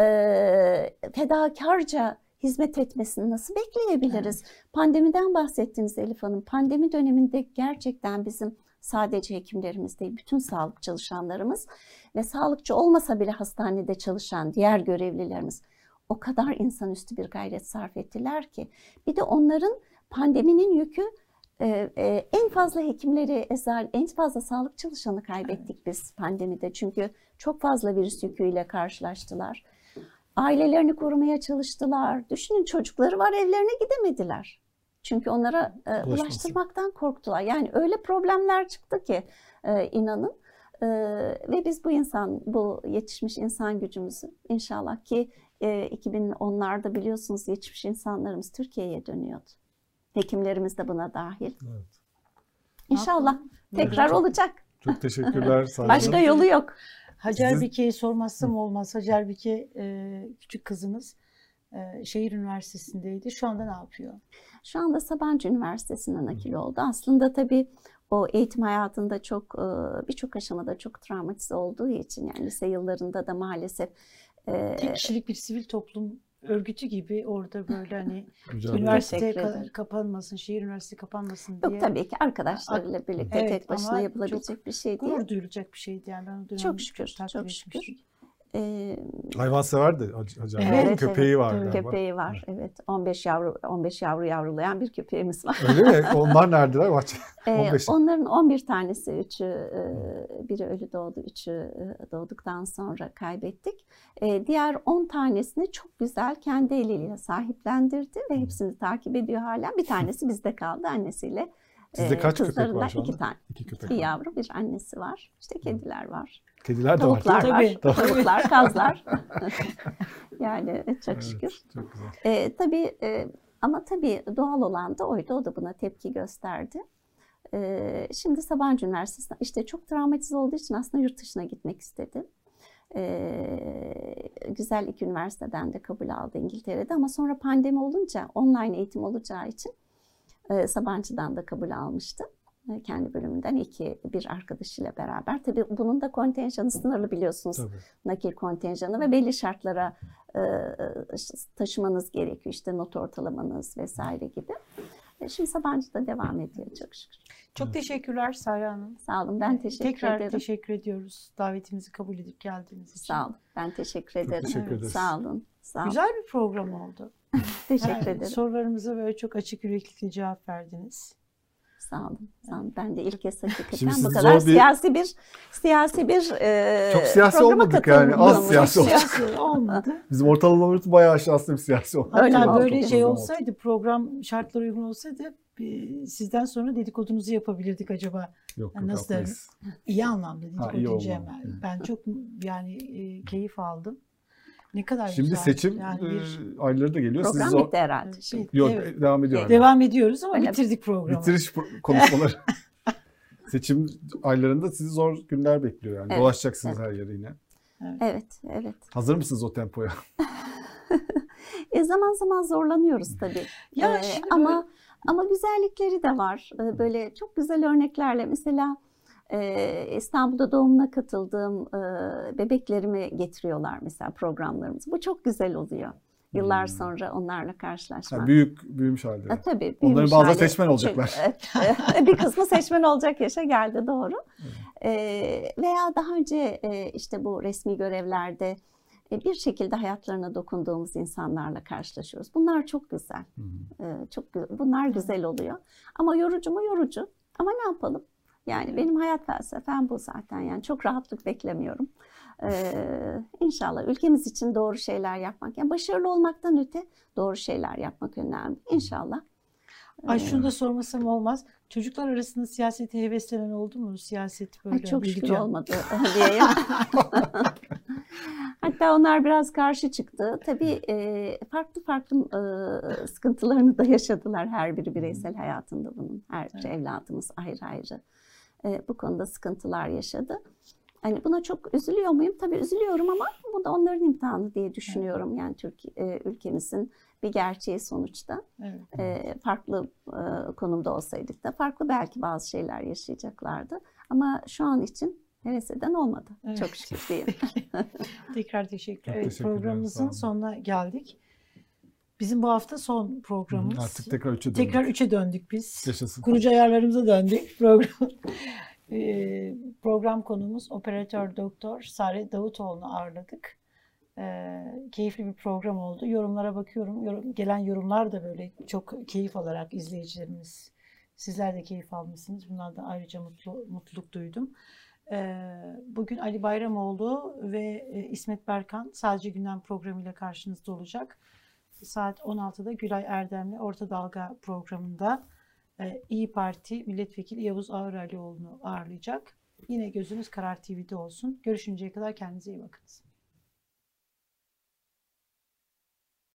fedakarca hizmet etmesini nasıl bekleyebiliriz? Evet. Pandemiden bahsettiniz Elif Hanım. Pandemi döneminde gerçekten bizim sadece hekimlerimiz değil, bütün sağlık çalışanlarımız ve sağlıkçı olmasa bile hastanede çalışan diğer görevlilerimiz o kadar insanüstü bir gayret sarf ettiler ki. Bir de onların pandeminin yükü en fazla hekimleri, en fazla sağlık çalışanı kaybettik biz pandemide. Çünkü çok fazla virüs yüküyle karşılaştılar. Ailelerini korumaya çalıştılar. Düşünün çocukları var, evlerine gidemediler. Çünkü onlara ulaştırmaktan korktular. Yani öyle problemler çıktı ki inanın. Ve biz bu yetişmiş insan gücümüzü inşallah ki 2010'larda biliyorsunuz yetişmiş insanlarımız Türkiye'ye dönüyordu. Hekimlerimiz de buna dahil. Evet. İnşallah tekrar olacak. Çok teşekkürler. Başka yolu yok. Hacer Bike'yi sormazsam olmaz. Hacer Bike küçük kızınız şehir üniversitesindeydi. Şu anda ne yapıyor? Şu anda Sabancı Üniversitesi'ne nakil oldu. Aslında tabii o eğitim hayatında birçok aşamada çok travmatize olduğu için yani lise yıllarında da maalesef tek kişilik bir sivil toplum örgütü gibi orada böyle hani üniversite kapanmasın, şehir üniversitesi kapanmasın diye. Yok tabii ki arkadaşlarıyla birlikte tek başına yapılabilecek bir şey değil. Gurur duyulacak bir şeydi yani. Ben çok şükür, çok şükür. Hayvansever de Hacer. Evet, köpeği var galiba. Köpeği var, evet. 15 yavru yavrulayan bir köpeğimiz var. Öyle mi? Onlar neredeler? 15. Onların 11 tanesi, biri ölü doğdu, 3'ü doğduktan sonra kaybettik. Diğer 10 tanesini çok güzel kendi eliyle sahiplendirdi ve hepsini takip ediyor hala. Bir tanesi bizde kaldı annesiyle. Sizde kaç köpek var şu anda? 2 tane. 2 köpek. Bir yavru, bir annesi var. İşte kediler var. Kediler de tavuklar var. Tavuklar, kazlar. Yani çok şükür. Çok güzel. Tabii ama tabii doğal olan da oydu. O da buna tepki gösterdi. Şimdi Sabancı Üniversitesi'nde işte çok travmatize olduğu için aslında yurt dışına gitmek istedi. Güzel 2 üniversiteden de kabul aldı İngiltere'de ama sonra pandemi olunca online eğitim olacağı için Sabancı'dan da kabul almıştı. Kendi bölümünden bir arkadaşıyla beraber. Tabii bunun da kontenjanı sınırlı biliyorsunuz. Tabii. Nakil kontenjanı ve belli şartlara taşımanız gerekiyor. İşte not ortalamanız vesaire gibi. Şimdi Sabancı'da devam ediyor çok şükür. Çok teşekkürler Sara Hanım. Sağ olun, ben teşekkür ederim. Tekrar teşekkür ediyoruz davetimizi kabul edip geldiğiniz için. Sağ olun, ben teşekkür ederim. Teşekkür ederiz. Sağ olun. Güzel bir program oldu. Teşekkür ederim. Sorularımıza böyle çok açık yüreklilikle cevap verdiniz. Sağ olun. Ben de ilk kez hakikaten Şimdi bu kadar siyasi bir çok siyasi olmadık yani. Az siyasi olmadı. Bizim ortalamalarımız bayağı aşağısında bir siyasi oldu. Hatta böyle şey olsaydı, program şartları uygun olsaydı sizden sonra dedikodunuzu yapabilirdik acaba. Yok, yani nasıl derim? İyi anlamda dedikodu Cemel. Ben çok yani keyif aldım. Ne kadar şimdi güzel. Seçim ayları da geliyor. Program bitti herhalde. Yok, evet. Devam ediyor. Devam ediyoruz ama bitirdik programı. Bitiriş konuşmaları. Seçim aylarında sizi zor günler bekliyor yani. Evet, dolaşacaksınız her yere yine. Evet. Hazır mısınız o tempoya? Zaman zaman zorlanıyoruz tabii. Ya ama güzellikleri de var. Böyle çok güzel örneklerle mesela İstanbul'da doğumuna katıldığım bebeklerimi getiriyorlar mesela programlarımız. Bu çok güzel oluyor. Yıllar sonra onlarla karşılaşmak. Büyümüş halde. Tabii. Onların bazıları seçmen olacaklar. Bir kısmı seçmen olacak yaşa geldi, doğru. Veya daha önce işte bu resmi görevlerde bir şekilde hayatlarına dokunduğumuz insanlarla karşılaşıyoruz. Bunlar çok güzel. Bunlar güzel oluyor. Ama yorucu mu? Yorucu. Ama ne yapalım? Yani benim hayat felsefem bu zaten. Yani çok rahatlık beklemiyorum. İnşallah ülkemiz için doğru şeyler yapmak. Yani başarılı olmaktan öte doğru şeyler yapmak önemli. İnşallah. Ay şunu da sormasam olmaz. Çocuklar arasında siyasete heveslenen oldu mu? Siyaset böyle. Ay çok şükür ilgi olmadı diyeyim. Hatta onlar biraz karşı çıktı. Tabii farklı farklı sıkıntılarını da yaşadılar her biri bireysel hayatında bunun. Her bir evladımız ayrı ayrı bu konuda sıkıntılar yaşadı. Hani buna çok üzülüyor muyum? Tabii üzülüyorum ama bu da onların imtihanı diye düşünüyorum. Yani ülkemizin bir gerçeği sonuçta. Evet. Farklı konumda olsaydık da farklı belki bazı şeyler yaşayacaklardı. Ama şu an için heves eden olmadı. Evet. Çok şükür diyeyim. Tekrar teşekkür Çok ederim. teşekkürler, Programımızın sağ olun. sonuna geldik. Bizim bu hafta son programımız. Artık tekrar 3'e döndük. Tekrar 3'e döndük biz. Yaşasın. Kurucu ayarlarımıza döndük. Program konumuz Operatör Doktor Sare Davutoğlu'nu ağırladık. Keyifli bir program oldu. Yorumlara bakıyorum. Gelen yorumlar da böyle çok keyif alarak izleyicilerimiz. Sizler de keyif almışsınız. Bunlardan ayrıca mutluluk duydum. Bugün Ali Bayramoğlu ve İsmet Berkan Sadece Gündem programıyla karşınızda olacak. Saat 16'da Gülay Erdem'le Orta Dalga programında İYİ Parti Milletvekili Yavuz Ağıralioğlu'nu ağırlayacak. Yine gözünüz Karar TV'de olsun. Görüşünceye kadar kendinize iyi bakınız.